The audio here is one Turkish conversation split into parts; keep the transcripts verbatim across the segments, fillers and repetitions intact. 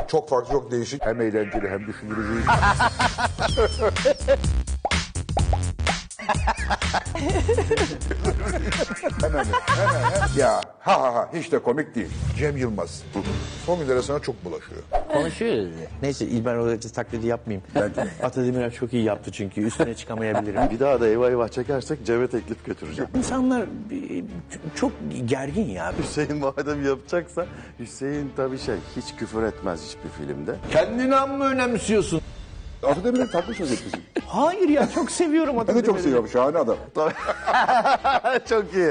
Çok farklı, çok değişik. Hem eğlenceli hem düşündürücü. hemen, hemen, hemen. Ya ha ha ha hiç de komik değil. Cem Yılmaz. Son günlere sana çok bulaşıyor. Konuşuyoruz. Neyse İlber Ortaylı taklidi yapmayayım. Bence. Atademirer çok iyi yaptı çünkü üstüne çıkamayabilirim. Bir daha da eyvah eyvah çekersek Cem'e teklif götüreceğim. İnsanlar e, çok gergin ya. Hüseyin madem yapacaksa Hüseyin tabii şey hiç küfür etmez hiçbir filmde. Kendini amma önemsiyorsun. Atademir'in tatlı söz etkisi. Hayır ya çok seviyorum Ben de Atademir'i. çok seviyorum. Şahane adam. Çok iyi.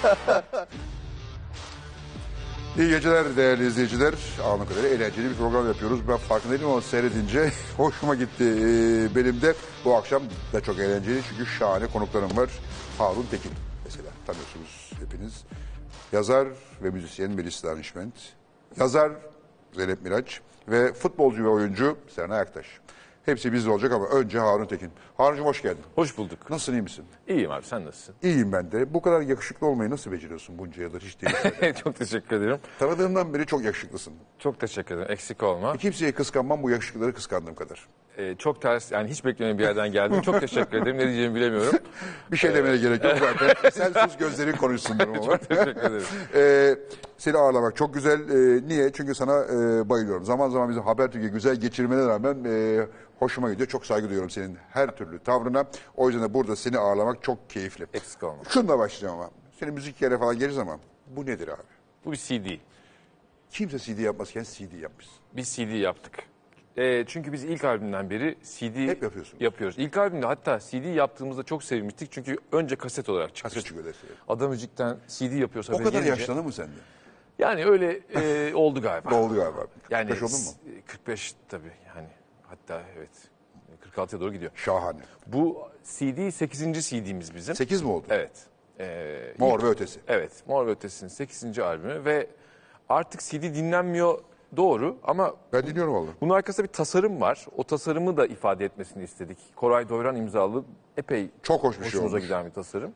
İyi geceler değerli izleyiciler. Anlık kadar eğlenceli bir program yapıyoruz. Ben farkındaydım ama seyredince hoşuma gitti. Ee, benim de bu akşam da çok eğlenceli çünkü şahane konuklarım var. Harun Tekin mesela tanıyorsunuz hepiniz. Yazar ve müzisyen Melis Danışment. Yazar Zeynep Miraç ve futbolcu ve oyuncu Serenay Aktaş. Hepsi bizde olacak ama önce Harun Tekin. Harun'cum hoş geldin. Hoş bulduk. Nasılsın, iyi misin? İyiyim abi, sen nasılsın? İyiyim ben de. Bu kadar yakışıklı olmayı nasıl beceriyorsun bunca yıldır hiç değişmeden? Çok teşekkür ederim. Tanıdığımdan beri çok yakışıklısın. Çok teşekkür ederim. Eksik olma. Kimseye kıskanmam bu yakışıklıları kıskandığım kadar. Ee, çok ters, yani hiç beklemediğim bir yerden geldim. Çok teşekkür ederim. Ne diyeceğimi bilemiyorum. Bir şey demene gerek yok zaten. Sen sus gözlerin konuşsun durumu var. Çok teşekkür ederim. Ee, seni ağırlamak çok güzel. Ee, niye? Çünkü sana e, bayılıyorum. Zaman zaman bizim Habertürk'e güzel geçirmene rağmen e, hoşuma gidiyor. Çok saygı duyuyorum senin her türlü tavrına. O yüzden de burada seni ağırlamak çok keyifli. Eksik olma. Şununla başlayacağım ama. Senin müzik yere falan geliriz ama bu nedir abi? Bu bir C D. Kimse C D yapmazken C D yapmış. Biz C D yaptık. Ee, çünkü biz ilk albümden beri C D Hep yapıyorsunuz. yapıyoruz. İlk albümde hatta C D yaptığımızda çok sevinmiştik. Çünkü önce kaset olarak çıkmıştı. Kaset çıkıyor dersi. Ada Müzik'ten C D yapıyorsa O haberi kadar gelince- yaşlanır mı sende? Yani öyle e, oldu galiba. Oldu galiba. Yani kırk beş oldun mu? kırk beş tabii yani. Hatta evet. kırk altıya doğru gidiyor. Şahane. Bu C D sekizinci C D'miz bizim. sekiz mi oldu? Evet. Ee, Mor ilk- ve Ötesi. Evet. Mor ve Ötesi'nin sekizinci albümü ve artık C D dinlenmiyor doğru ama Ben dinliyorum vallahi. bunun arkasında bir tasarım var. O tasarımı da ifade etmesini istedik. Koray Doyran imzalı epey Çok hoş bir şey hoşumuza olmuş. giden bir tasarım.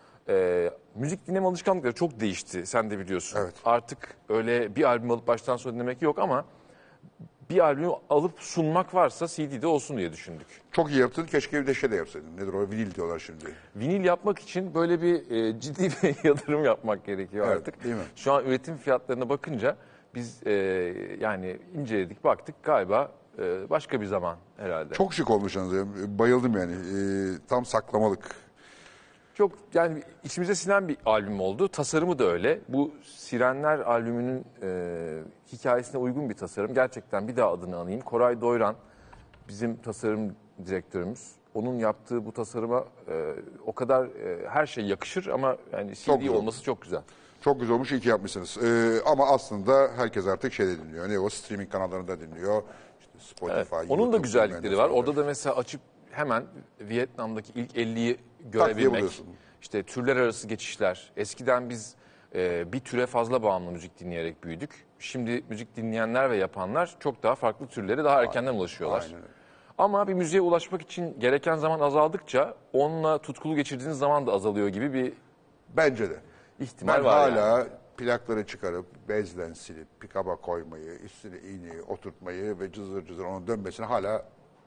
Ee, müzik dinleme alışkanlıkları çok değişti. Sen de biliyorsun. Evet. Artık öyle bir albüm alıp baştan sona dinlemek yok ama bir albümü alıp sunmak varsa C D'de olsun diye düşündük. Çok iyi yaptın. Keşke bir de şey de yapsaydın. Nedir o? Vinil diyorlar şimdi. Vinil yapmak için böyle bir e, ciddi bir yatırım yapmak gerekiyor Evet, artık. değil mi? Şu an üretim fiyatlarına bakınca biz e, yani inceledik, baktık galiba e, başka bir zaman herhalde. Çok şık olmuşsunuz. ya. Bayıldım yani. Ee, tam saklamalık. Çok yani içimize sinen bir albüm oldu. Tasarımı da öyle. Bu Sirenler albümünün e, hikayesine uygun bir tasarım. Gerçekten bir daha adını anayım. Koray Doyran bizim tasarım direktörümüz. Onun yaptığı bu tasarıma e, o kadar e, her şey yakışır ama yani Çok C D güzel. olması çok güzel. Çok güzel olmuş. İyi ki yapmışsınız. Ee, ama aslında herkes artık şeyde dinliyor. Ne o? Streaming kanallarında dinliyor. İşte Spotify, Evet. Onun da YouTube, güzellikleri bilmem var. ne Orada da mesela açıp hemen Vietnam'daki ilk elliyi diye görebilmek. buluyorsun. İşte türler arası geçişler. Eskiden biz e, bir türe fazla bağımlı müzik dinleyerek büyüdük. Şimdi müzik dinleyenler ve yapanlar çok daha farklı türlere daha erkenden ulaşıyorlar. Aynen öyle. Ama bir müziğe ulaşmak için gereken zaman azaldıkça onunla tutkulu geçirdiğiniz zaman da azalıyor gibi bir Bence de. ihtimal Ben var. hala yani. plakları çıkarıp bezden silip pikaba koymayı, üstüne iğneyi oturtmayı ve cızır cızır onun dönmesine hala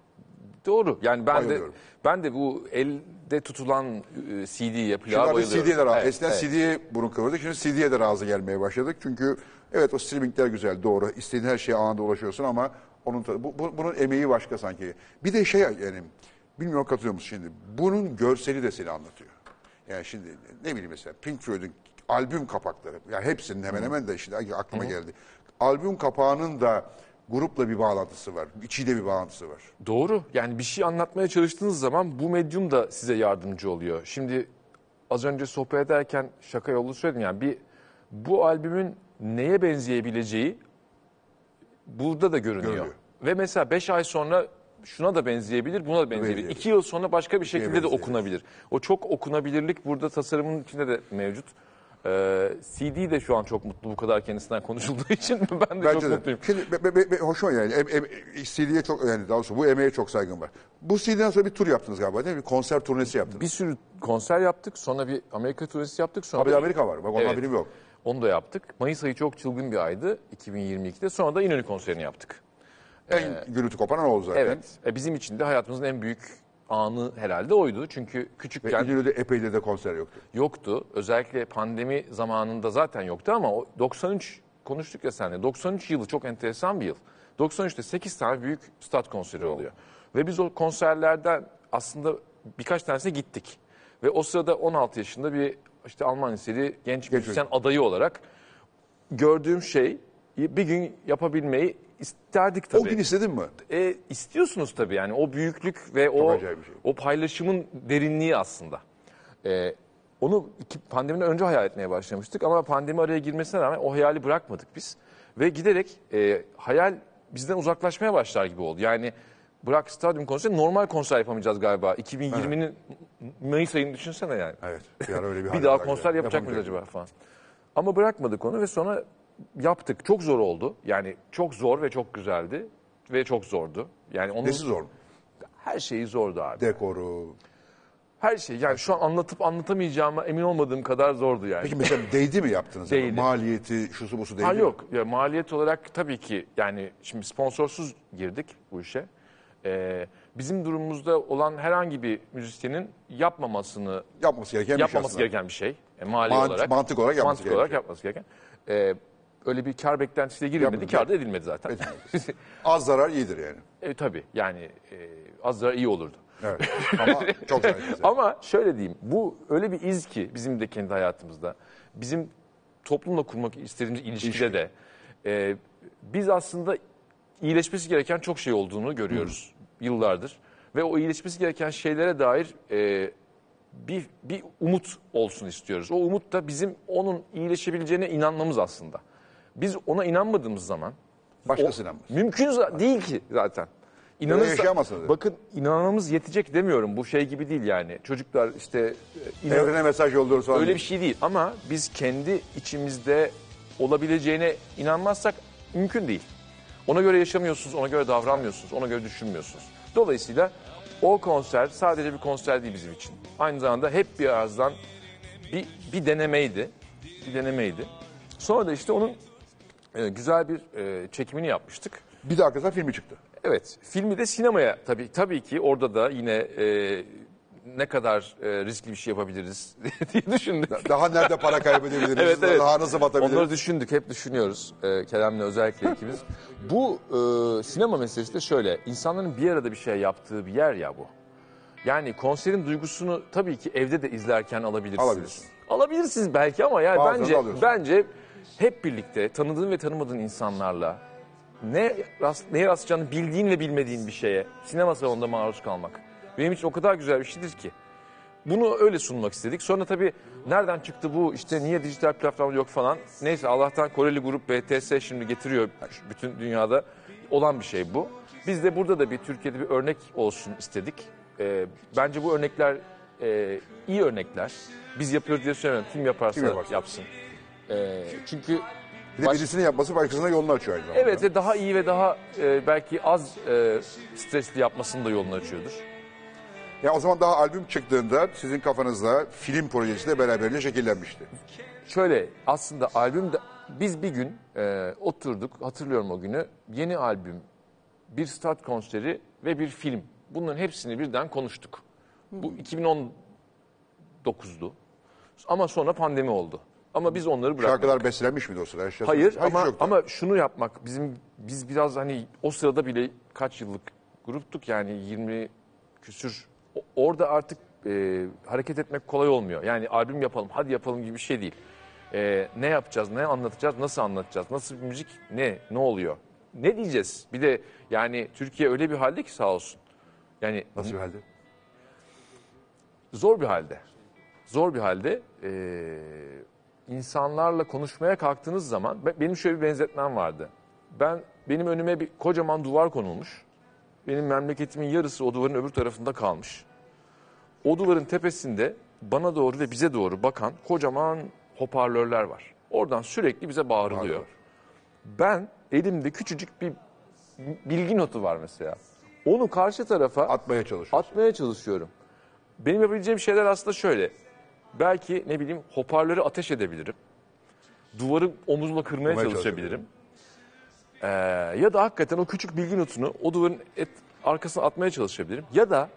Doğru. Yani ben de Bayılıyorum. ben de bu elde tutulan e, C D'ye, plağa Şimdi artık bayılıyorum. C D'ye de razı. Evet, Eskiden evet. C D'ye burun kıvırdık. Şimdi C D'ye de razı gelmeye başladık. Çünkü evet o streamingler güzel, doğru. İstediğin her şeye anında ulaşıyorsun ama onun tadı- bu, bu- bunun emeği başka sanki. Bir de şey yani bilmiyorum katılıyor musun şimdi? Bunun görseli de seni anlatıyor. Yani şimdi ne bileyim mesela Pink Floyd'un albüm kapakları. Ya hepsinin hemen hemen de şimdi aklıma geldi. Albüm kapağının da grupla bir bağlantısı var. İçiyle bir bağlantısı var. Doğru. Yani bir şey anlatmaya çalıştığınız zaman bu medyum da size yardımcı oluyor. Şimdi az önce sohbet ederken şaka yolu söyledim. Yani bir bu albümün neye benzeyebileceği burada da görünüyor. Görünüyor. Ve mesela beş ay sonra şuna da benzeyebilir, buna da benzeyebilir. Benzeyebilir. İki yıl sonra başka bir şekilde de benzeyebilir. okunabilir. O çok okunabilirlik burada tasarımın içinde de mevcut. Ee, C D de şu an çok mutlu bu kadar kendisinden konuşulduğu için ben de Bence çok de. mutluyum. Şimdi be, be, be, be- hoşuma yani em, em, C D'ye çok yani daha doğrusu bu emeğe çok saygım var. Bu C D'den sonra bir tur yaptınız galiba değil mi? Bir konser turnesi yaptınız. Bir sürü konser yaptık, sonra bir Amerika turnesi yaptık. Sonra Abi da- Amerika var. Bak onun Evet. haberim yok. Onu da yaptık. Mayıs ayı çok çılgın bir aydı iki bin yirmi ikide. Sonra da İnönü konserini yaptık. En gürültü kopan o oldu zaten. Evet. E, bizim için de hayatımızın en büyük anı herhalde oydu. Çünkü Ve küçükken İnönü'de epeydir de konser yoktu. yoktu. Özellikle pandemi zamanında zaten yoktu ama o doksan üç konuştuk ya seninle. doksan üç yılı çok enteresan bir yıl. doksan üçte sekiz tane büyük stat konseri oluyor. Ve biz o konserlerden aslında birkaç tanesine gittik. Ve o sırada on altı yaşında bir işte Alman liseli genç müzisyen adayı olarak gördüğüm şey bir gün yapabilmeyi isterdik tabii. O gün istedin mi? E, istiyorsunuz tabii yani o büyüklük ve o acayip bir şey. o paylaşımın derinliği aslında. E, onu iki, pandemiden önce hayal etmeye başlamıştık ama pandemi araya girmesine rağmen o hayali bırakmadık biz. Ve giderek e, hayal bizden uzaklaşmaya başlar gibi oldu. Yani bırak stadyum konseri, normal konser yapamayacağız galiba. iki bin yirminin Mayıs ayını düşünsene yani. Evet. Bir, ara öyle bir, Bir daha konser yapacak mıyız acaba falan. Ama bırakmadık onu ve sonra yaptık. Çok zor oldu. Yani çok zor ve çok güzeldi. Ve çok zordu. Yani onun Nesi zor? her şeyi zordu abi. Dekoru. Her şey. Yani şu an anlatıp anlatamayacağıma emin olmadığım kadar zordu yani. Peki mesela değdi mi yaptınız? Değdi. Maliyeti, şusu busu değdi Ha mi? yok. Ya, maliyet olarak tabii ki yani şimdi sponsorsuz girdik bu işe. Ee, bizim durumumuzda olan herhangi bir müzisyenin yapmamasını Yapması gereken bir şey yapmaması aslında. gereken bir şey. E, mali Mant- olarak. mantık olarak yapması mantık gereken olarak bir şey. yapması gereken. Ee, öyle bir kar beklentisiyle girilmedi. Yapmadı. Kar da edilmedi zaten. Az zarar iyidir yani. e, tabii yani e, az zarar iyi olurdu. Evet. Ama çok zarar. Ama şöyle diyeyim, bu öyle bir iz ki bizim de kendi hayatımızda, bizim toplumla kurmak istediğimiz ilişkide de e, biz aslında iyileşmesi gereken çok şey olduğunu görüyoruz yıllardır. Ve o iyileşmesi gereken şeylere dair e, bir, bir umut olsun istiyoruz. O umut da bizim onun iyileşebileceğine inanmamız aslında. Biz ona inanmadığımız zaman Başkası o- inanmaz. Mümkün za- değil ki zaten. Ya da yaşayamazsınız. Bakın inanmamız yetecek demiyorum. Bu şey gibi değil yani. Çocuklar işte e, inan- Evrene mesaj yolluyoruz falan. öyle bir şey değil. Ama biz kendi içimizde olabileceğine inanmazsak mümkün değil. Ona göre yaşamıyorsunuz, ona göre davranmıyorsunuz, ona göre düşünmüyorsunuz. Dolayısıyla o konser sadece bir konser değil bizim için. Aynı zamanda hep bir ağızdan bir, bir denemeydi. Bir denemeydi. Sonra da işte onun e, güzel bir e, çekimini yapmıştık. Bir de arkasından filmi çıktı. Evet, filmi de sinemaya tabii tabii ki orada da yine e, ne kadar e, riskli bir şey yapabiliriz diye düşündük. Daha nerede para kaybedebiliriz? Evet, evet. Daha nasıl batabiliriz? Onları düşündük, hep düşünüyoruz. E, Kerem'le özellikle ikimiz. Bu e, sinema meselesi de şöyle, insanların bir arada bir şey yaptığı bir yer ya bu. Yani konserin duygusunu tabii ki evde de izlerken alabilirsiniz. Alabilirsin. Alabilirsiniz belki ama yani Bazen de bence alıyorsun. bence hep birlikte tanıdığın ve tanımadığın insanlarla ne rast, neye rastlayacağını bildiğin ve bilmediğin bir şeye sinema salonunda maruz kalmak benim için o kadar güzel bir şeydir ki. Bunu öyle sunmak istedik. Sonra tabii nereden çıktı bu işte niye dijital platform yok falan. Neyse Allah'tan Koreli grup B T S şimdi getiriyor bütün dünyada olan bir şey bu. Biz de burada da bir Türkiye'de bir örnek olsun istedik. Ee, bence bu örnekler e, iyi örnekler. Biz yapıyoruz diye söylemiyorum. Kim yaparsa, Kim yaparsa. yapsın. Ee, çünkü Bir de baş- birisinin yapması başkasına yolunu açıyor aynı zamanda. Evet ve daha iyi ve daha e, belki az e, stresli yapmasının da yolunu açıyordur. Ya o zaman daha albüm çıktığında sizin kafanızda film projesi de beraberinde şekillenmişti. Şöyle aslında albümde biz bir gün e, oturduk, hatırlıyorum o günü. Yeni albüm, bir stat konseri ve bir film. Bunların hepsini birden konuştuk. Bu iki bin on dokuzdu. Ama sonra pandemi oldu. Ama biz onları bırakmadık. Şarkılar bestelenmiş miydi o sırada? Her şey- Hayır Hayır, ama yoktu. ama şunu yapmak bizim biz biraz hani o sırada bile kaç yıllık gruptuk yani yirmi küsür. O- Orada artık e, hareket etmek kolay olmuyor. Yani albüm yapalım, hadi yapalım gibi bir şey değil. E, ne yapacağız, ne anlatacağız, nasıl anlatacağız, nasıl bir müzik, ne, ne oluyor? Ne diyeceğiz? Bir de yani Türkiye öyle bir halde ki sağ olsun. Yani Nasıl bir halde? zor bir halde. Zor bir halde. Ee, insanlarla konuşmaya kalktığınız zaman be- benim şöyle bir benzetmem vardı. Ben benim önüme bir kocaman duvar konulmuş. Benim memleketimin yarısı o duvarın öbür tarafında kalmış. O duvarın tepesinde bana doğru ve bize doğru bakan kocaman hoparlörler var. Oradan sürekli bize bağırılıyor. Bağırıyor. Ben elimde küçücük bir bilgi notu var mesela. Onu karşı tarafa Atmaya çalışıyorsun. atmaya çalışıyorum. Benim yapabileceğim şeyler aslında şöyle. Belki ne bileyim hoparlörü ateş edebilirim. Duvarı omuzla kırmaya Kırmaya çalışabilirim. Ee, ya da hakikaten o küçük bilgi notunu o duvarın et, arkasına atmaya çalışabilirim. Ya da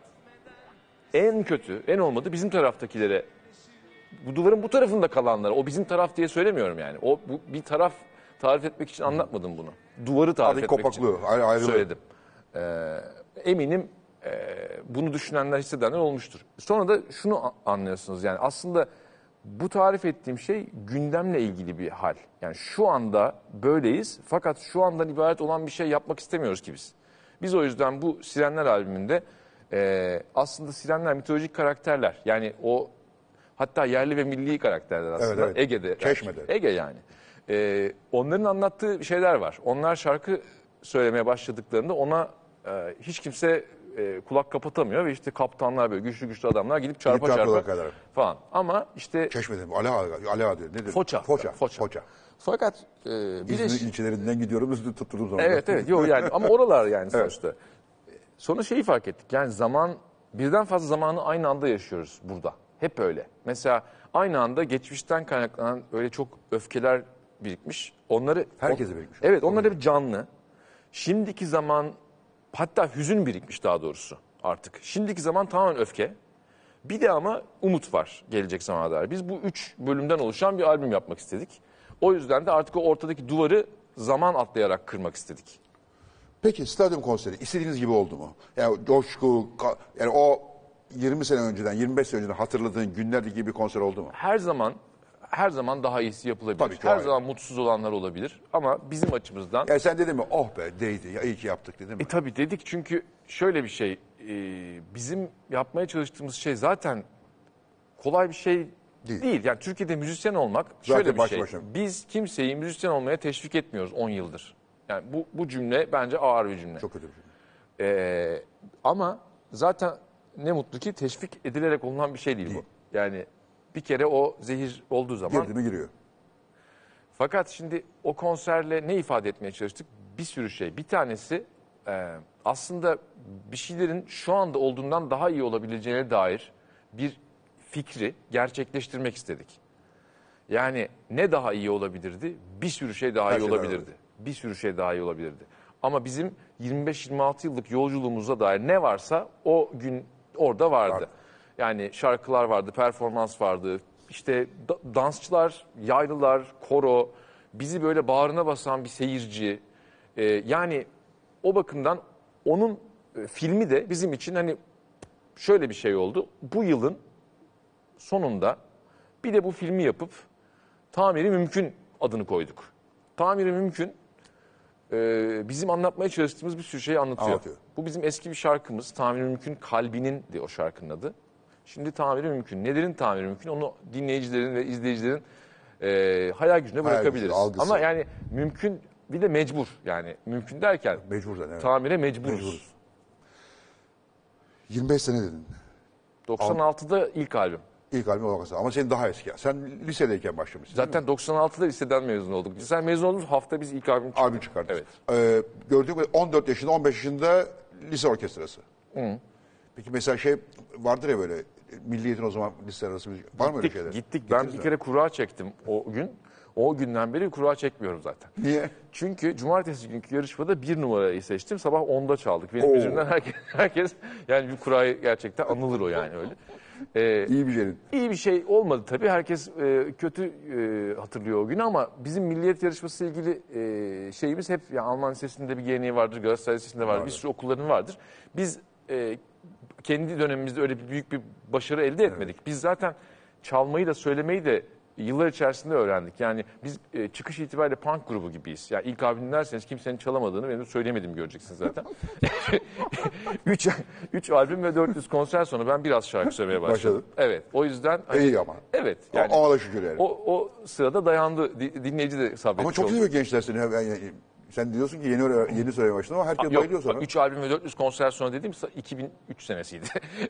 en kötü, en olmadı bizim taraftakilere, bu duvarın bu tarafında kalanlara, o bizim taraf diye söylemiyorum yani. O bu, bir taraf tarif etmek için anlatmadım bunu. Duvarı tarif Aradaki etmek kopaklığı, için ayrı- ayrılığı. söyledim. Ee, eminim e, bunu düşünenler, hissedenler olmuştur. Sonra da şunu a- anlıyorsunuz yani aslında bu tarif ettiğim şey gündemle ilgili bir hal. Yani şu anda böyleyiz fakat şu andan ibaret olan bir şey yapmak istemiyoruz ki biz. Biz o yüzden bu Sirenler albümünde e, aslında Sirenler mitolojik karakterler. Yani o hatta yerli ve milli karakterler aslında. Evet, evet. Ege'de. Çeşme'de. Ege yani. E, onların anlattığı şeyler var. Onlar şarkı söylemeye başladıklarında ona e, hiç kimse e, kulak kapatamıyor ve işte kaptanlar böyle güçlü güçlü adamlar gidip çarpa Gidip çarpa çarpıyorlar kadar. falan. Ama işte Çeşme'de mi? Ali Ağa, Ali Ağa diyor. Nedir? Foça. Foça. Foça. Foça. fakat e, bir de İzmir ilçelerinden gidiyorum, üstü tutturduğum zaman. evet evet yok yani ama oralar yani sonuçta. Sonra şeyi fark ettik. Yani zaman birden fazla zamanı aynı anda yaşıyoruz burada. Hep öyle. Mesela aynı anda geçmişten kaynaklanan öyle çok öfkeler birikmiş. Onları Herkese birikmiş. Evet, onlar hep canlı. Şimdiki zaman hatta hüzün birikmiş daha doğrusu artık. Şimdiki zaman tamamen öfke. Bir de ama umut var gelecek zamana dair. Biz bu üç bölümden oluşan bir albüm yapmak istedik. O yüzden de artık o ortadaki duvarı zaman atlayarak kırmak istedik. Peki stadyum konseri istediğiniz gibi oldu mu? Yani coşku, ka- yani o yirmi sene önceden, yirmi beş sene önceden hatırladığın günlerdeki gibi bir konser oldu mu? Her zaman her zaman daha iyisi yapılabilir. Tabii ki, her ayrı. zaman mutsuz olanlar olabilir ama bizim açımızdan Yani sen dedin mi oh be değdi ya iyi ki yaptık dedin mi? E tabii dedik çünkü şöyle bir şey, e, bizim yapmaya çalıştığımız şey zaten kolay bir şey Değil. değil. Yani Türkiye'de müzisyen olmak Zaten şöyle bir baş şey. başa. Biz kimseyi müzisyen olmaya teşvik etmiyoruz on yıldır. Yani bu, bu cümle bence ağır bir cümle. Çok kötü bir şey. E, ama zaten ne mutlu ki teşvik edilerek olunan bir şey değil, Değil. bu. Yani bir kere o zehir olduğu zaman... Girdi mi giriyor. Fakat şimdi o konserle ne ifade etmeye çalıştık? Bir sürü şey. Bir tanesi e, aslında bir şeylerin şu anda olduğundan daha iyi olabileceğine dair bir fikri gerçekleştirmek istedik. Yani ne daha iyi olabilirdi? Bir sürü şey daha Her iyi şey daha olabilirdi. Bir sürü şey daha iyi olabilirdi. Ama bizim yirmi beş yirmi altı yıllık yolculuğumuza dair ne varsa o gün orada vardı. Vardı. Yani şarkılar vardı, performans vardı. İşte da- dansçılar, yaylılar, koro, bizi böyle bağrına basan bir seyirci. Ee, yani o bakımdan onun e, filmi de bizim için hani şöyle bir şey oldu. Bu yılın sonunda bir de bu filmi yapıp Tamiri Mümkün adını koyduk. Tamiri Mümkün e, bizim anlatmaya çalıştığımız bir sürü şeyi anlatıyor. Anlatıyor. Bu bizim eski bir şarkımız. Tamiri Mümkün Kalbinin de o şarkının adı. Şimdi tamiri mümkün. Nelerin tamiri mümkün? Onu dinleyicilerin ve izleyicilerin e, hayal gücüne bırakabiliriz. gücü, algısı. Ama yani mümkün bir de mecbur. Yani mümkün derken Mecbur zaten, evet. tamire mecburuz. Mecburuz. yirmi beş sene dedin. doksan altıda ilk albüm. İlk albüm olarak ama senin daha eski. Sen lisedeyken başlamışsın. değil mi? Zaten doksan altıda liseden mezun olduk. Sen mezun olduğumuz hafta biz ilk albüm çıkardık. Albüm çıkardın. Evet. Ee, gördüğüm gibi on dört yaşında, on beş yaşında lise orkestrası. Peki mesela şey vardır ya böyle milliyetin o zaman lise arası müzik. Var mı öyle Gittik, şeyler? gittik. Ben Gittiniz bir mi? kere kura çektim o gün. O günden beri kura çekmiyorum zaten. Niye? Çünkü cumartesi günkü yarışmada bir numarayı seçtim. Sabah onda çaldık. Benim Oo. yüzümden herkes, herkes yani bir kurayı gerçekten anılır o yani öyle. Ee, İyi bir şeyin. İyi bir şey olmadı tabii. Herkes e, kötü e, hatırlıyor o günü ama bizim milliyet yarışması ile ilgili e, şeyimiz hep yani Alman Lisesi'nde bir geleneği vardır, Galatasaray Lisesi'nde vardır, bir sürü okulların vardır. Biz e, kendi dönemimizde öyle bir büyük bir başarı elde etmedik. Biz zaten çalmayı da söylemeyi de yıllar içerisinde öğrendik. Yani biz e, çıkış itibariyle punk grubu gibiyiz. Yani ilk albüm dinlerseniz kimsenin çalamadığını benim de söylemediğimi göreceksiniz zaten. üç, üç albüm ve dört yüz konser sonra ben biraz şarkı söylemeye başladım. Başladın. Evet. O yüzden hani- İyi ama. Evet. Yani, Yani o, da şükür yani. o, o sırada dayandı. Di- Dinleyici de sabretmiş ama çok oldu. iyi bir gençler seni. Yani, sen diyorsun ki yeni öğre- yeni söylemeye başladın ama herkes Yok, bayılıyor sonra. üç albüm ve dört yüz konser sonra dediğim iki bin üç senesiydi.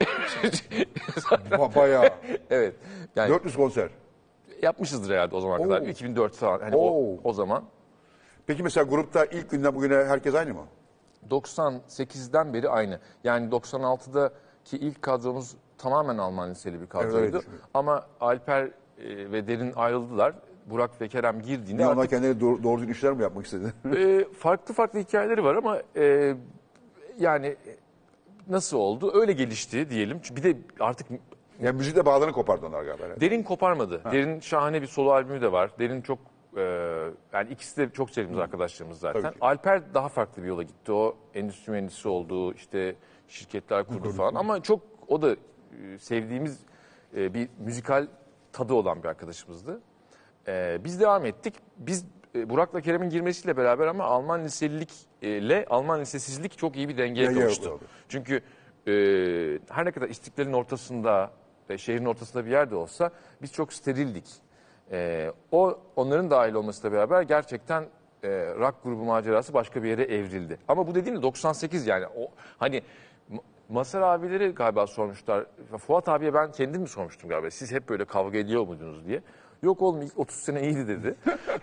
Ba- Bayağı. Evet. Yani dört yüz konser. yapmışızdır herhalde o zaman kadar. Oo. iki bin dört falan. Hani Oo. o, o zaman. Peki mesela grupta ilk günden bugüne herkes aynı mı? doksan sekizden beri aynı. Yani doksan altıdaki ilk kadromuz tamamen Alman liseli bir Evet, öyle kadroydu. düşünüyorum. Ama Alper e, ve Derin ayrıldılar. Burak ve Kerem girdiğinde Niye onlar artık kendileri doğru, doğru düzgün işler mi yapmak istedi? e, farklı farklı hikayeleri var ama e, yani nasıl oldu? Öyle gelişti diyelim. Çünkü bir de artık Yani müzikle bağlarını kopardı onlar galiba. herhalde. Derin koparmadı. Derin şahane bir solo albümü de var. Derin çok e, yani ikisi de çok sevdiğimiz arkadaşlarımız zaten. Tabii ki. Alper daha farklı bir yola gitti. O endüstri mühendisi oldu, işte şirketler kurdu falan. Ama çok o da e, sevdiğimiz e, bir müzikal tadı olan bir arkadaşımızdı. E, biz devam ettik. Biz e, Burak'la Kerem'in girmesiyle beraber ama Alman liselilikle Alman lisesizlik çok iyi bir dengeye Denge kavuştu. oldu. Çünkü e, her ne kadar istiklalin ortasında, e, şehrin ortasında bir yerde olsa biz çok sterildik. E, o onların dahil olmasıyla beraber gerçekten e, rock grubu macerası başka bir yere evrildi. Ama bu dediğim de doksan sekiz yani o hani M- Mazhar abileri galiba sormuşlar. Fuat abiye ben kendim mi sormuştum galiba. Siz hep böyle kavga ediyor muydunuz diye. Yok oğlum ilk otuz sene iyiydi dedi.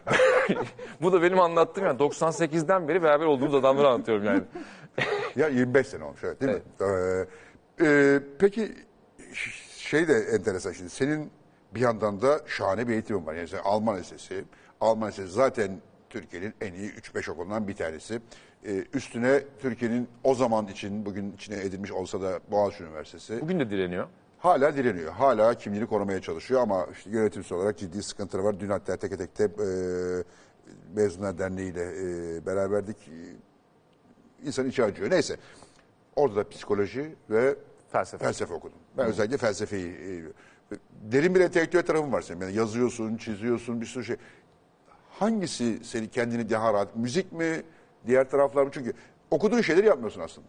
Bu da benim anlattığım yani doksan sekizden beri beraber olduğumuz adamları anlatıyorum yani. Ya yirmi beş sene olmuş evet değil mi? Ee, e, peki ş- şey de enteresan şimdi. Senin bir yandan da şahane bir eğitimin var. Yani sen Alman Lisesi. Alman Lisesi zaten Türkiye'nin en iyi üç beş okulundan bir tanesi. Ee, üstüne Türkiye'nin o zaman için bugün içine edilmiş olsa da Boğaziçi Üniversitesi. Bugün de direniyor. Hala direniyor. Hala kimliğini korumaya çalışıyor ama işte yönetimsel olarak ciddi sıkıntıları var. Dün hatta tek tekte e, Mezunlar Derneği ile e, beraberdik. E, İnsan içi acıyor. Neyse. Orada da psikoloji ve Felsefe. felsefe okudum. Ben özellikle felsefeyi... E, derin bir entelektüel tarafın var senin. Yani yazıyorsun, çiziyorsun, bir sürü şey. Hangisi seni kendini daha rahat... Müzik mi, diğer taraflar mı? Çünkü okuduğun şeyleri yapmıyorsun aslında.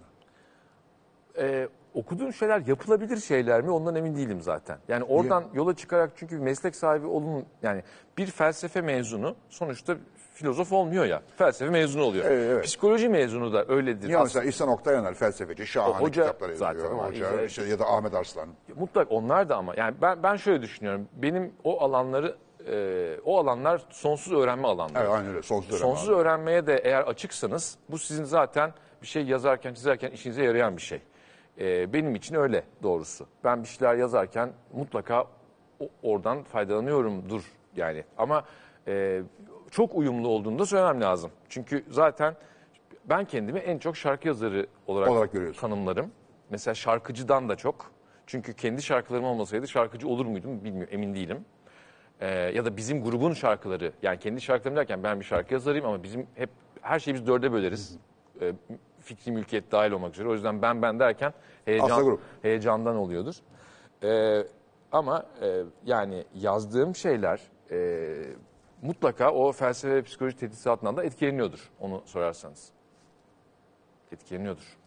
Ee, okuduğun şeyler yapılabilir şeyler mi ondan emin değilim zaten. Yani oradan yola çıkarak çünkü bir meslek sahibi olun yani bir felsefe mezunu sonuçta filozof olmuyor ya. Felsefe mezunu oluyor. Evet, evet. Psikoloji mezunu da öyledir. Niye Aslında mesela İhsan Oktay felsefeci, şahane O hoca kitaplar yazıyor. zaten ama Hoca, işte- işte ya da Ahmet Arslan. mutlak onlar da ama yani ben ben şöyle düşünüyorum. Benim o alanları e, o alanlar sonsuz öğrenme alanları. Evet, aynen öyle. Sonsuz öğrenme Sonsuz alanı. öğrenmeye de eğer açıksanız bu sizin zaten bir şey yazarken çizerken işinize yarayan bir şey. Ee, benim için öyle doğrusu. Ben bir şeyler yazarken mutlaka o- oradan faydalanıyorumdur yani. Ama e, çok uyumlu olduğunu da söylemem lazım. Çünkü zaten ben kendimi en çok şarkı yazarı olarak, Olarak görüyorsun. tanımlarım. Mesela şarkıcıdan da çok. Çünkü kendi şarkılarım olmasaydı şarkıcı olur muydum bilmiyorum, emin değilim. Ee, ya da bizim grubun şarkıları, yani kendi şarkılarım derken ben bir şarkı yazarıyım ama bizim hep her şeyi biz dörde böleriz. Ee, fikri mülkiyet dahil olmak üzere. O yüzden ben ben derken Asla heyecan, grup. heyecandan oluyordur. Ee, ama e, yani yazdığım şeyler e, mutlaka o felsefe ve psikoloji tedrisatından da etkileniyordur onu sorarsanız. Etkileniyordur.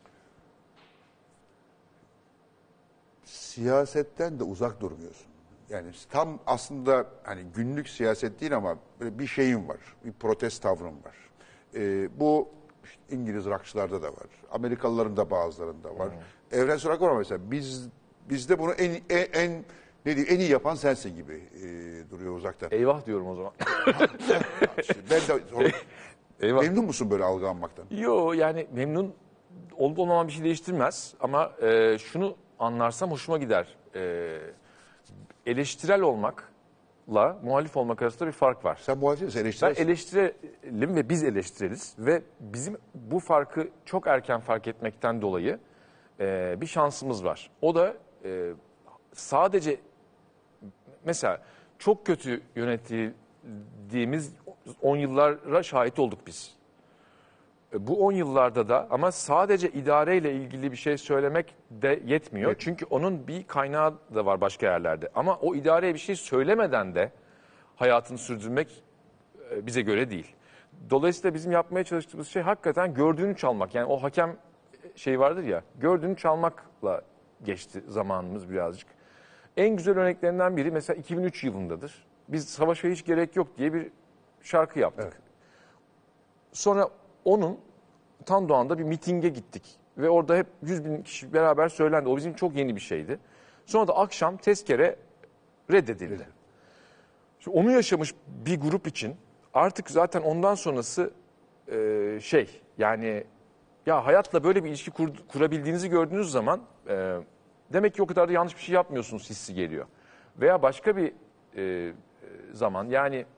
Siyasetten de uzak durmuyorsun. Yani tam aslında hani günlük siyaset değil ama böyle bir şeyin var. Bir protest tavrın var. Ee, bu işte İngiliz rockçılarda da var. Amerikalıların da bazılarında var. Hmm. Evrensel olarak var mesela. Biz bizde bunu en en, en ne diyeyim en iyi yapan sensin gibi e, duruyor uzaktan. Eyvah diyorum o zaman. İşte ben de Eyvah. memnun musun böyle algılanmaktan? Yo yani memnun olup olmaman bir şey değiştirmez ama e, şunu anlarsam hoşuma gider. E, eleştirel olmakla muhalif olmak arasında bir fark var. Sen muhalefet misin? Ben Eleştirirsin. eleştirelim ve biz eleştiririz ve bizim bu farkı çok erken fark etmekten dolayı e, bir şansımız var. O da e, sadece mesela çok kötü yönetildiğimiz on yıllara şahit olduk biz. E, Bu on yıllarda da ama sadece idareyle ilgili bir şey söylemek de yetmiyor. Evet. Çünkü onun bir kaynağı da var başka yerlerde. Ama o idareye bir şey söylemeden de hayatını sürdürmek e, bize göre değil. Dolayısıyla bizim yapmaya çalıştığımız şey hakikaten gördüğünü çalmak. Yani o hakem şey vardır ya, gördüğünü çalmakla geçti zamanımız birazcık. En güzel örneklerinden biri mesela iki bin üç yılındadır. Biz savaşa hiç gerek yok diye bir şarkı yaptık. Evet. Sonra onun Tan Doğan'da bir mitinge gittik. Ve orada hep yüz bin kişi beraber söylendi. O bizim çok yeni bir şeydi. Sonra da akşam tezkere reddedildi. Şimdi onu yaşamış bir grup için artık zaten ondan sonrası e, şey yani ya hayatla böyle bir ilişki kur, kurabildiğinizi gördüğünüz zaman e, demek ki o kadar da yanlış bir şey yapmıyorsunuz hissi geliyor. Veya başka bir e, zaman yani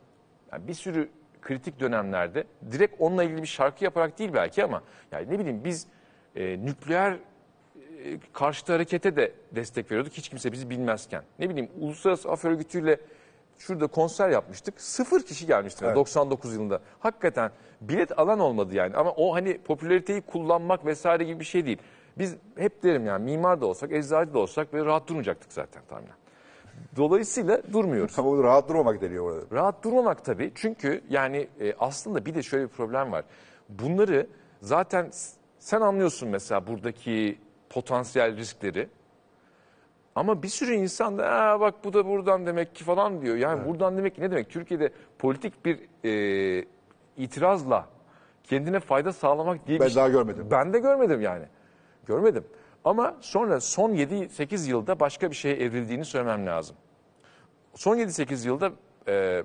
Yani bir sürü kritik dönemlerde direkt onunla ilgili bir şarkı yaparak değil belki ama yani ne bileyim biz e, nükleer e, karşıtı harekete de destek veriyorduk hiç kimse bizi bilmezken. Ne bileyim Uluslararası Af Örgütü'yle şurada konser yapmıştık. Sıfır kişi gelmişti Evet. doksan dokuz yılında. Hakikaten bilet alan olmadı yani ama o hani popülariteyi kullanmak vesaire gibi bir şey değil. Biz hep derim yani mimar da olsak, eczacı da olsak böyle rahat durmayacaktık zaten tahminen. Dolayısıyla durmuyoruz. Ama bu rahat durmamak deniyor orada. Rahat durmamak tabii. Çünkü yani e, aslında bir de şöyle bir problem var. Bunları zaten s- sen anlıyorsun mesela buradaki potansiyel riskleri. Ama bir sürü insan da "Aa, bak bu da buradan demek ki falan diyor. Yani buradan demek ki ne demek? Türkiye'de politik bir e, itirazla kendine fayda sağlamak diye Ben bir şey- daha görmedim. Ben de görmedim yani. Görmedim. Ama sonra son yedi sekiz yılda başka bir şeye evrildiğini söylemem lazım. Son yedi sekiz yılda e,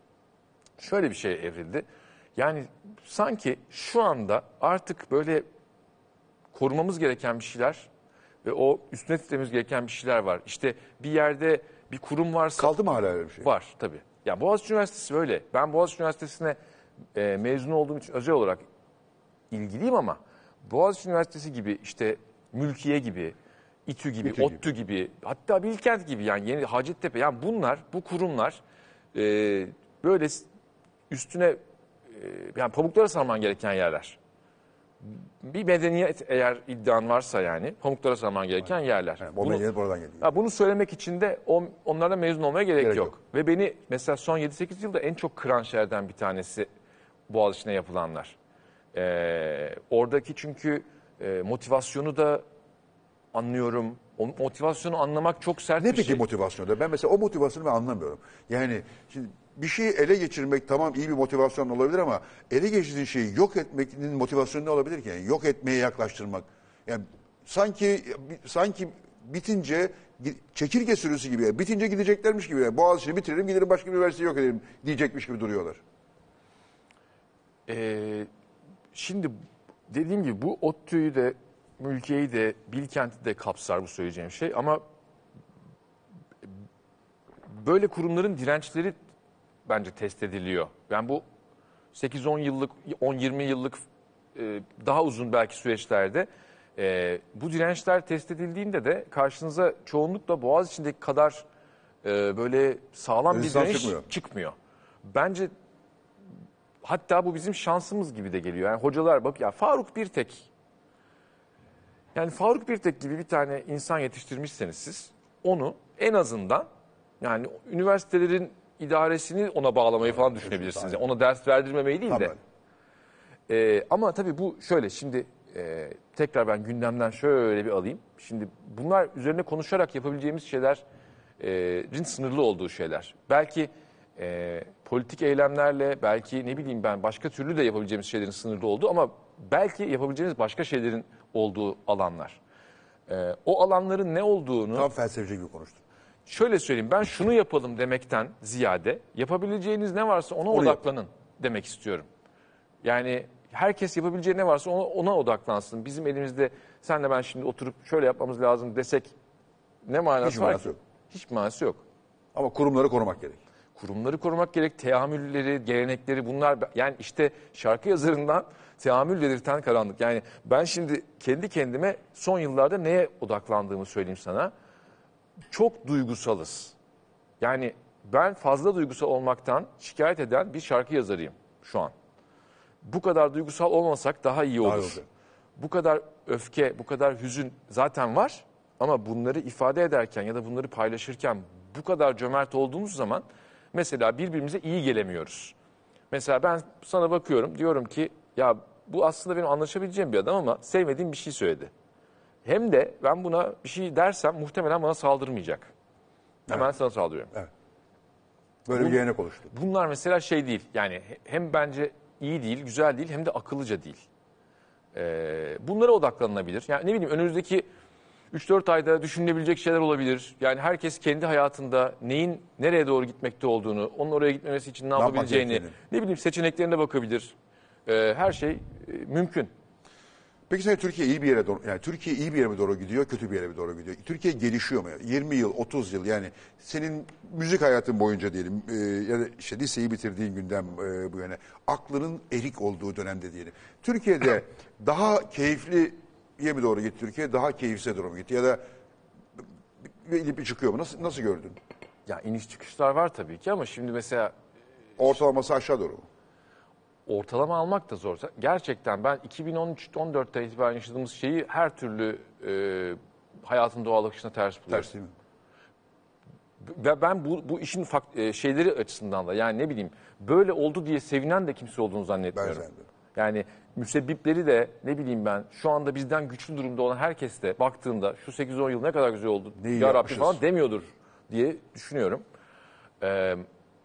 şöyle bir şeye evrildi. Yani sanki şu anda artık böyle korumamız gereken bir şeyler ve o üstüne titrememiz gereken bir şeyler var. İşte bir yerde bir kurum varsa... Kaldı mı hala öyle bir şey? Var tabii. Ya Boğaziçi Üniversitesi öyle. Ben Boğaziçi Üniversitesi'ne e, mezun olduğum için özel olarak ilgiliyim ama Boğaziçi Üniversitesi gibi işte Mülkiye gibi, İTÜ gibi, İTÜ gibi. ODTÜ gibi, hatta Bilkent gibi yani yeni Hacettepe yani bunlar bu kurumlar e, böyle üstüne e, yani pamuklara sarman gereken yerler. Bir medeniyet eğer iddian varsa yani pamuklara sarman gereken yerler. Yani, o Bunu- medeniyet oradan geliyor. Ha, bunu söylemek için de on, onlardan mezun olmaya gerek, Gerek yok. yok. Ve beni mesela son yedi sekiz yılda en çok kıran şeylerden bir tanesi Boğaziçi'ne yapılanlar. Ee, oradaki çünkü e, motivasyonu da anlıyorum. O motivasyonu anlamak çok sert Ne bir peki şey. motivasyonu? Ben mesela o motivasyonu ben anlamıyorum. Yani şimdi bir şeyi ele geçirmek tamam iyi bir motivasyon olabilir ama ele geçirdiğin şeyi yok etmenin motivasyonu ne olabilir ki? Yani yok etmeye yaklaştırmak. Yani sanki sanki bitince çekirge sürüsü gibi, yani bitince gideceklermiş gibi. Yani Boğaziçi'ni bitirelim gidelim başka bir üniversiteyi yok edelim diyecekmiş gibi duruyorlar. Ee, şimdi dediğim gibi bu ODTÜ'yü de Mülkiye'yi de Bilkent'i de kapsar bu söyleyeceğim şey ama böyle kurumların dirençleri bence test ediliyor. Ben bu sekiz on yıllık, on yirmi yıllık e, daha uzun belki süreçlerde e, bu dirençler test edildiğinde de karşınıza çoğunlukla Boğaziçi'ndeki kadar e, böyle sağlam bir Rezistans direnç çıkmıyor. çıkmıyor. Bence hatta bu bizim şansımız gibi de geliyor. Yani hocalar bak ya Faruk Birtek yani Faruk Birtek gibi bir tane insan yetiştirmişseniz siz onu en azından yani üniversitelerin idaresini ona bağlamayı falan düşünebilirsiniz. Yani ona ders verdirmemeyi değil de. Tamam. Ee, ama tabii bu şöyle şimdi e, tekrar ben gündemden şöyle bir alayım. Şimdi bunlar üzerine konuşarak yapabileceğimiz şeylerin sınırlı olduğu şeyler. Belki e, politik eylemlerle belki ne bileyim ben başka türlü de yapabileceğimiz şeylerin sınırlı olduğu ama belki yapabileceğimiz başka şeylerin olduğu alanlar. E, o alanların ne olduğunu... Tam felsefeci gibi konuştun. Şöyle söyleyeyim ben şunu yapalım demekten ziyade yapabileceğiniz ne varsa ona Onu odaklanın demek istiyorum. Yani herkes yapabileceği ne varsa ona, ona odaklansın. Bizim elimizde senle ben şimdi oturup şöyle yapmamız lazım desek ne manası Hiç var manası ki? yok. Hiç manası yok. Ama kurumları korumak gerek. Kurumları korumak gerek, teamülleri, gelenekleri bunlar yani işte şarkı yazarından teamül belirten karanlık. Yani ben şimdi kendi kendime son yıllarda neye odaklandığımı söyleyeyim sana. Çok duygusalız. Yani ben fazla duygusal olmaktan şikayet eden bir şarkı yazarıyım şu an. Bu kadar duygusal olmasak daha iyi Daha iyi olur. olacak. Bu kadar öfke, bu kadar hüzün zaten var. Ama bunları ifade ederken ya da bunları paylaşırken bu kadar cömert olduğumuz zaman mesela birbirimize iyi gelemiyoruz. Mesela ben sana bakıyorum diyorum ki ya bu aslında benim anlaşabileceğim bir adam ama sevmediğim bir şey söyledi. Hem de ben buna bir şey dersem muhtemelen bana saldırmayacak. Hemen sana saldırıyorum. Böyle Bu- bir gelenek oluştu. Bunlar mesela şey değil yani hem bence iyi değil, güzel değil hem de akıllıca değil. Ee, bunlara odaklanılabilir. Yani ne bileyim önümüzdeki üç dört ayda düşünülebilecek şeyler olabilir. Yani herkes kendi hayatında neyin nereye doğru gitmekte olduğunu, onun oraya gitmemesi için ne, yapmak yapabileceğini, gerektiğini. ne bileyim seçeneklerine bakabilir. Ee, her şey e, mümkün. Peki sen Türkiye iyi bir yere doğru, yani Türkiye iyi bir yere mi doğru gidiyor, kötü bir yere mi doğru gidiyor? Türkiye gelişiyor mu? yirmi yıl, otuz yıl, yani senin müzik hayatın boyunca diyelim e, ya da işte liseyi bitirdiğin günden e, bu yana aklının erik olduğu dönemde diyelim. Türkiye'de daha keyifli ye mi doğru gitti Türkiye, daha keyifsiz doğru mu gitti ya da bir, bir çıkıyor mu? Nasıl nasıl gördün? Ya iniş çıkışlar var tabii ki ama şimdi mesela Ortalaması aşağı doğru mu? ortalama almak da zor. Gerçekten ben iki bin on üç on dörtten itibaren yaşadığımız şeyi her türlü e, hayatın doğal akışına ters buluyorum. Ters değil mi? Ve ben bu, bu işin fakt, e, şeyleri açısından da yani ne bileyim böyle oldu diye sevinen de kimse olduğunu zannetmiyorum. Ben zannediyorum. Yani müsebbipleri de ne bileyim ben şu anda bizden güçlü durumda olan herkes de baktığında şu sekiz on yıl ne kadar güzel oldu Neyi ya Rabbi yapmışız? falan demiyordur diye düşünüyorum. Ee,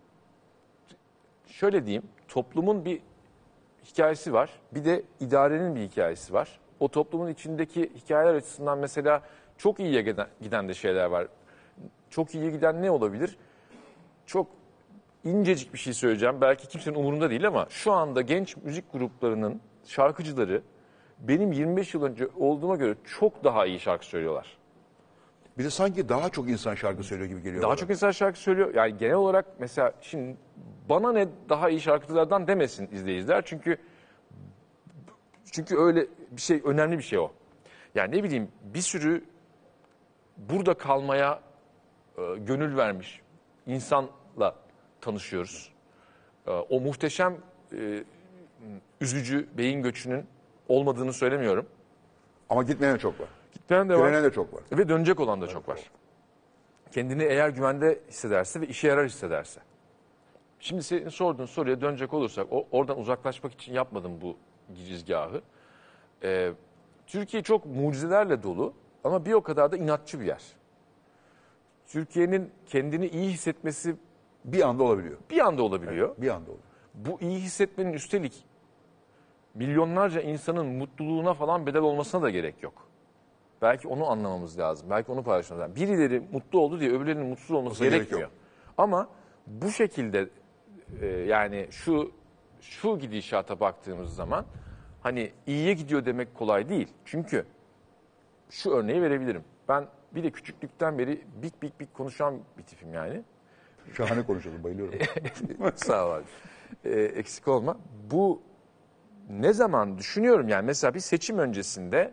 şöyle diyeyim, toplumun bir hikayesi var, bir de idarenin bir hikayesi var. O toplumun içindeki hikayeler açısından mesela çok iyiye giden, giden de şeyler var. Çok iyiye giden ne olabilir? Çok incecik bir şey söyleyeceğim. Belki kimsenin umurunda değil ama şu anda genç müzik gruplarının şarkıcıları benim yirmi beş yıl önce olduğuma göre çok daha iyi şarkı söylüyorlar. Bir de sanki daha çok insan şarkı söylüyor gibi geliyor. Daha bana. çok insan şarkı söylüyor. Yani genel olarak mesela şimdi bana ne daha iyi şarkıcılardan demesin izleyiciler. Çünkü çünkü öyle bir şey, önemli bir şey o. Yani ne bileyim bir sürü burada kalmaya e, gönül vermiş insanla tanışıyoruz. E, o muhteşem e, üzücü beyin göçünün olmadığını söylemiyorum. Ama gitmeyen çok var. Gitmeyen de var. Direnen de çok var. Ve dönecek olan da çok var. Kendini eğer güvende hissederse ve işe yarar hissederse. Şimdi senin sorduğun soruya dönecek olursak, o, oradan uzaklaşmak için yapmadım bu girizgahı. Ee, Türkiye çok mucizelerle dolu ama bir o kadar da inatçı bir yer. Türkiye'nin kendini iyi hissetmesi Bir anda olabiliyor. bir anda olabiliyor. Bir anda oluyor. Bu iyi hissetmenin üstelik milyonlarca insanın mutluluğuna falan bedel olmasına da gerek yok. Belki onu anlamamız lazım. Belki onu paylaşmamız lazım. Birileri mutlu oldu diye öbürlerinin mutsuz olması Olsa gerek gerekmiyor. yok. Ama bu şekilde e, yani şu şu gidişata baktığımız zaman hani iyiye gidiyor demek kolay değil. Çünkü şu örneği verebilirim. Ben bir de küçüklükten beri bik bik bik konuşan bir tipim yani. Şahane konuşuyorsun, bayılıyorum. Sağ ol abi. Ee, eksik olma. Bu ne zaman düşünüyorum yani mesela bir seçim öncesinde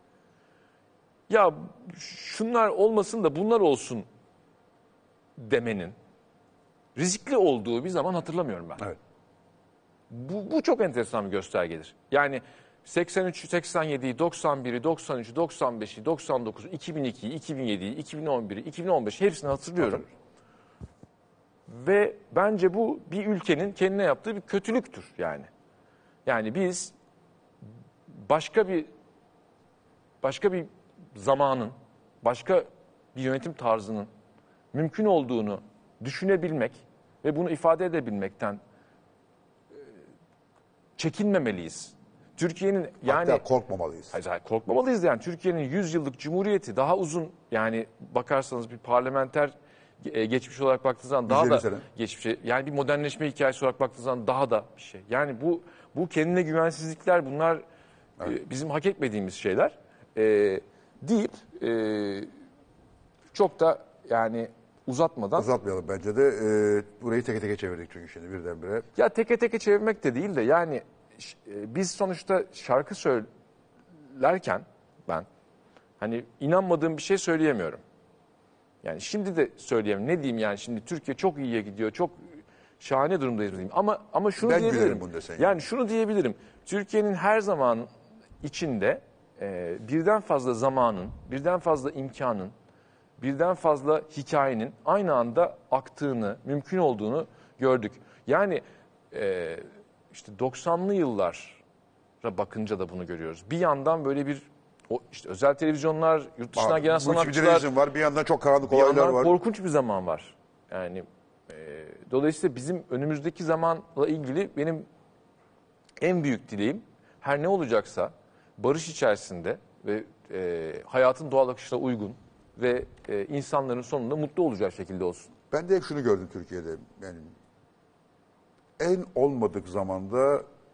ya şunlar olmasın da bunlar olsun demenin riskli olduğu bir zaman hatırlamıyorum ben. Evet. Bu, bu çok enteresan bir göstergedir. Yani seksen üç, seksen yedi, doksan bir, doksan üç, doksan beş, doksan dokuz, iki bin iki, iki bin yedi, iki bin on bir, iki bin on beş hepsini hatırlıyorum. Ve bence bu bir ülkenin kendine yaptığı bir kötülüktür yani. Yani biz başka bir başka bir zamanın, başka bir yönetim tarzının mümkün olduğunu düşünebilmek ve bunu ifade edebilmekten e, çekinmemeliyiz. Türkiye'nin yani Hatta korkmamalıyız. hayır, hayır, korkmamalıyız yani. Türkiye'nin yüz yıllık cumhuriyeti daha uzun yani bakarsanız bir parlamenter e, geçmiş olarak baktığınız zaman daha yüz da elli sene. geçmişe yani bir modernleşme hikayesi olarak baktığınız zaman daha da bir şey. Yani bu bu kendine güvensizlikler bunlar e, bizim hak etmediğimiz şeyler e, deyip e, çok da yani uzatmadan Uzatmayalım bence de. Ee, burayı teke teke çevirdik çünkü şimdi birdenbire. ya teke teke çevirmek de değil de yani ş- e, biz sonuçta şarkı söylerken ben hani inanmadığım bir şey söyleyemiyorum. Yani şimdi de söyleyemiyorum. Ne diyeyim yani şimdi Türkiye çok iyiye gidiyor. Çok şahane durumdayız diyeyim. Ama ama şunu Ben diyebilirim. gülerim bunu desen Yani. yani. şunu diyebilirim. Türkiye'nin her zaman içinde e, birden fazla zamanın, birden fazla imkanın, birden fazla hikayenin aynı anda aktığını, mümkün olduğunu gördük. Yani e, işte doksanlı yıllara bakınca da bunu görüyoruz. Bir yandan böyle bir o işte özel televizyonlar, yurt dışından Aa, gelen bu bir sanatçılar, televizyon var. Bir yandan çok karanlık bir olaylar yandan var. korkunç bir zaman var. Yani e, dolayısıyla bizim önümüzdeki zamanla ilgili benim en büyük dileğim her ne olacaksa barış içerisinde ve e, hayatın doğal akışına uygun ve e, insanların sonunda mutlu olacağı şekilde olsun. Ben de hep şunu gördüm Türkiye'de. Yani en olmadık zamanda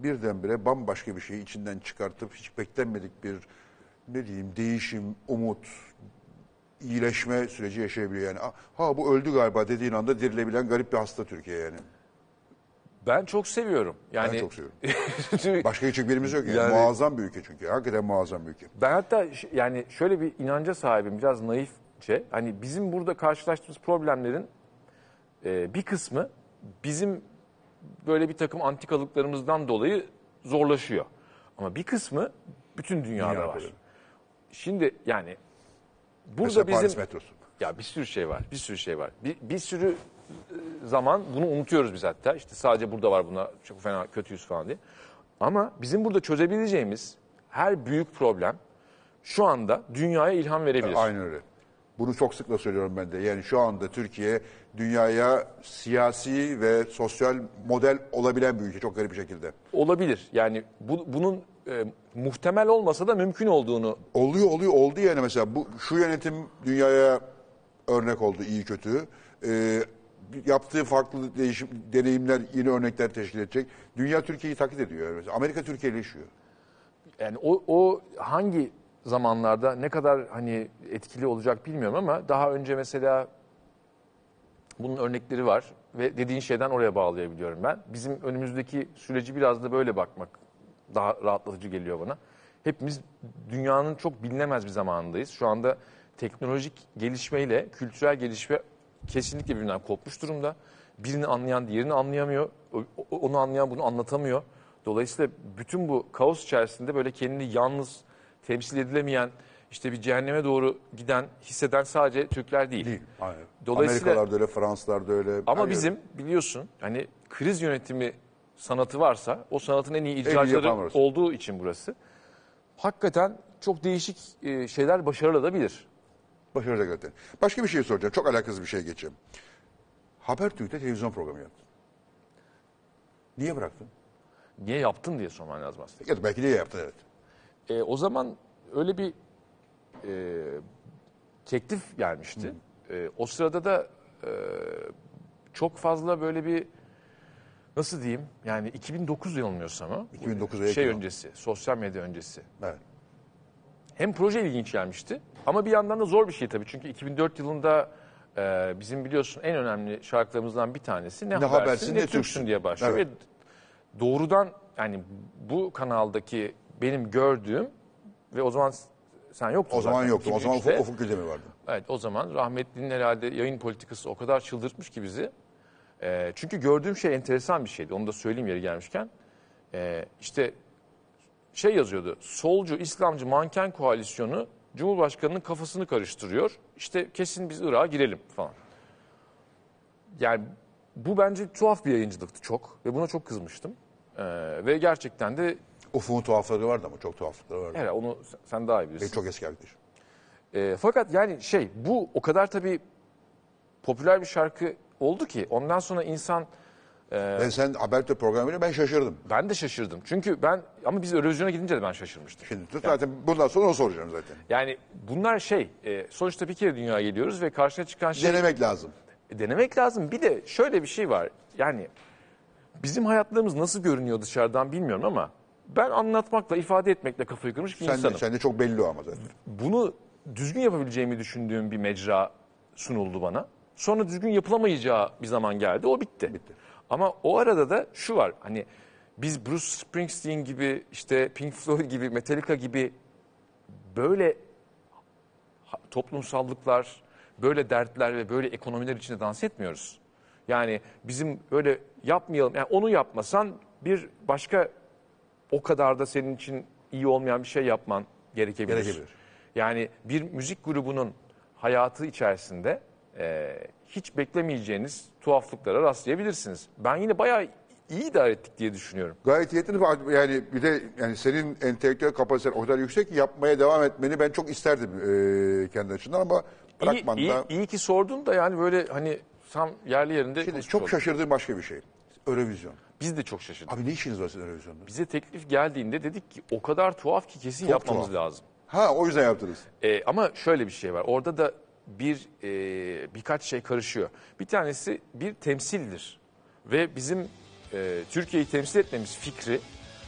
birdenbire bambaşka bir şeyi içinden çıkartıp hiç beklenmedik bir ne diyeyim değişim, umut, iyileşme süreci yaşayabiliyor yani. Ah, ha bu öldü galiba dediğin anda dirilebilen garip bir hasta Türkiye yani. Ben çok seviyorum. Yani Ben çok seviyorum. Başka hiçbir birimiz yok yani. Yani- Muazzam bir ülke çünkü. Hakikaten muazzam bir ülke. Ben hatta ş- yani şöyle bir inanca sahibim, biraz naifçe. Hani bizim burada karşılaştığımız problemlerin e, bir kısmı bizim böyle bir takım antikalıklarımızdan dolayı zorlaşıyor. Ama bir kısmı bütün dünyada Dünya var. böyle. Şimdi yani burada Mesela bizim Paris metrosu. ya bir sürü şey var, bir sürü şey var. Bir, bir sürü e, zaman bunu unutuyoruz biz hatta. İşte sadece burada var buna çok fena kötüyüz falan diye. Ama bizim burada çözebileceğimiz her büyük problem şu anda dünyaya ilham verebilir. Aynen öyle. Bunu çok sıkla söylüyorum ben de. Yani şu anda Türkiye dünyaya siyasi ve sosyal model olabilen bir ülke çok garip bir şekilde. Olabilir. Yani bu, bunun e, muhtemel olmasa da mümkün olduğunu Oluyor oluyor oldu yani mesela bu şu yönetim dünyaya örnek oldu iyi kötü. Ee, yaptığı farklı değişim deneyimler yeni örnekler teşkil edecek. Dünya Türkiye'yi taklit ediyor. Yani mesela Amerika Türkiye'leşiyor. yani o, o hangi zamanlarda ne kadar hani etkili olacak bilmiyorum ama daha önce mesela bunun örnekleri var ve dediğin şeyden oraya bağlayabiliyorum ben. Bizim önümüzdeki süreci biraz da böyle bakmak daha rahatlatıcı geliyor bana. Hepimiz dünyanın çok bilinemez bir zamanındayız. Şu anda teknolojik gelişmeyle kültürel gelişme kesinlikle birbirinden kopmuş durumda. Birini anlayan diğerini anlayamıyor. O- o- Onu anlayan bunu anlatamıyor. Dolayısıyla bütün bu kaos içerisinde böyle kendini yalnız, temsil edilemeyen, işte bir cehenneme doğru giden, hisseden sadece Türkler değil. Değil. Aynen. Dolayısıyla- Amerikalar da öyle, Fransızlar da öyle. Ama Her bizim biliyorsun hani kriz yönetimi sanatı varsa o sanatın en iyi icracıları yapan orası. olduğu için burası. Hakikaten çok değişik e, şeyler başarılabilir. yerde başaracak zaten. Başka bir şey soracağım. Çok alakasız bir şey geçeceğim. Habertürk'te televizyon programı yaptın. Niye bıraktın? Niye yaptın diye sorman lazım aslında. Ya da belki niye yaptın evet. E, o zaman öyle bir e, teklif gelmişti. E, o sırada da e, çok fazla böyle bir nasıl diyeyim yani iki bin dokuz yanılmıyorsam ama iki bin dokuza şey yakın o. öncesi, sosyal medya öncesi. Evet. Hem proje ilginç gelmişti ama bir yandan da zor bir şey tabii. Çünkü iki bin dört yılında e, bizim biliyorsun en önemli şarkılarımızdan bir tanesi ne, Ne habersin, habersin, ne, ne Türksün Türksün. diye başlıyor. Evet. Ve doğrudan yani bu kanaldaki benim gördüğüm ve o zaman sen yoktun O zaman zaten, yoktu. O zaman iki bin Ufuk, üçte. Ufuk Güldemir vardı. Evet o zaman rahmetlinin herhalde yayın politikası o kadar çıldırtmış ki bizi. E, çünkü gördüğüm şey enteresan bir şeydi. Onu da söyleyeyim yeri gelmişken. E, işte şey yazıyordu. Solcu, İslamcı manken koalisyonu Cumhurbaşkanı'nın kafasını karıştırıyor. İşte kesin biz Irak'a girelim falan. Yani bu bence tuhaf bir yayıncılıktı çok ve buna çok kızmıştım. E, ve gerçekten de Ufuk'un tuhafları vardı ama çok tuhaflıkları vardı. herhalde onu sen daha iyi bilirsin. Benim çok eski arkadaşım. E, fakat yani şey bu o kadar tabii popüler bir şarkı oldu ki ondan sonra insan Ben sen Habertürk programıyla ben şaşırdım. ben de şaşırdım. Çünkü ben ama biz Eurovision'a gidince de ben şaşırmıştım. Şimdi zaten bundan sonra onu soracağım zaten. Yani bunlar şey e, sonuçta bir kere dünyaya geliyoruz ve karşına çıkan şey Denemek lazım. E, denemek lazım. Bir de şöyle bir şey var. Yani bizim hayatlarımız nasıl görünüyor dışarıdan bilmiyorum ama ben anlatmakla, ifade etmekle kafayı kırmış bir Sen de, insanım. sen de çok belli o ama zaten. Bunu düzgün yapabileceğimi düşündüğüm bir mecra sunuldu bana. Sonra düzgün yapılamayacağı bir zaman geldi. O bitti. Bitti. Ama o arada da şu var. Hani biz Bruce Springsteen gibi, işte Pink Floyd gibi, Metallica gibi böyle ha- toplumsallıklar, böyle dertler ve böyle ekonomiler içinde dans etmiyoruz. Yani bizim öyle yapmayalım. Yani onu yapmasan bir başka o kadar da senin için iyi olmayan bir şey yapman gerekebilir. Gerekebilir. Yani bir müzik grubunun hayatı içerisinde e, hiç beklemeyeceğiniz tuhaflıklara rastlayabilirsiniz. Ben yine bayağı iyi idare ettik diye düşünüyorum. Gayet yetenli yani bir de yani senin entelektüel kapasiten o kadar yüksek ki yapmaya devam etmeni ben çok isterdim e, kendi açımdan ama İyi, bırakman iyi, da. iyi ki sordun da yani böyle hani tam yerli yerinde Şimdi konuşmuş çok olduk. şaşırdığım başka bir şey. Eurovision. Biz de çok şaşırdık. Abi ne işiniz var sizin Eurovision'da? Bize teklif geldiğinde dedik ki o kadar tuhaf ki kesin Çok yapmamız tuhaf. lazım. Ha o yüzden yaptınız. Ee, ama şöyle bir şey var. Orada da bir e, birkaç şey karışıyor. Bir tanesi bir temsildir. Ve bizim e, Türkiye'yi temsil etmemiz fikri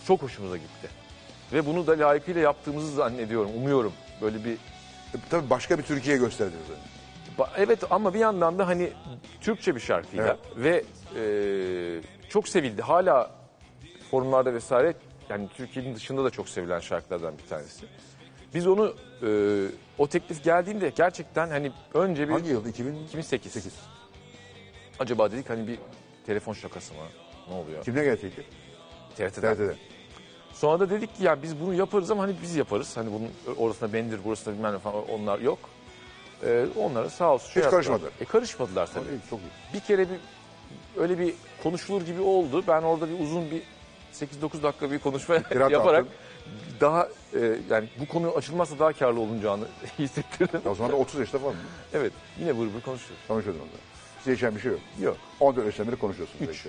çok hoşumuza gitti. Ve bunu da layıkıyla yaptığımızı zannediyorum, umuyorum. Böyle bir E, tabii başka bir Türkiye gösterdiniz. Yani. Ba- Evet ama bir yandan da hani Türkçe bir şarkıyla ve e, çok sevildi. Hala forumlarda vesaire yani Türkiye'nin dışında da çok sevilen şarkılardan bir tanesi. Biz onu e, o teklif geldiğinde gerçekten hani önce bir Hangi yıl? iki bin iki bin sekiz. Acaba dedik hani bir telefon şakası mı? Ne oluyor? Kimle geldi teklif? T R T'den. T R T'den. Sonra da dedik ki ya biz bunu yaparız ama hani biz yaparız. Hani bunun orasında bendir, burasında bilmem ne falan onlar yok. Ee, onlara sağ olsun. şey Hiç yaptılar. karışmadılar. E karışmadılar tabii. İyi, çok iyi. Bir kere bir öyle bir konuşulur gibi oldu. Ben orada bir uzun bir sekiz dokuz dakika bir konuşma Tirat yaparak attın. daha e, yani bu konu açılmazsa daha karlı olunacağını hissettirdim. O zaman da otuz yaşında falan mı? Evet yine vır vır konuşuyoruz. Konuşuyordun onunla. Size içen bir şey yok. Yok. on dört yaşından beri konuşuyorsunuz. Üç.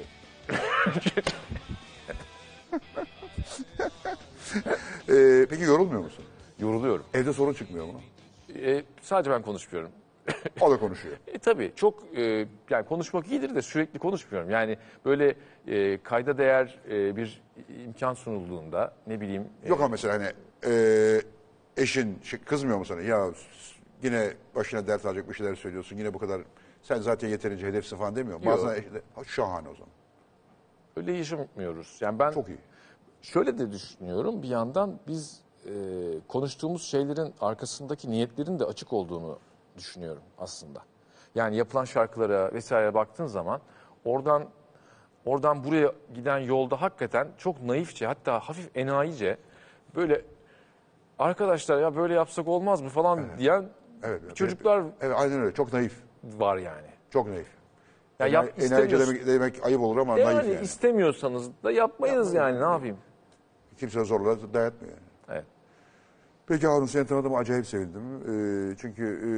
ee, peki yorulmuyor musun? Yoruluyorum. Evde sorun çıkmıyor mu? E, sadece ben konuşmuyorum. O da konuşuyor. E, tabii çok e, yani konuşmak iyidir de sürekli konuşmuyorum. Yani böyle e, kayda değer e, bir imkan sunulduğunda ne bileyim. e, Yok ama mesela hani e, eşin şey, kızmıyor mu sana? Ya yine başına dert alacak bir şeyler söylüyorsun. Yine bu kadar sen zaten yeterince hedefsin falan demiyor mu? Yok. Bazen eşi de, "Ha, şahane o zaman. öyle yaşamıyoruz. Yani ben Çok iyi. şöyle de düşünüyorum. Bir yandan biz e, konuştuğumuz şeylerin arkasındaki niyetlerin de açık olduğunu düşünüyorum aslında. Yani yapılan şarkılara vesaire baktığın zaman oradan oradan buraya giden yolda hakikaten çok naifçe hatta hafif enayice böyle arkadaşlar ya böyle yapsak olmaz mı falan diyen Evet, evet. çocuklar Evet aynen öyle. Çok naif. var yani. Çok naif. Ya Enayi- yap, Enayice istemiyorsun. demek, demek ayıp olur ama Yani, naif yani. istemiyorsanız da yapmayınız yani ne yapayım? Kimse zorla dayatmıyor yani. Evet. Peki Harun seni tanıdığıma acayip sevindim. Ee, çünkü e,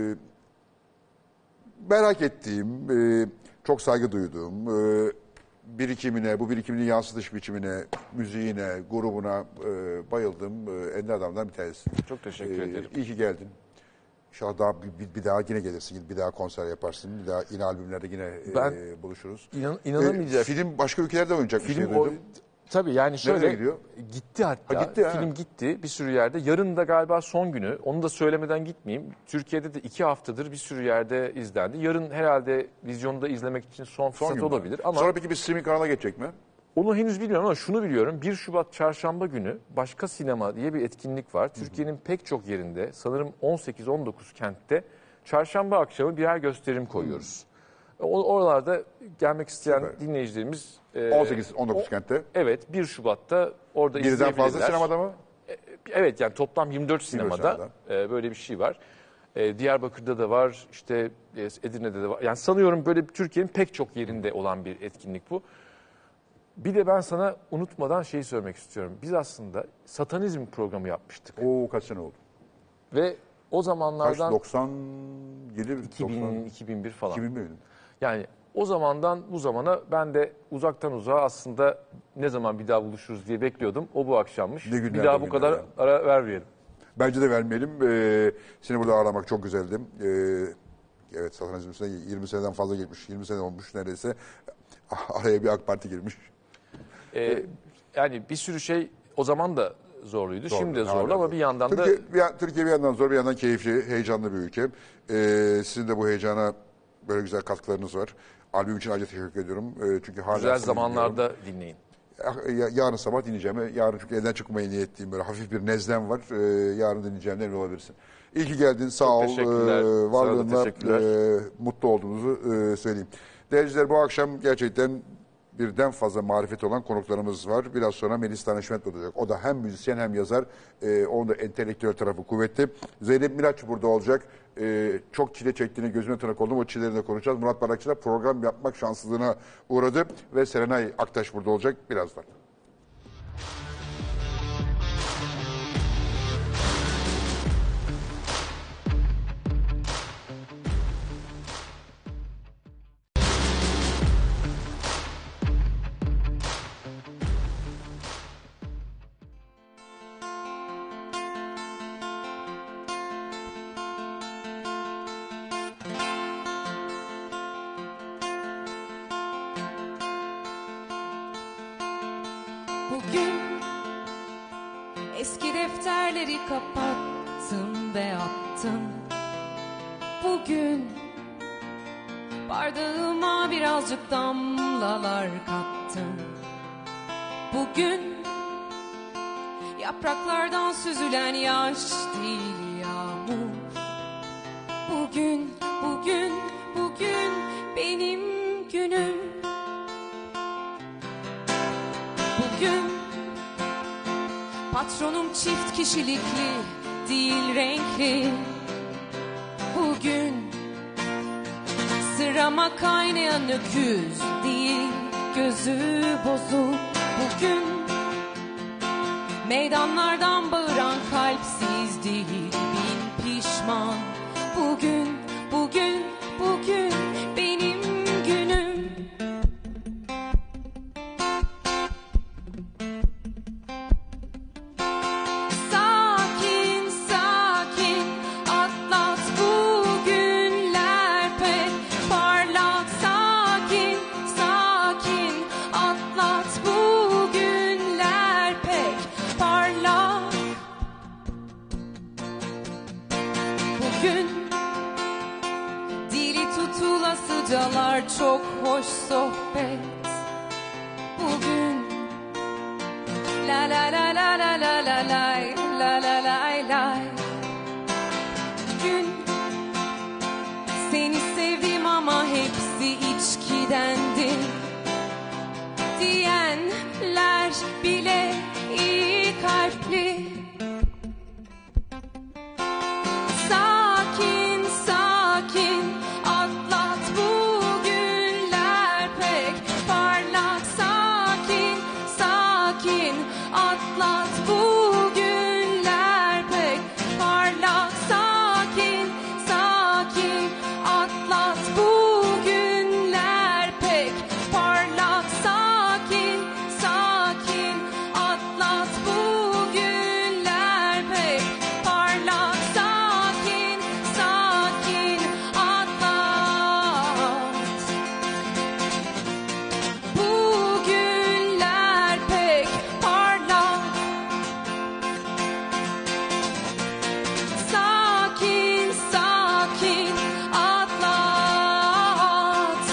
merak ettiğim, e, çok saygı duyduğum, e, birikimine, bu birikiminin yansıtış biçimine, müziğine, grubuna e, bayıldım. E, ender adamdan bir tanesi. Çok teşekkür Ee, ederim. İyi ki geldin. İnşallah daha bir, bir- bir daha yine gelirsin, bir daha konser yaparsın, bir daha yine albümlerde yine e, Ben buluşuruz. İnan, inanamayacak. E, film başka ülkelerde oynayacak bir Film şey o, duydum. tabii yani şöyle gidiyor? gitti hatta. Ha, gitti, ha. Film gitti bir sürü yerde. Yarın da galiba son günü. Onu da söylemeden gitmeyeyim. Türkiye'de de iki haftadır bir sürü yerde izlendi. Yarın herhalde vizyonda izlemek için son Son fırsat gün olabilir ama Sonra peki bir streaming kanalına geçecek mi? onu henüz bilmiyorum ama şunu biliyorum. bir Şubat çarşamba günü Başka Sinema diye bir etkinlik var. Türkiye'nin pek çok yerinde sanırım on sekiz on dokuz kentte çarşamba akşamı birer gösterim koyuyoruz. O- Oralarda gelmek isteyen Süper. dinleyicilerimiz e, on sekiz on dokuz o- kentte. Evet bir Şubat'ta orada Birden izleyebilirler. fazla sinemada mı? Evet yani toplam yirmi dört sinemada sinemada. e, böyle bir şey var. E, Diyarbakır'da da var, işte e, Edirne'de de var. Yani sanıyorum böyle Türkiye'nin pek çok yerinde olan bir etkinlik bu. Bir de ben sana unutmadan şeyi söylemek istiyorum. Biz aslında satanizm programı yapmıştık. Oo kaç sene oldu? Ve o Kaç? zamanlardan doksan yedi, iki bin iki bin bir falan. iki bin miydi? Yani o zamandan bu zamana ben de uzaktan uzağa aslında ne zaman bir daha buluşuruz diye bekliyordum. O bu akşammış. Ne günler bir daha o bu günler kadar ya. ara vermeyelim. Bence de vermeyelim. Ee, seni burada ağırlamak çok güzeldi. Ee, evet satanizm üstüne yirmi seneden fazla geçmiş. yirmi sene olmuş neredeyse. Araya bir AK Parti girmiş. Ee, yani bir sürü şey o zaman da zorluydu. Şimdi de zorlu hala ama zor. bir yandan da Türkiye, bir, yan- Türkiye bir yandan zor, bir yandan keyifli, heyecanlı bir ülke. Ee, sizin de bu heyecana böyle güzel katkılarınız var. Albüm için ayrıca teşekkür ediyorum. Ee, çünkü hala güzel sana zamanlarda dinleyin. dinliyorum. Ya- yarın sabah dinleyeceğim. Yarın çünkü evden çıkmaya niyetliyim. Böyle hafif bir nezlem var. Ee, yarın dinleyeceğimden emin olabilirsin. İyi ki geldin. Sağ ol. teşekkürler. Ee, Sana da varlığınla teşekkürler. e, mutlu olduğunuzu e, söyleyeyim. Değerciler bu akşam gerçekten birden fazla marifeti olan konuklarımız var. Biraz sonra Melis Tanışmet olacak. O da hem müzisyen hem yazar. Ee, onun da entelektüel tarafı kuvvetli. Zeynep Miraç burada olacak. Ee, çok çile çektiğini gözüme tanık oldum. O çileleri de konuşacağız. Murat Barakçı da program yapmak şanssızlığına uğradı. Ve Serenay Aktaş burada olacak birazdan. Bugün defterleri kapattım ve attım. Bugün bardağıma birazcık damlalar kattım. Bugün yapraklardan süzülen yaş değil yağmur. Bugün, bugün, bugün benim günüm. Bugün patronum çift kişilikli değil renkli. Bugün sırama kaynayan öküz değil gözü bozuk. Bugün meydanlardan bağıran kalpsiz değil bin pişman. Bugün, bugün, bugün benim günüm. Sakin, sakin atlat bugünler pek parlak. Sakin, sakin atlat bugünler pek parlak. Bugün dili tutulasıcalar çok hoş sohbet. Bugün la la la la la la la lay, la la lay lay. Bugün seni sevdim ama hepsi içkidendi diyenler bile iyi kalpli. Sakin, sakin atlat bugünler pek parlak. Sakin, sakin atlat bugünler pek parlak. Sakin, sakin atlat bugünler pek parlak. Sakin, sakin atlat bugünler pek parlak. Sakin, sakin atlat bugünler pek parlak. Sakin, sakin atlat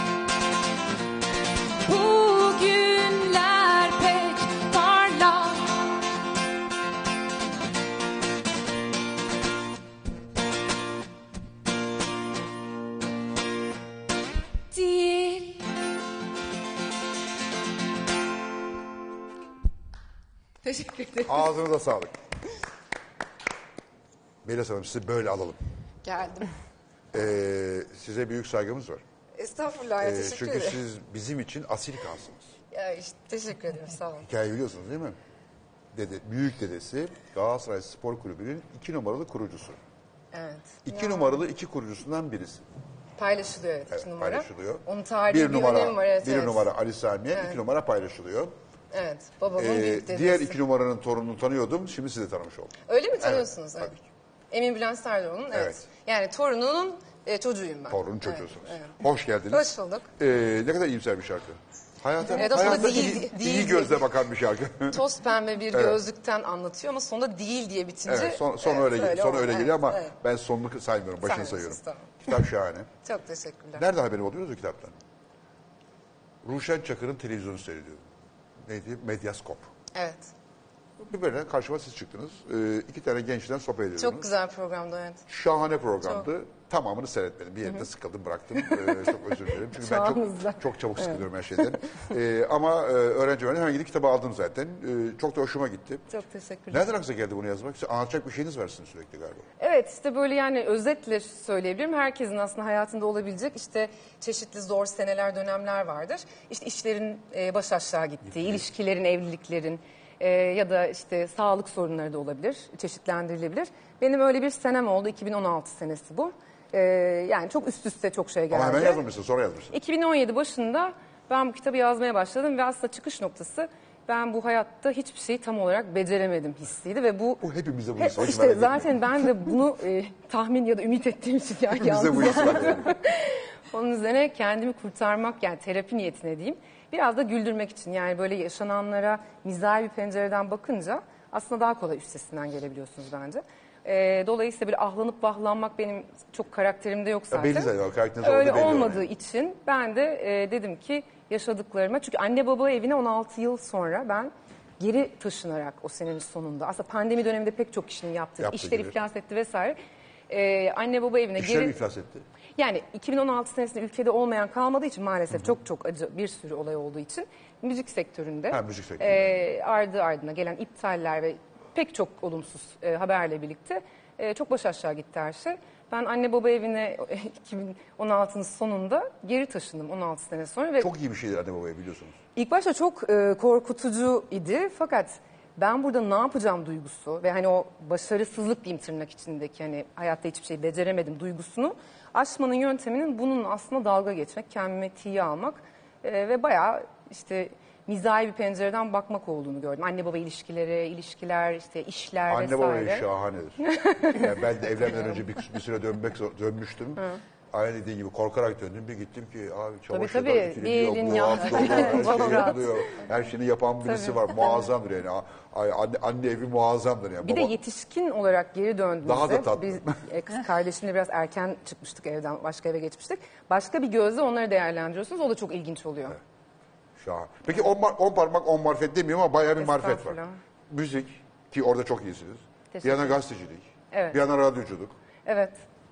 bugünler pek parlak. Değil. Teşekkür ederim. Ağzınıza sağlık. Melis Hanım sizi böyle alalım. Geldim. Ee, size büyük saygımız var. Estağfurullah. ya, Ee, teşekkür çünkü ederim. siz bizim için asil kalsınız. Ya işte, teşekkür ederim. Sağ olun. Hikaye biliyorsunuz değil mi? Dede, büyük dedesi Galatasaray Spor Kulübü'nün iki numaralı kurucusu. Evet. İki Ya, numaralı iki kurucusundan birisi. Paylaşılıyor evet, Evet, iki numara. paylaşılıyor. Onun tarihi bir, bir numara, önemi var. Evet, bir evet. numara Ali Samiye, Evet. iki numara paylaşılıyor. Evet. Babamın Ee, büyük dedesi. diğer iki numaranın torununu tanıyordum, şimdi sizi de tanımış oldum. Öyle mi tanıyorsunuz? Evet, Evet. tabii ki. Emin Bülent Serdar'ın evet. Evet. Yani torununun e, çocuğuyum ben. Torunun Evet, çocuğusunuz. evet. Hoş geldiniz. Hoş bulduk. Ee, ne kadar iyimser bir şarkı. Hayata, Evet, aslında hayata değil, iyi, değil. iyi gözle bakan bir şarkı. Toz pembe bir Evet. gözlükten anlatıyor ama sonunda değil diye bitince. Evet, son, son evet, öyle, son oldu. öyle Evet, geliyor ama evet. ben sonunu saymıyorum, başını Saymıyorsunuz, sayıyorum. tamam. Kitap şahane. Çok teşekkürler. Nerede haberim oluyoruz o kitaptan? Ruşen Çakır'ın televizyonu seyrediyorum. Neydi? Medyaskop. Evet. Bir böyle karşıma siz çıktınız. Ee, iki tane gençten sohbet ediyordunuz. Çok güzel programdı evet. Şahane programdı. Tamamını seyretmedim. Bir yerinde sıkıldım bıraktım. Ee, çok özür dilerim. Çünkü ben Çağımızda. çok, çok çabuk sıkılıyorum her şeyden. Ee, ama e, öğrenci öğrenci hemen gidip kitabı aldım zaten. Ee, çok da hoşuma gitti. Çok teşekkürler. Nereden aklınıza geldi bunu yazmak? Size anlatacak bir şeyiniz var sizin sürekli galiba. Evet işte böyle yani özetle söyleyebilirim. Herkesin aslında hayatında olabilecek işte çeşitli zor seneler, dönemler vardır. İşte işlerin e, baş aşağı gittiği, ilişkilerin, evliliklerin e, ya da işte sağlık sorunları da olabilir, çeşitlendirilebilir. Benim öyle bir senem oldu, iki bin on altı senesi bu. E, yani çok üst üste çok şey geldi. Ama hemen yazmamışsın, sonra yazmışsın. iki bin on yedi başında ben bu kitabı yazmaya başladım ve aslında çıkış noktası ben bu hayatta hiçbir şeyi tam olarak beceremedim hissiydi ve bu Bu hepimizde bu He, his var. hiç işte merak etmeyin. zaten ben de bunu e, tahmin ya da ümit ettiğim için ya Hepimizde bu yalnız his var. yani. yani. Onun üzerine kendimi kurtarmak yani terapi niyetine diyeyim. Biraz da güldürmek için yani böyle yaşananlara mizahi bir pencereden bakınca aslında daha kolay üstesinden gelebiliyorsunuz bence. E, dolayısıyla böyle ahlanıp vahlanmak benim çok karakterimde yok zaten. belli zaten, o karakteriniz Öyle orada belli olmadığı yani. için ben de e, dedim ki yaşadıklarıma, çünkü anne baba evine on altı yıl sonra ben geri taşınarak o senenin sonunda, aslında pandemi döneminde pek çok kişinin yaptığı, Yaptığı işler gibi. iflas etti vesaire. E, anne baba evine İşler geri... iflas etti. Yani iki bin on altı senesinde ülkede olmayan kalmadığı için maalesef çok çok acı bir sürü olay olduğu için müzik sektöründe, Ha, müzik sektöründe. e, ardı ardına gelen iptaller ve pek çok olumsuz e, haberle birlikte e, çok baş aşağı gitti her şey. Ben anne baba evine iki bin on altının sonunda geri taşındım on altı sene sonra ve Çok iyi bir şeydir anne babaya, biliyorsunuz. İlk başta çok e, korkutucu idi, fakat ben burada ne yapacağım duygusu ve hani o başarısızlık diyeyim tırnak içindeki, hani hayatta hiçbir şey beceremedim duygusunu aşmanın yönteminin bunun aslında dalga geçmek, kendime tiye almak e, ve bayağı işte mizahi bir pencereden bakmak olduğunu gördüm. Anne baba ilişkileri, ilişkiler, işte işler Anne vesaire. baba evi şahanedir. Yani ben de evlenmeden önce bir, bir süre dönmek zor- dönmüştüm. Aynı dediğin gibi korkarak döndüm. Bir gittim ki abi çamaşırlar tabii, ütüleniyor, bir elin bulaşık yandı. oluyor, her şey Vallahi. yapılıyor. Her şeyini yapan birisi var. Muazzamdır yani. Ay, Anne, anne evi muazzamdır yani. Bir de Baba- yetişkin olarak geri döndüğümüzde Daha da tatlı. biz e, kız kardeşimle biraz erken çıkmıştık evden, başka eve geçmiştik. Başka bir gözle onları değerlendiriyorsunuz. O da çok ilginç oluyor. Şahane. Peki on, mar- on parmak on marifet demiyorum ama bayağı bir marifet var. Estağfurullah. Müzik ki orada çok iyisiniz. Bir Teşekkür yana ederim. gazetecilik. Evet. Bir yana radyoculuk. Evet.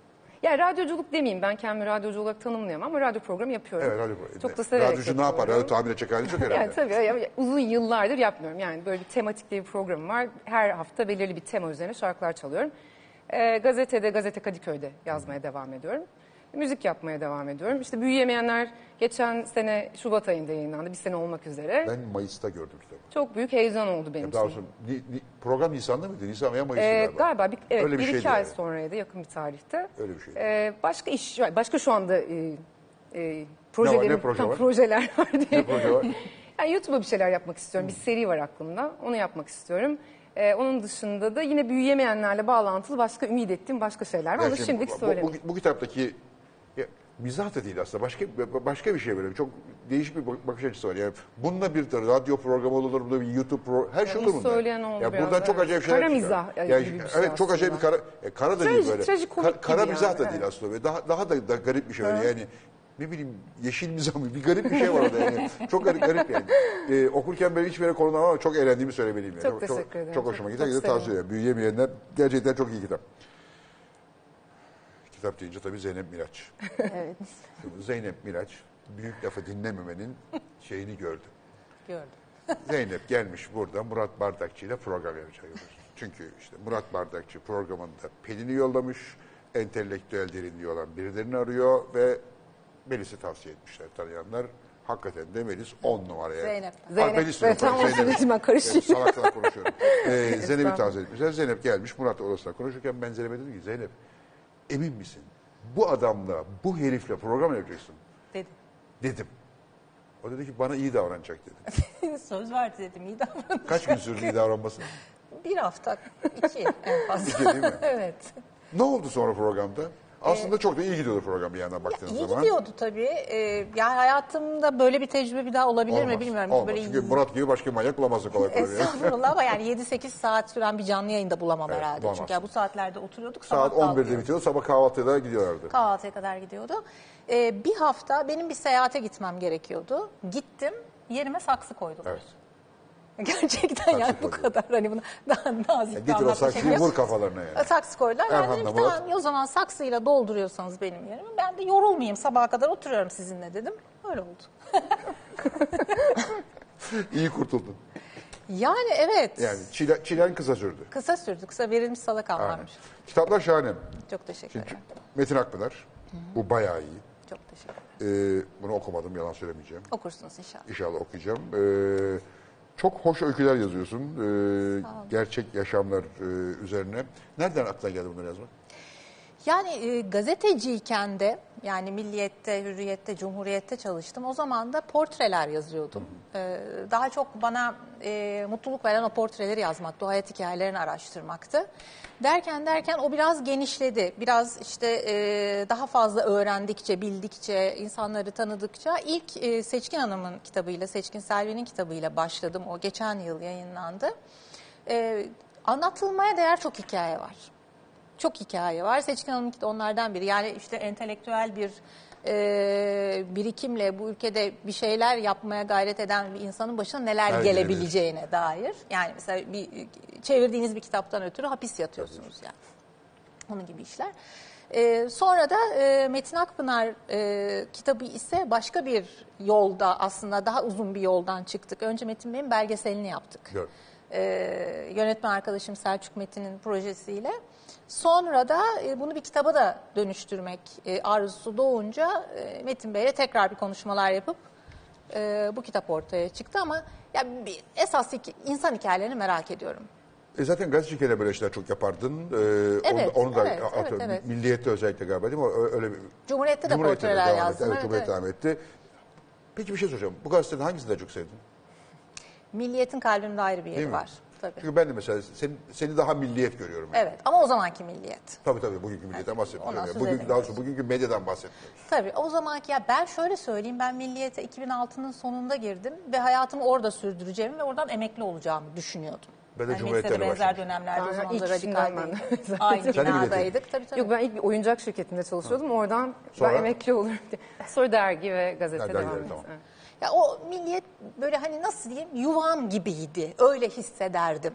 Ya radyoculuk demeyeyim, ben kendimi radyocu olarak tanımlayamam ama radyo programı yapıyorum. Evet, radyo programı. Çok da severek Radyocu ne yapar? yapıyorum. Radyo tahmin edecek hali çok herhalde. Yani tabii ya, uzun yıllardır yapmıyorum. Yani böyle bir tematik diye bir programım var. Her hafta belirli bir tema üzerine şarkılar çalıyorum. Ee, gazetede, Gazete Kadıköy'de yazmaya devam ediyorum. Müzik yapmaya devam ediyorum. İşte Büyüyemeyenler geçen sene Şubat ayında yayınlandı. Bir sene olmak üzere. Ben Mayıs'ta gördüm kitabı. Çok büyük heyecan oldu benim Daha için. sonra ni- ni- program Nisan'da mıydı? Nisan veya Mayıs'ta Ee, galiba. galiba bir, evet, Öyle bir bir, şeydi iki ay yani. sonraydı, yakın bir tarihte. Öyle bir şeydi. Ee, başka iş, başka şu anda e, e, projelerim, ne proje tam var? projeler var diye. Ne proje var? Yani YouTube'a bir şeyler yapmak istiyorum. Bir seri var aklımda. Onu yapmak istiyorum. Ee, onun dışında da yine büyüyemeyenlerle bağlantılı başka ümit ettiğim başka şeyler var. Ya Onu şimdi şimdilik bu- bu, söylemiyorum. bu, bu kitaptaki ya, mizah da değil aslında. Başka başka bir şey böyle. Çok değişik bir bak- bakış açısı var. Yani bununla bir de radyo programı olur, burada bir YouTube pro, her şey Onu olur bunda. söyleyen oldu Ya biraz, buradan çok evet. acayip şeyler Kara çıkar. mizah Yani, gibi bir şey evet, çok acayip bir kara, e, kara da değil Trajik- böyle. trajikomik Ka- kara gibi mizah yani, da değil evet. aslında. Böyle daha daha da, da garip bir şey öyle. Yani ne bileyim yeşil mizah mı? Bir garip bir şey var orada yani. Çok garip, garip yani. Ee, okurken böyle hiçbir yere konulamam ama çok eğlendiğimi söylemeliyim. Yani. Çok teşekkür ederim. Çok hoşuma Çok- gider. çok Çok tavsiye sevindim. ederim. Büyüyemeyenler gerçekten çok iyi kitap. Kitap deyince tabii Zeynep Miraç. Evet, Zeynep Miraç büyük lafı dinlememenin şeyini gördü. gördüm. Zeynep gelmiş burada Murat Bardakçı ile program yapacak. Çünkü işte Murat Bardakçı programında Pelin'i yollamış, entelektüel derinliği olan birilerini arıyor ve Melis'i tavsiye etmişler tanıyanlar. Hakikaten de Melis on numara yani. Zeynep. Ha, Zeynep. Melis Evet, diyorum, tam Zeynep. onu dedim, ben karışayım. Evet, salak salak konuşuyorum. Ee, Zeynep'i tavsiye etmişler. Zeynep gelmiş Murat odasında konuşurken ben Zeynep'e dedim ki Zeynep emin misin? Bu adamla, bu herifle program yapacaksın Dedi. dedim. O dedi ki bana iyi davranacak dedi. Söz verdi dedim, iyi davranın. Kaç gün sürdü iyi davranması? Bir hafta, iki en fazla. İki değil mi? Evet. Ne oldu sonra programda? Aslında çok da iyi gidiyordu program bir yandan baktığınız İyi zaman. gidiyordu tabii. Ee, yani hayatımda böyle bir tecrübe bir daha olabilir Olmaz, mi bilmiyorum. olmaz. Böyle Çünkü Murat gibi başka manyak bulamazsın kolay kolay. Estağfurullah ama yani yedi sekiz saat süren bir canlı yayında bulamam Evet, herhalde. bulamazsın. Çünkü yani bu saatlerde oturuyorduk. Saat sabah on birde kalkıyorduk. bitiyordu, sabah kahvaltıya gidiyorlardı. Kahvaltıya kadar gidiyordu. Ee, bir hafta benim bir seyahate gitmem gerekiyordu. Gittim, yerime saksı koydular. Evet. Gerçekten yani bu koydular. kadar hani bunu daha nazik Yani bir getir o anlatma saksıyı şekli. vur kafalarına yani. Saksı koydular. Ben Erhan'la dedim ki Murat. tamam o zaman saksıyla dolduruyorsanız benim yerime. Ben de yorulmayayım sabaha kadar oturuyorum sizinle dedim. Öyle oldu. İyi kurtuldun. Yani evet. Yani çile, çilen kısa sürdü. Kısa sürdü. Kısa verilmiş salak Aynen. almamış. Kitaplar şahane. Çok teşekkür Şimdi ederim. Metin Akpınar. Bu bayağı iyi. Çok teşekkür ederim. Ee, bunu okumadım, yalan söylemeyeceğim. Okursunuz inşallah. İnşallah okuyacağım. Ee, çok hoş öyküler yazıyorsun. Ee, gerçek yaşamlar e, üzerine. Nereden aklına geldi bunları yazmak? Yani e, gazeteciyken de yani Milliyet'te, Hürriyet'te, Cumhuriyet'te çalıştım. O zaman da portreler yazıyordum. Ee, daha çok bana e, mutluluk veren o portreleri yazmaktı, o hayat hikayelerini araştırmaktı. Derken derken o biraz genişledi. Biraz işte e, daha fazla öğrendikçe, bildikçe, insanları tanıdıkça ilk e, Seçkin Hanım'ın kitabıyla, Seçkin Selvi'nin kitabıyla başladım. O geçen yıl yayınlandı. E, anlatılmaya değer çok hikaye var. Çok hikaye var. Seçkin Hanım'ınki de onlardan biri. Yani işte entelektüel bir e, birikimle bu ülkede bir şeyler yapmaya gayret eden bir insanın başına neler Her gelebileceğine dair. Yani mesela bir çevirdiğiniz bir kitaptan ötürü hapis yatıyorsunuz yani. Onun gibi işler. Ee, sonra da e, Metin Akpınar e, kitabı ise başka bir yolda, aslında daha uzun bir yoldan çıktık. Önce Metin Bey'in belgeselini yaptık. Evet. Ee, yönetmen arkadaşım Selçuk Metin'in projesiyle. Sonra da e, bunu bir kitaba da dönüştürmek e, arzusu doğunca e, Metin Bey'le tekrar bir konuşmalar yapıp e, bu kitap ortaya çıktı. Ama ya bir, esas hik- insan hikayelerini merak ediyorum. E zaten gazeteciliğe böyle işler çok yapardın. Ee, Evet, onu, onu da evet, atıyorum. evet, evet. Milliyet'te özellikle galiba değil mi? O- Öyle bir, Cumhuriyet'te de Cumhuriyet'te de portreler devam etti. yazdım. Evet, Evet, Cumhuriyet evet. devam etti. Peki bir şey soracağım. Bu gazeteden hangisini daha çok sevdin? Milliyetin kalbimde ayrı bir yeri Değil mi? var. Tabii. Çünkü ben de mesela seni, seni daha milliyet görüyorum. Yani. Evet, ama o zamanki milliyet. Tabii tabii bugünkü milliyetten bahsetmiyorum. ondan Yani söz bugün, edemiyoruz. daha sonra bugünkü medyadan bahsetmiyoruz. Tabii o zamanki, ya ben şöyle söyleyeyim, ben milliyete iki bin altının sonunda girdim ve hayatımı orada sürdüreceğimi ve oradan emekli olacağımı düşünüyordum. Ben de Yani Cumhuriyet'te Meksika'da benzer başlamıştım. dönemlerde o Ben zaman ilk da işinden radikal ben. değildik. Aynı Sen de milliyete binadaydık. Tabii tabii. Yok, ben ilk bir oyuncak şirketinde çalışıyordum. Oradan Sonra? ben emekli olurum diye. Sonra dergi ve gazete Ha, devam dergiler, etti. tamam. Evet. Ya o milliyet böyle hani nasıl diyeyim, yuvam gibiydi. Öyle hissederdim.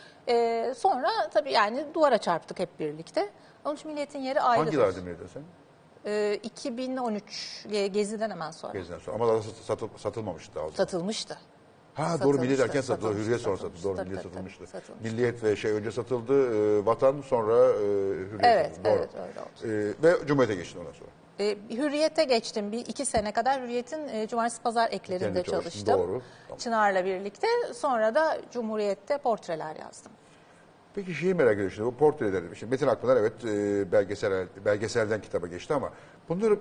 Ee, sonra tabii yani duvara çarptık hep birlikte. Onun için milliyetin yeri ayrıdır. Hangi yıllarda milliyete sen? Ee, iki bin on üç Gezi'den hemen sonra. Geziden sonra. Ama daha sat- satıl, satılmamıştı daha o zaman. Satılmıştı. Ha doğru Satılmıştı, milliyet erken satıldı. satılmıştı, Hürriyet sonra satılmıştı. satıldı. Doğru Tabii, milliyet tabii, satılmıştı. tabii, satılmıştı. Milliyet ve şey önce satıldı. e, Vatan sonra e, Hürriyet Evet, satıldı. Doğru. evet, öyle oldu. E, ve Cumhuriyet'e geçtin ondan sonra. E, Hürriyet'e geçtim. Bir iki sene kadar Hürriyet'in e, Cumartesi Pazar eklerinde Eklerinde çalıştın, çalıştım. doğru. Tamam. Çınar'la birlikte. Sonra da Cumhuriyet'te portreler yazdım. Peki şeyi merak ediyorum şimdi bu portreler. Şimdi Metin Akpınar evet e, belgesel, belgeselden kitaba geçti ama bunları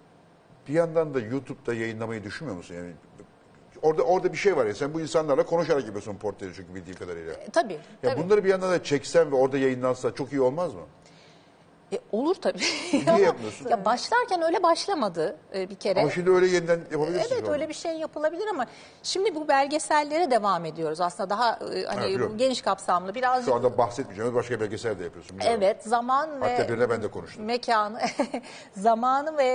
bir yandan da YouTube'da yayınlamayı düşünmüyor musun? Yani orada orada bir şey var ya sen bu insanlarla konuşarak yapıyorsun portreleri çünkü bildiğim kadarıyla. E, tabii. Ya tabii. bunları bir yandan da çeksen ve orada yayınlansa çok iyi olmaz mı? E, olur tabii. Niye Ama yapmıyorsun? Ya başlarken öyle başlamadı e, bir kere. Ama şimdi öyle yeniden yapabilirsin. Evet öyle bir şey yapılabilir ama şimdi bu belgesellere devam ediyoruz aslında daha e, hani biliyorum. bu geniş kapsamlı birazcık. Şu anda bahsetmeyeceğim. Başka belgesel de yapıyorsun. biliyorum. Evet, zaman ve Hatta birine ben de konuştum. mekanı, zamanı ve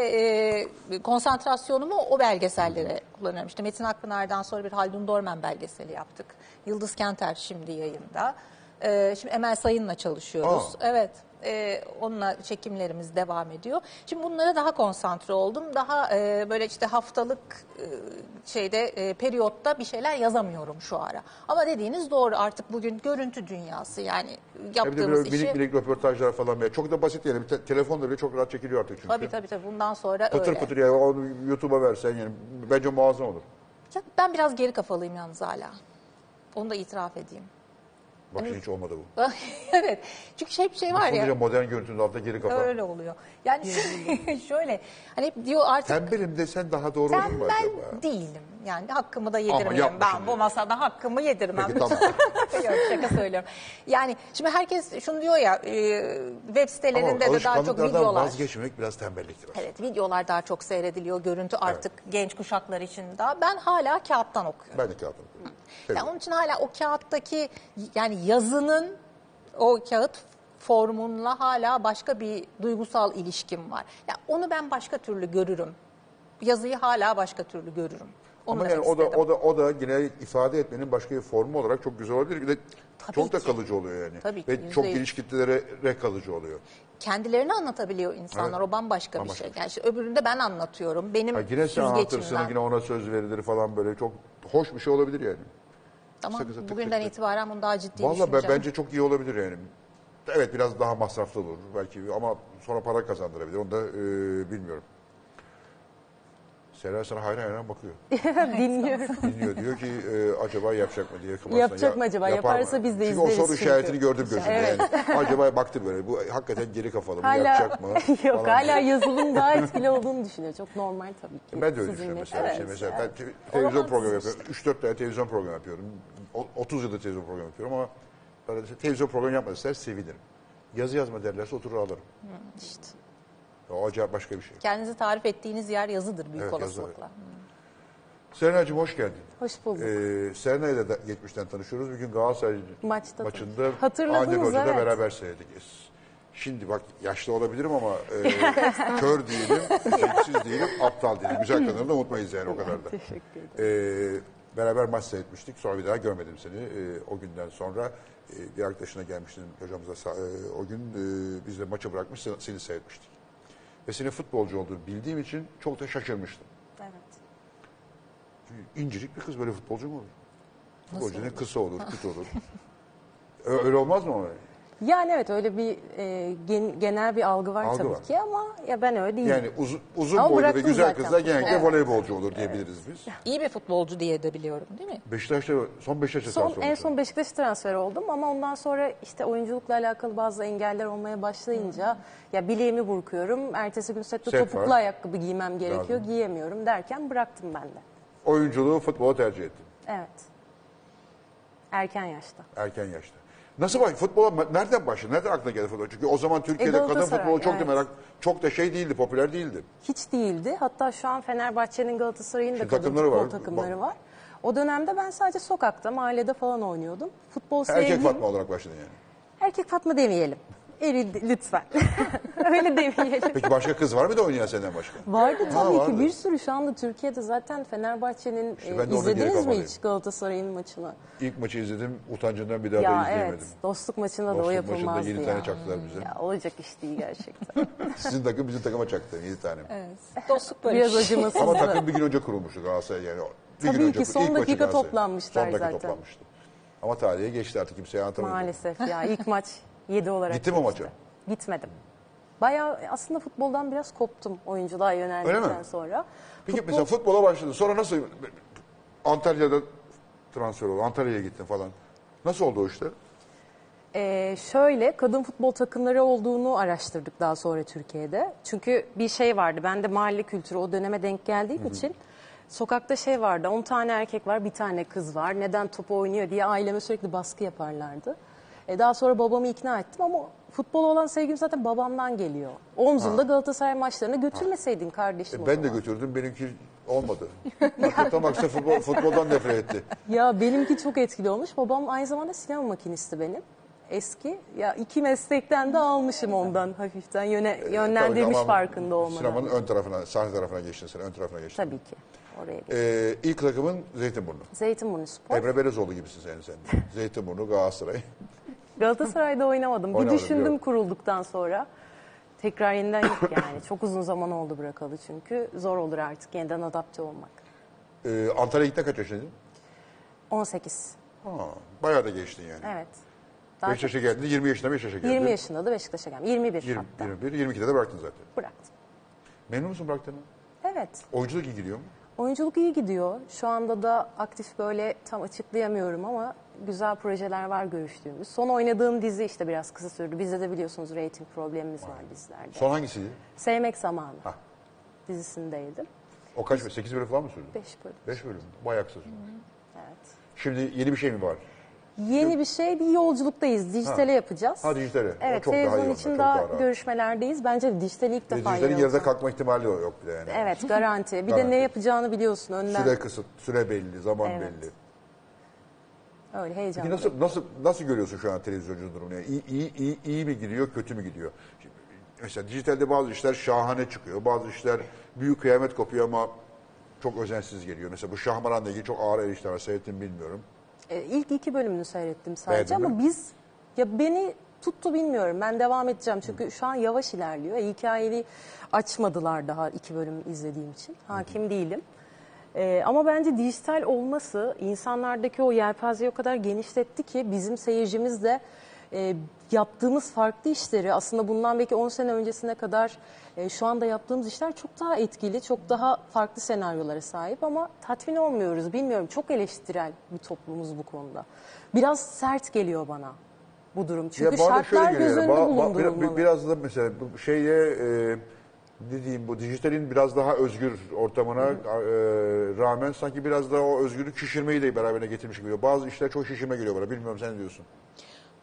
e, konsantrasyonumu o belgesellere kullanıyorum. İşte Metin Akpınar'dan sonra bir Haldun Dormen belgeseli yaptık. Yıldız Kenter şimdi yayında. E, şimdi Emel Sayın'la çalışıyoruz. Aa. Evet. Ee, onunla çekimlerimiz devam ediyor. Şimdi bunlara daha konsantre oldum. Daha e, böyle işte haftalık e, şeyde e, periyotta bir şeyler yazamıyorum şu ara. Ama dediğiniz doğru, artık bugün görüntü dünyası yani Ya bir de yaptığımız böyle işi. minik minik röportajlar falan. böyle. Çok da basit yani. Bir te- telefonla bile çok rahat çekiliyor artık çünkü. Tabii tabii tabii bundan sonra Pıtır öyle. pıtır yani onu YouTube'a versen yani bence muazzam olur. Ya ben biraz geri kafalıyım yalnız hala. Onu da itiraf edeyim. Bak Hani şimdi hiç olmadı bu. Evet. Çünkü şey bir şey var Son derece ya. modern görüntünün altında geri kafa. Öyle oluyor. Yani şöyle hani hep diyor artık Tembelim desen daha doğru olur mu tembel acaba? değilim. Yani hakkımı da yedirmeyeyim. yapma Ben şimdi. bu masada hakkımı yedirmem. Peki tamam. Yok, şaka söylüyorum. Yani şimdi herkes şunu diyor ya e, web sitelerinde Ama de daha çok alışkanlıklardan videolar. vazgeçmek biraz tembelliktir. aslında. Evet, videolar daha çok seyrediliyor. Görüntü artık genç kuşaklar için daha. Ben hala kağıttan okuyorum. Ben de kağıt okuyorum. Yani onun için hala o kağıttaki yani yazının o kağıt formunla hala başka bir duygusal ilişkim var. Ya onu ben başka türlü görürüm. Yazıyı hala başka türlü görürüm. Onu Ama demek yani o da istedim. o da o da yine ifade etmenin başka bir formu olarak çok güzel olabilir. Bir de Tabii çok da ki. kalıcı oluyor yani. Tabii ki, Ve yüzde çok yüz. geniş kitlelere re kalıcı oluyor. Kendilerini anlatabiliyor insanlar. Evet. O bambaşka, Bambaşka bir bir şey. Yani işte öbüründe ben anlatıyorum. Benim Ha, yine sen anlatırsın, süzgeçimden. yine ona söz verilir falan böyle çok hoş bir şey olabilir yani. Tamam, kısa kısa tık bugünden tık tık. itibaren bunu daha ciddi Vallahi ben, düşüneceğim. bence çok iyi olabilir yani. Evet biraz daha masraflı olur belki ama sonra para kazandırabilir. Onu da e, bilmiyorum. Sera sana hayran hayran bakıyor. Dinliyorum. Dinliyor diyor ki e, acaba yapacak mı diye. kafasına. Yapacak mı acaba? yapar Yaparsa biz de Çünkü o izleriz soru çünkü. işaretini gördüm gözümde. Evet. Yani. Acaba baktı böyle bu hakikaten geri kafalı mı Hala yapacak mı? yok, falan hala diye. yazılım daha etkili olduğunu düşünüyor. Çok normal tabii ki. Ben de öyle Sizinle. düşünüyorum mesela. Evet, Şey mesela evet. ben te- televizyon romantik programı yapıyorum. üç dört tane televizyon programı yapıyorum. O- otuz yıldır televizyon programı yapıyorum ama bana işte televizyon programı yapmadılar sevinirim. Yazı yazma derlerse oturur alırım. İşte. O acayip başka bir şey. Kendinizi tarif ettiğiniz yer yazıdır büyük Evet, yazı, olasılıkla. Serenay'cığım hoş geldin. Hoş bulduk. Ee, Serenay'la da geçmişten tanışıyoruz. Bir gün Galatasaray Maçta maçında Hatırladınız, Aydın Hoca'da evet. beraber seyredik. Şimdi bak yaşlı olabilirim ama e, kör değilim, zevksiz değilim, aptal değilim. Güzel kanalını da unutmayız yani o kadar da. Teşekkür ederim. Ee, beraber maç seyretmiştik. Sonra bir daha görmedim seni. Ee, o günden sonra e, bir arkadaşına gelmiştin hocamıza. E, o gün e, biz de maçı bırakmış seni, seni seyretmiştik. Ve senin futbolcu olduğunu bildiğim için çok da şaşırmıştım. Evet. İncecik bir kız böyle futbolcu mu olur? Futbolcunun kısa olur, kötü olur. Ö- Öyle olmaz mı ama? Yani evet öyle bir e, gen- genel bir algı var Algı tabii var. ki ama ya ben öyle değilim. Yani uzun, uzun Ama boylu ve bıraktım güzel zaten kızlar genellikle futbolu. voleybolcu olur diyebiliriz biz. İyi bir futbolcu diye de biliyorum değil mi? Beşiktaş'ta son Beşiktaş'ta Son, transfer en olmuş. son Beşiktaş transferi oldum ama ondan sonra işte oyunculukla alakalı bazı engeller olmaya başlayınca ya bileğimi burkuyorum. Ertesi gün sette Set topuklu var. ayakkabı giymem gerekiyor. Lazım. Giyemiyorum derken bıraktım ben de. Oyunculuğu futbola tercih ettin. Evet. Erken yaşta. Erken yaşta. Nasıl baş, futbola nereden başladın? Nereden aklına geldi futbol? Çünkü o zaman Türkiye'de kadın Galatasaray, futbolu çok da evet. merak, çok da şey değildi, popüler değildi. Hiç değildi. Hatta şu an Fenerbahçe'nin, Galatasaray'ın da Şimdi kadın takımları futbol var. takımları Bak- var. O dönemde ben sadece sokakta, mahallede falan oynuyordum. Futbol Erkek sevgim... Fatma olarak başladın yani. Erkek Fatma demeyelim. Eri lütfen. Öyle demeyelim. Peki başka kız var mı da oynayan senden başka? Vardı tabii vardı. ki bir sürü şu anda Türkiye'de zaten Fenerbahçe'nin İşte e, ben de orada geri izlediniz mi kalmalıyım. hiç Galatasaray'ın maçını? İlk maçı izledim, utancından bir daha da Ya evet, izleyemedim. dostluk maçında da o Dostluk yapılmazdı maçında yedi ya. tane çaktılar bize. Ya olacak iş değil gerçekten. Sizin takım bizim takıma çaktı yedi tane. Dostluk böyle. Biraz Ama acımasızdı. takım bir gün önce kurulmuştu Galatasaray yani. Bir Tabii gün önce, ki, son ilk maçı dakika Galatasaray. toplanmışlar Son dakika zaten. toplanmıştı. Ama tarihe geçti artık kimseye anlatamadım. Maalesef ya ilk maç yedi olarak Gittin mi o geçti. maça? Gitmedim. Bayağı aslında futboldan biraz koptum oyunculuğa Öyle yöneldikten mi? sonra. Peki Futbol- mesela futbola başladın. Sonra nasıl Antalya'da transfer oldu? Antalya'ya gittin falan. Nasıl oldu o işte? Ee, şöyle kadın futbol takımları olduğunu araştırdık daha sonra Türkiye'de. Çünkü bir şey vardı. Ben de mahalle kültürü o döneme denk geldiğim için sokakta şey vardı. on tane erkek var, bir tane kız var. Neden top oynuyor diye aileme sürekli baskı yaparlardı. Ee, daha sonra babamı ikna ettim ama futbola olan sevgim zaten babamdan geliyor. Omzumda Galatasaray maçlarına götürmeseydin kardeşim o E, ben de zaman. götürdüm. Benimki olmadı. Hakikaten baksa futbol, futboldan nefret etti. Ya benimki çok etkili olmuş. Babam aynı zamanda sinema makinisti benim. Eski. Ya iki meslekten de almışım ondan hafiften yöne, yönlendirmiş Tabii ama farkında olmadan. Sinemanın ön tarafına, sahne tarafına geçtin sen. Ön tarafına geçtin. Tabii ki. Oraya geçtim. Ee, ilk takımın Zeytinburnu. Zeytinburnu Spor. Emre Belezoğlu gibisin yani sen. Zeytinburnu, Galatasaray. Galatasaray'da oynamadım. Bir Oynamadım, düşündüm biliyorum. kurulduktan sonra. Tekrar yeniden yok yani. Çok uzun zaman oldu bırakalı çünkü. Zor olur artık yeniden adapte olmak. Ee, Antalya'ya gittin kaç yaşındaydın? on sekiz. Ha, bayağı da geçtin yani. Evet. Daha beş yaşa geldin, yirmi yaşında beş yaşa geldin. yirmi yaşında da Beşiktaş'a geldim. yirmi bir yirmi, hatta. yirmi bir, yirmi ikide de bıraktın zaten. Bıraktım. Memnun musun bıraktığına? Evet. Oyunculuk iyi gidiyor mu? Oyunculuk iyi gidiyor. Şu anda da aktif böyle tam açıklayamıyorum ama güzel projeler var görüştüğümüz. Son oynadığım dizi işte biraz kısa sürdü. Bizde de biliyorsunuz reyting problemimiz var dizilerde. Son hangisiydi? Sevmek Zamanı Hah. dizisindeydim. O kaç bölüm? sekiz bölüm falan mı sürdü? beş bölüm. beş bölüm. Bayağı kısa sürdü. Evet. Şimdi yeni bir şey mi var? Yeni bir şey, bir yolculuktayız. Dijitale yapacağız. Ha, dijitale. O Evet, çok daha iyi televizyon oldu, için çok daha, daha rahat. görüşmelerdeyiz. Bence de dijitali ilk defa Dijitalin yer yarıda alacak. kalkma ihtimali yok bir de yani. Evet, garanti. Bir de Garanti. ne yapacağını biliyorsun önden. Süre kısıt, süre belli, zaman Evet. belli. Öyle Peki heyecanlı. nasıl nasıl nasıl görüyorsun şu an televizyoncunun durumunu? Yani iyi, iyi, iyi, iyi mi gidiyor, kötü mü gidiyor? Şimdi mesela dijitalde bazı işler şahane çıkıyor. Bazı işler büyük kıyamet kopuyor ama çok özensiz geliyor. Mesela bu Şahmaran'la ilgili çok ağır eleştiriler var. Seyrettim bilmiyorum. E, ilk iki bölümünü seyrettim sadece Beğendin ama mi? biz ya beni tuttu bilmiyorum. Ben devam edeceğim çünkü şu an yavaş ilerliyor. E, hikayeyi açmadılar daha iki bölüm izlediğim için. Hakim değilim. E, ama bence dijital olması insanlardaki o yelpazeyi o kadar genişletti ki bizim seyircimiz de e, yaptığımız farklı işleri aslında bundan belki on sene öncesine kadar e, şu anda yaptığımız işler çok daha etkili, çok daha farklı senaryolara sahip ama tatmin olmuyoruz. Bilmiyorum, çok eleştirel bir toplumuz bu konuda. Biraz sert geliyor bana bu durum. Çünkü bana da şöyle şartlar geliyor göz yani. önünde Ba- ba- bulundurulmalı. biraz, biraz da mesela bu şeye e, ne diyeyim bu dijitalin biraz daha özgür ortamına e, rağmen sanki biraz daha o özgürlük şişirmeyi de beraberine getirmiş gibi. Bazı işler çok şişirme geliyor bana. Bilmiyorum sen ne diyorsun?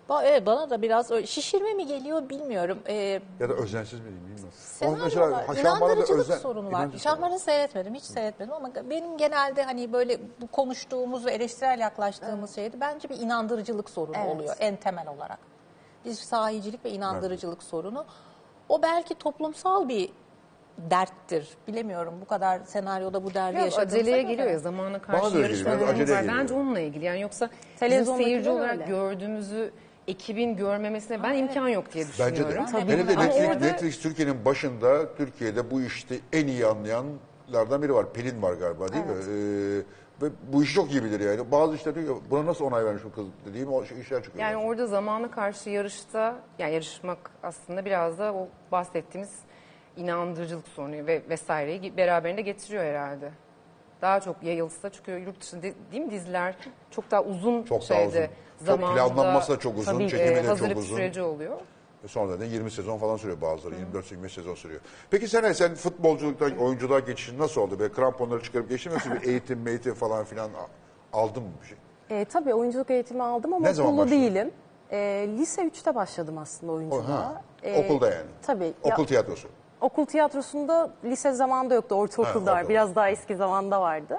Ba- Evet, bana da biraz öyle- şişirme mi geliyor bilmiyorum. Ee, Ya da özensiz mi diyeyim bilmiyorum. Onun Senaryolar, mesela Şahmara'da inandırıcılık özen- sorunu var. inandırıcılık Şahmara'yı seyretmedim, hiç seyretmedim ama benim genelde hani böyle bu konuştuğumuz ve eleştirel yaklaştığımız şeyde bence bir inandırıcılık sorunu Evet. oluyor en temel olarak. Bir sahicilik ve inandırıcılık sorunu. O belki toplumsal bir derttir. Bilemiyorum, bu kadar senaryoda bu derdi Biraz yaşadığımıza aceleye göre. geliyor ya, zamana Bana karşı da öyle yarışma geliyor, durumu aceleye var. geliyor. Bence onunla ilgili. Yani yoksa bizim Televizyondakiler seyirci olarak öyle. gördüğümüzü ekibin görmemesine ben imkan yok diye düşünüyorum. Bence de. Tabii. Hele de Ama Netflix, orada- Netflix Türkiye'nin başında, Türkiye'de bu işte en iyi anlayanlardan biri var. Pelin var galiba değil mi? Ee, ve bu işi çok iyi bilir yani. Bazı işler diyor ki, buna nasıl onay vermiş bu kız dediğim o işler çıkıyor. Yani orada zamana karşı yarışta, yani yarışmak aslında biraz da o bahsettiğimiz inandırıcılık sorunu ve vesaireyi beraberinde getiriyor herhalde. Daha çok yayılsa, çünkü yurt dışında de- değil mi diziler çok daha uzun Çok daha şeyde uzun. Çok zamanda, planlanması da çok uzun, tabii, çekimi e, de çok hazırlık uzun. süreci oluyor. E Sonra da yirmi sezon falan sürüyor bazıları. yirmi dört yirmi beş sezon sürüyor. Peki sen sen futbolculuktan oyunculuğa geçişin nasıl oldu? Böyle kramponları çıkarıp geçtin mi? Yoksa bir eğitim, eğitim falan filan aldın mı bir şey? E, tabii oyunculuk eğitimi aldım ama Ne zaman okullu başladın? değilim. E, lise üçte başladım aslında oyunculuğa. Ha, E, okulda yani. Tabii. Ya- Okul tiyatrosu. Okul tiyatrosunda lise zamanında yoktu, ortaokulda Ha, var. orada Biraz daha eski zamanda vardı.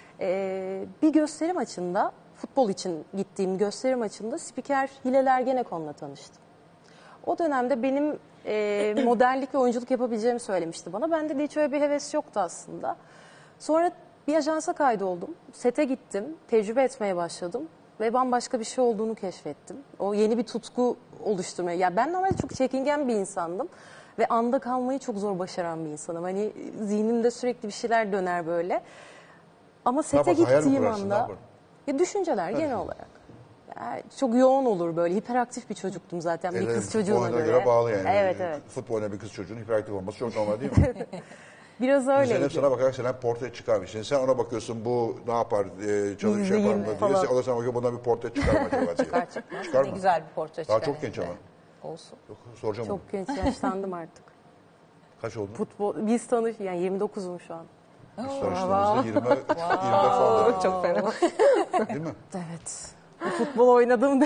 Ee, bir gösterim açında, futbol için gittiğim gösterim açında spiker Hilal Ergenekon'la tanıştım. O dönemde benim e, modellik ve oyunculuk yapabileceğimi söylemişti bana. Bende de hiç öyle bir heves yoktu aslında. Sonra bir ajansa kaydoldum. Sete gittim, tecrübe etmeye başladım. Ve bambaşka bir şey olduğunu keşfettim. O yeni bir tutku oluşturmaya. Ya ben normalde çok çekingen bir insandım. Ve anda kalmayı çok zor başaran bir insanım. Hani zihnimde sürekli bir şeyler döner böyle. Ama sete yaparsın, hayal mi gittiğim kurarsın, ne anda... yaparsın? Ya düşünceler genel olarak. Yani çok yoğun olur böyle. Hiperaktif bir çocuktum zaten bir Ele- kız çocuğuna futboluna göre. bağlı yani. Evet evet. Futbol oynayan bir kız çocuğunun hiperaktif olması çok normal değil mi? Biraz Zeynep öyleydi. sana bakarak sen portre çıkarmış. Yani sen ona bakıyorsun bu ne yapar, e, çalışır Yüzde yapar mı yirmi diye. falan. O da sana bakıyor bundan bir portre çıkar mı acaba diye. Çıkar çıkmaz. Çıkar Ne mı? güzel bir portre çıkar. Daha çok genç hem ama. de. Olsun. Yok, soracağım onu. Çok genç yaşlandım artık. Kaç oldu? Futbol, biz tanış, yani yirmi dokuzum şu an. Tanıştığımızda yirmi, yirmi falan. Çok fena. Değil mi? Evet. Futbol oynadım.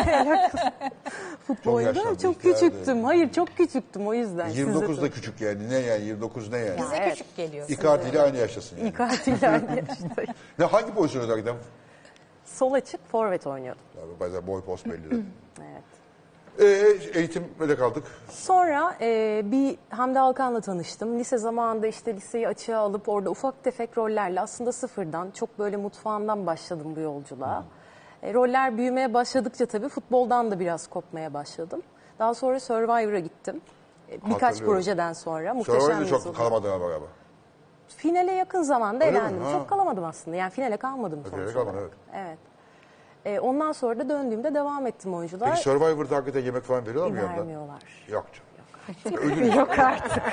Futbol Çok oynadım. yaşlandı Çok işte küçüktüm. yani. Hayır çok küçüktüm o yüzden. yirmi dokuz Size da küçük yani. Ne yani yirmi dokuz ne yani? Bize evet. küçük geliyor. Icardi ile aynı yaştasın yani. İkartiyle aynı yaştayım. Ne hangi pozisyonda giden? Sol açık forvet oynuyordum. Bazen boy post belli de. Evet. Ee, eğitim böyle kaldık. Sonra e, bir Hamdi Alkan'la tanıştım. Lise zamanında işte liseyi açığa alıp orada ufak tefek rollerle aslında sıfırdan çok böyle mutfağından başladım bu yolculuğa. E, roller büyümeye başladıkça tabii futboldan da biraz kopmaya başladım. Daha sonra Survivor'a gittim. E, birkaç Hatırlıyorum. projeden sonra. Muhteşem Survivor'da çok Yüzyıl'da. kalamadın galiba. galiba. Finale yakın zamanda Öyle mi? elendim. Ha. Çok kalamadım aslında. Yani finale kalmadım Finale sonuç kalmadın, olarak. Evet. E, ondan sonra da döndüğümde devam ettim oyunculuğa. Peki Survivor'da hakikaten yemek falan veriyorlar mı yanında? Vermiyorlar. Yok canım. Yok artık.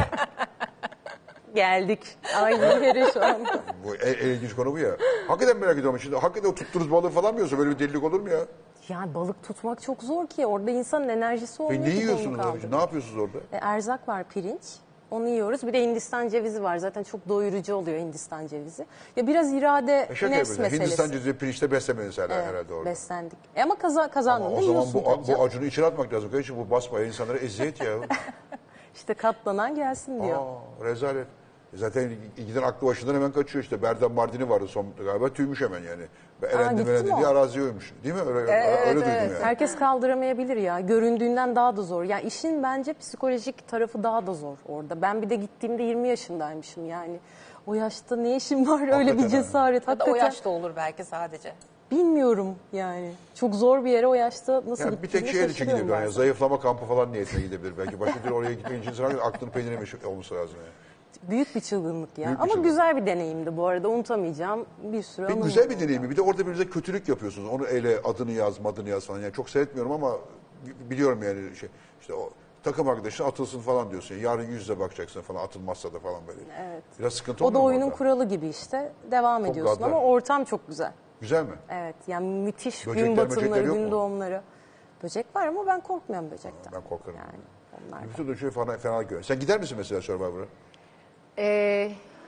Geldik. Aynı yere şu anda. Bu en, en ilginç konu bu ya. Hakikaten merak ediyorum. Şimdi hakikaten o tutturuz balığı falan mı yiyorsa böyle bir delilik olur mu ya? Yani balık tutmak çok zor ki. Orada insanın enerjisi olmuyor Peki ne ki kolunu yiyorsunuz? orada? kaldırır. Ne yapıyorsunuz orada? E, erzak var, pirinç. Onu yiyoruz. Bir de Hindistan cevizi var. Zaten çok doyurucu oluyor Hindistan cevizi. Ya biraz irade, E şaka nefs yapıyorsun. meselesi. Hindistan cevizi pirinçte beslemeniz herhalde, Evet, herhalde orada. beslendik. E ama kaza, kazandın Ama o da zaman yiyorsun bu, tabii bu canım. acunu içine atmak lazım. Kardeşim bu basmaya insanlara eziyet ya. İşte katlanan gelsin diyor. Aa, rezalet. E Zaten giden aklı başından hemen kaçıyor işte. Berdan Mardini vardı son galiba tüymüş hemen yani. Elendi gitti melendi mi diye o? araziye uymuş. Değil mi? Öyle, Evet, öyle duydum evet. yani. Herkes kaldıramayabilir ya. Göründüğünden daha da zor. Yani işin bence psikolojik tarafı daha da zor orada. Ben bir de gittiğimde yirmi yaşındaymışım yani. O yaşta ne işim var öyle Hakikaten bir ha. cesaret. Ya da o Hakikaten yaşta olur belki sadece. bilmiyorum yani. Çok zor bir yere o yaşta nasıl Yani bir tek gittiğimi şey için şaşırıyorum gidebilir. Yani bazen. zayıflama kampı falan niyetine gidebilir. Belki başka bir oraya gitmek için sana aklın peynire meşhur olması lazım yani. Büyük bir çılgınlık ya. Büyük bir Ama çılgınlık. güzel bir deneyimdi bu arada. Unutamayacağım bir sürü Peki anım güzel var bir orada. deneyim mi? Bir de orada birbirinize kötülük yapıyorsunuz. Onu ele adını yaz, adını yaz falan. Yani çok seyretmiyorum ama biliyorum yani şey. İşte o takım arkadaşın atılsın falan diyorsun. Yani yarın yüz yüze bakacaksın falan atılmazsa da falan böyle. Evet. Biraz sıkıntı O olmuyor da mu oyunun orada? kuralı gibi işte. Devam Çok ediyorsun gaddar. ama ortam çok güzel. Güzel mi? Evet yani müthiş Böcekler, gün böcekler batımları, yok gün mu? doğumları. Böcek var ama ben korkmuyorum böcekten. Ben korkarım. Yani onlar. Bütün de şöyle fena, fenalık görüyorum. Sen gider misin mesela Survivor'a? Ee,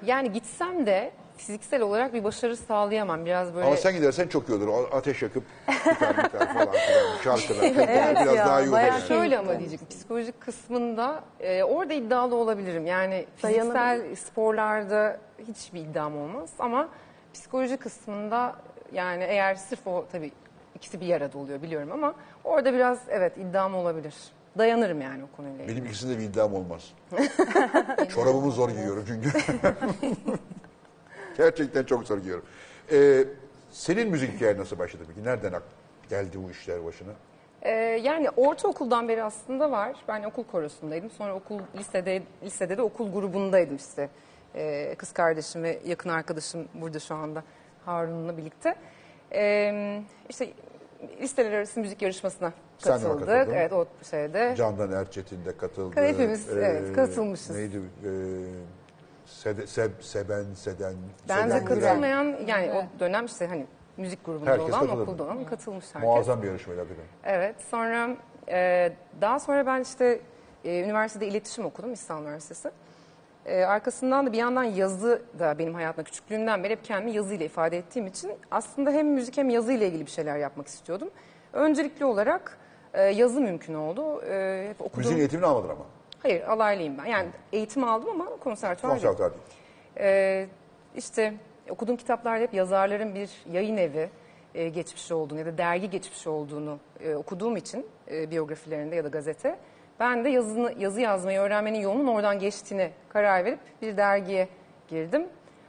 Yani gitsem de fiziksel olarak bir başarı sağlayamam. Biraz böyle... Ama sen gidersen çok iyi olur. O ateş yakıp gitar gitar falan filan şarkılar. Evet biraz ya, daha iyi olur. bayağı Yani. Şöyle ama diyecek psikolojik kısmında e, orada iddialı olabilirim. Yani fiziksel Dayanabilir. sporlarda hiçbir iddiam olmaz ama psikoloji kısmında yani eğer sırf o tabii ikisi bir arada oluyor biliyorum ama orada biraz evet iddiam olabilir. Dayanırım yani o konuyla ilgili. Benim ikisinde bir iddiam olmaz. Çorabımı zor giyiyorum çünkü. Gerçekten çok zor giyiyorum. Ee, senin müzik hikayen nasıl başladı peki? Nereden ak- geldi bu işler başına? Ee, yani ortaokuldan beri aslında var. Ben okul korosundaydım. Sonra okul lisede lisede de okul grubundaydım işte. Ee, kız kardeşim ve yakın arkadaşım burada şu anda Harun'la birlikte. Ee, işte listeler arası müzik yarışmasına Sen de mi katıldık. katıldın? Evet o şeyde. Candan Erçetin de katıldı. Hepimiz, evet, katılmışız. Neydi? Ee, Sede, Seb, Seben, Seden. Ben de Seden Güren. katılmayan yani o dönem işte hani müzik grubunda Herkes olan katılır. okulda olan katılmış herkes. Muazzam bir yarışmaydı hakikaten. Evet, sonra e, daha sonra ben işte e, üniversitede iletişim okudum, İstanbul Üniversitesi. E, arkasından da bir yandan yazı da benim hayatımda küçüklüğümden beri hep kendimi yazıyla ifade ettiğim için aslında hem müzik hem yazıyla ilgili bir şeyler yapmak istiyordum. Öncelikli olarak e, yazı mümkün oldu. E, hep okuduğum... Müziğin eğitimini almadın ama. Hayır, alaylıyım ben. Yani eğitim aldım ama konservatuvar değil. Konservatuar değil. Ee, işte okuduğum kitaplarda hep yazarların bir yayın evi e, geçmişi olduğunu ya da dergi geçmişi olduğunu e, okuduğum için e, biyografilerinde ya da gazete. Ben de yazını, yazı yazmayı öğrenmenin yolunun oradan geçtiğine karar verip bir dergiye girdim.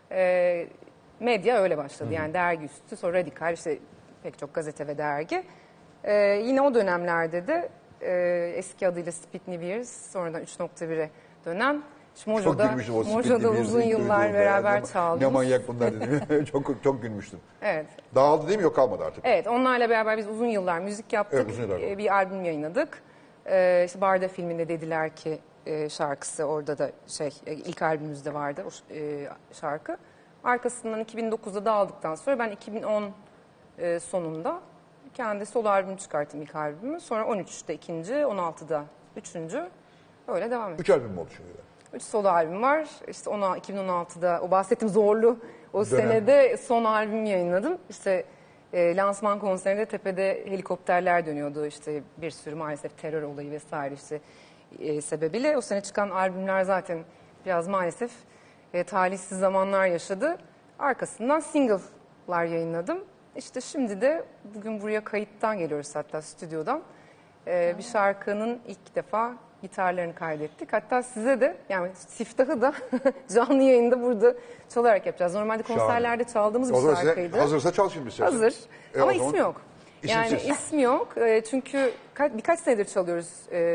E, medya öyle başladı yani dergi üstü sonra radikal işte pek çok gazete ve dergi. E, yine o dönemlerde de e, eski adıyla Speed New Years sonradan üç nokta bire dönen Çok Moja'da, gülmüştüm o Moja'da Speed'li uzun bir yıllar duyduğumda. beraber Ne- çaldık. Ne manyak bunlar dedim. çok çok gülmüştüm. Evet. Dağıldı değil mi? Yok kalmadı artık. Evet, onlarla beraber biz uzun yıllar müzik yaptık. Evet, uzun yıllar. Ee, bir albüm yayınladık. Ee, işte Barda filminde dediler ki e, şarkısı orada da şey e, ilk albümümüzde vardı o e, şarkı. Arkasından iki bin dokuzda dağıldıktan sonra ben iki bin on e, sonunda kendi solo albüm çıkarttım ilk albümü. Sonra on üçte ikinci, on altıda üçüncü. Öyle devam ettim. Üç albüm mü oldu şimdi? Üç solo albüm var. İşte ona, iki bin on altıda o bahsettiğim zorlu o Dönem. senede son albüm yayınladım. İşte e, lansman konserinde tepede helikopterler dönüyordu. İşte bir sürü maalesef terör olayı vesaire işte e, sebebiyle. O sene çıkan albümler zaten biraz maalesef e, talihsiz zamanlar yaşadı. Arkasından single'lar yayınladım. İşte şimdi de bugün buraya kayıttan geliyoruz hatta stüdyodan. E, bir şarkının ilk defa gitarlarını kaydettik. Hatta size de yani siftahı da canlı yayında burada çalarak yapacağız. Normalde konserlerde çaldığımız O bir zaman size- şarkıydı. hazırsa çal şimdi istersen. Hazır. E, o Ama zaman ismi yok. isimsiz. Yani ismi yok. E, çünkü ka- birkaç senedir çalıyoruz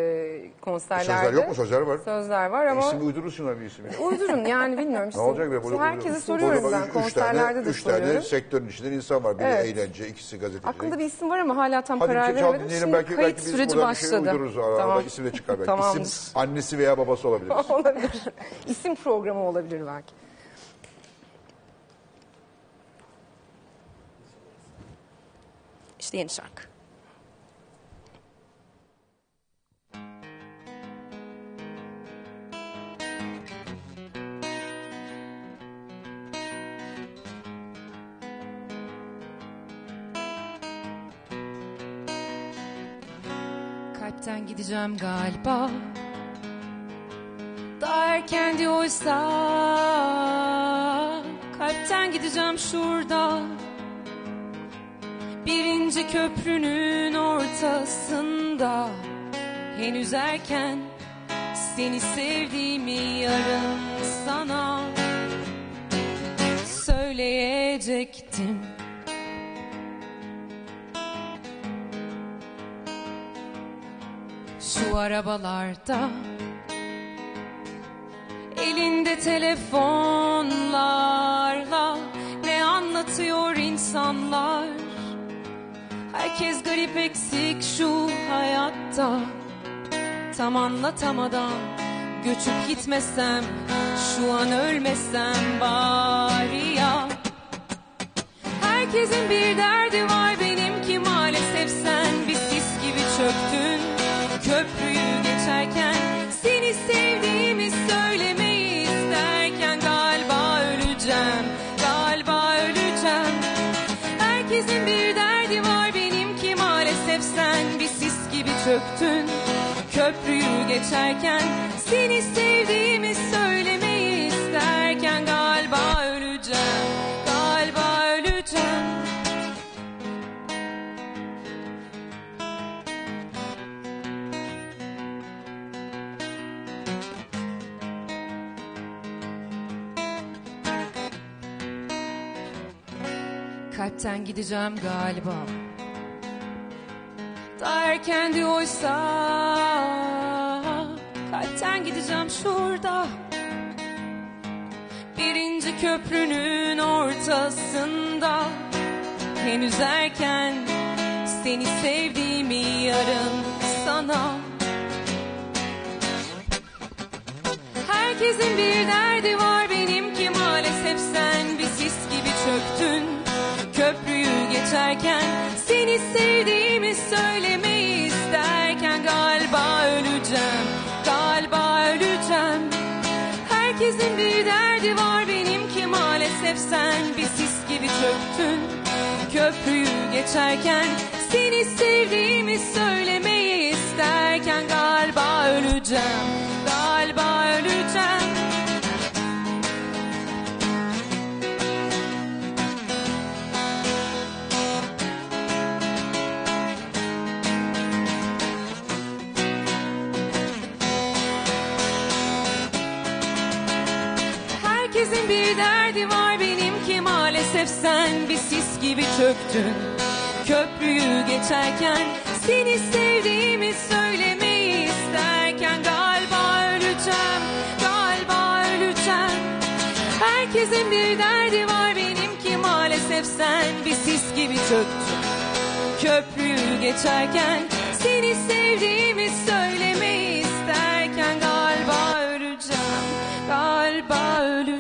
e, konserlerde. Sözler yok mu? Sözler var. Sözler var ama İsim uydurursunlar bir ismi. uydurun yani bilmiyorum. Ne olacak be? İşte herkese burada- soruyorum burada ben üç konserlerde tane, de üç tane soruyorum. sektörün içinden insan var. Biri Evet. eğlence, ikisi gazetecilik. Aklımda bir isim var ama hala tam Hadi karar bir şey çal veremedim. dinleyelim. Şimdi Belki, kayıt belki biz süreci buradan bir şey başladı. uydururuz. Arada Tamam. isim de çıkar belki. Tamamdır. İsim annesi veya babası olabilir. Olabilir. İsim programı olabilir belki. İşte yeni şarkı. Kalpten gideceğim galiba. Daha erken diyorsa kalpten gideceğim şurada. Birinci köprünün ortasında henüz erken seni sevdiğimi yarın sana söyleyecektim. Şu arabalarda elinde telefonlarla ne anlatıyor insanlar. Herkes garip eksik şu hayatta. Tam anlatamadan göçüp gitmesem, şu an ölmesem bari ya. Herkesin bir derdi var, benimki maalesef sen bir sis gibi çöktün. Köprüyü geçerken seni sevdiğimi söylemeyi isterken galiba Köprüyü geçerken seni sevdiğimi söylemeyi isterken galiba öleceğim, galiba öleceğim. Kalpten gideceğim galiba. Daha erkendi oysa. Kalpten gideceğim şurada. Birinci köprünün ortasında. Henüz erken seni sevdiğimi yarın sana. Herkesin bir derdi var, benimki maalesef sen bir sis gibi çöktün. Köprüyü geçerken seni sevdiğimi söylemeyi isterken galiba öleceğim, galiba öleceğim. Herkesin bir derdi var, benimki maalesef sen bir sis gibi çöktün. Köprüyü geçerken seni sevdiğimi söylemeyi isterken galiba öleceğim, galiba öleceğim. Herkesin bir derdi var, benimki maalesef sen bir sis gibi çöktün. Köprüyü geçerken seni sevdiğimi söylemeyi isterken galiba öleceğim, galiba öleceğim. Herkesin bir derdi var, benimki maalesef sen bir sis gibi çöktün. Köprüyü geçerken seni sevdiğimi söylemeyi isterken galiba öleceğim, galiba öleceğim.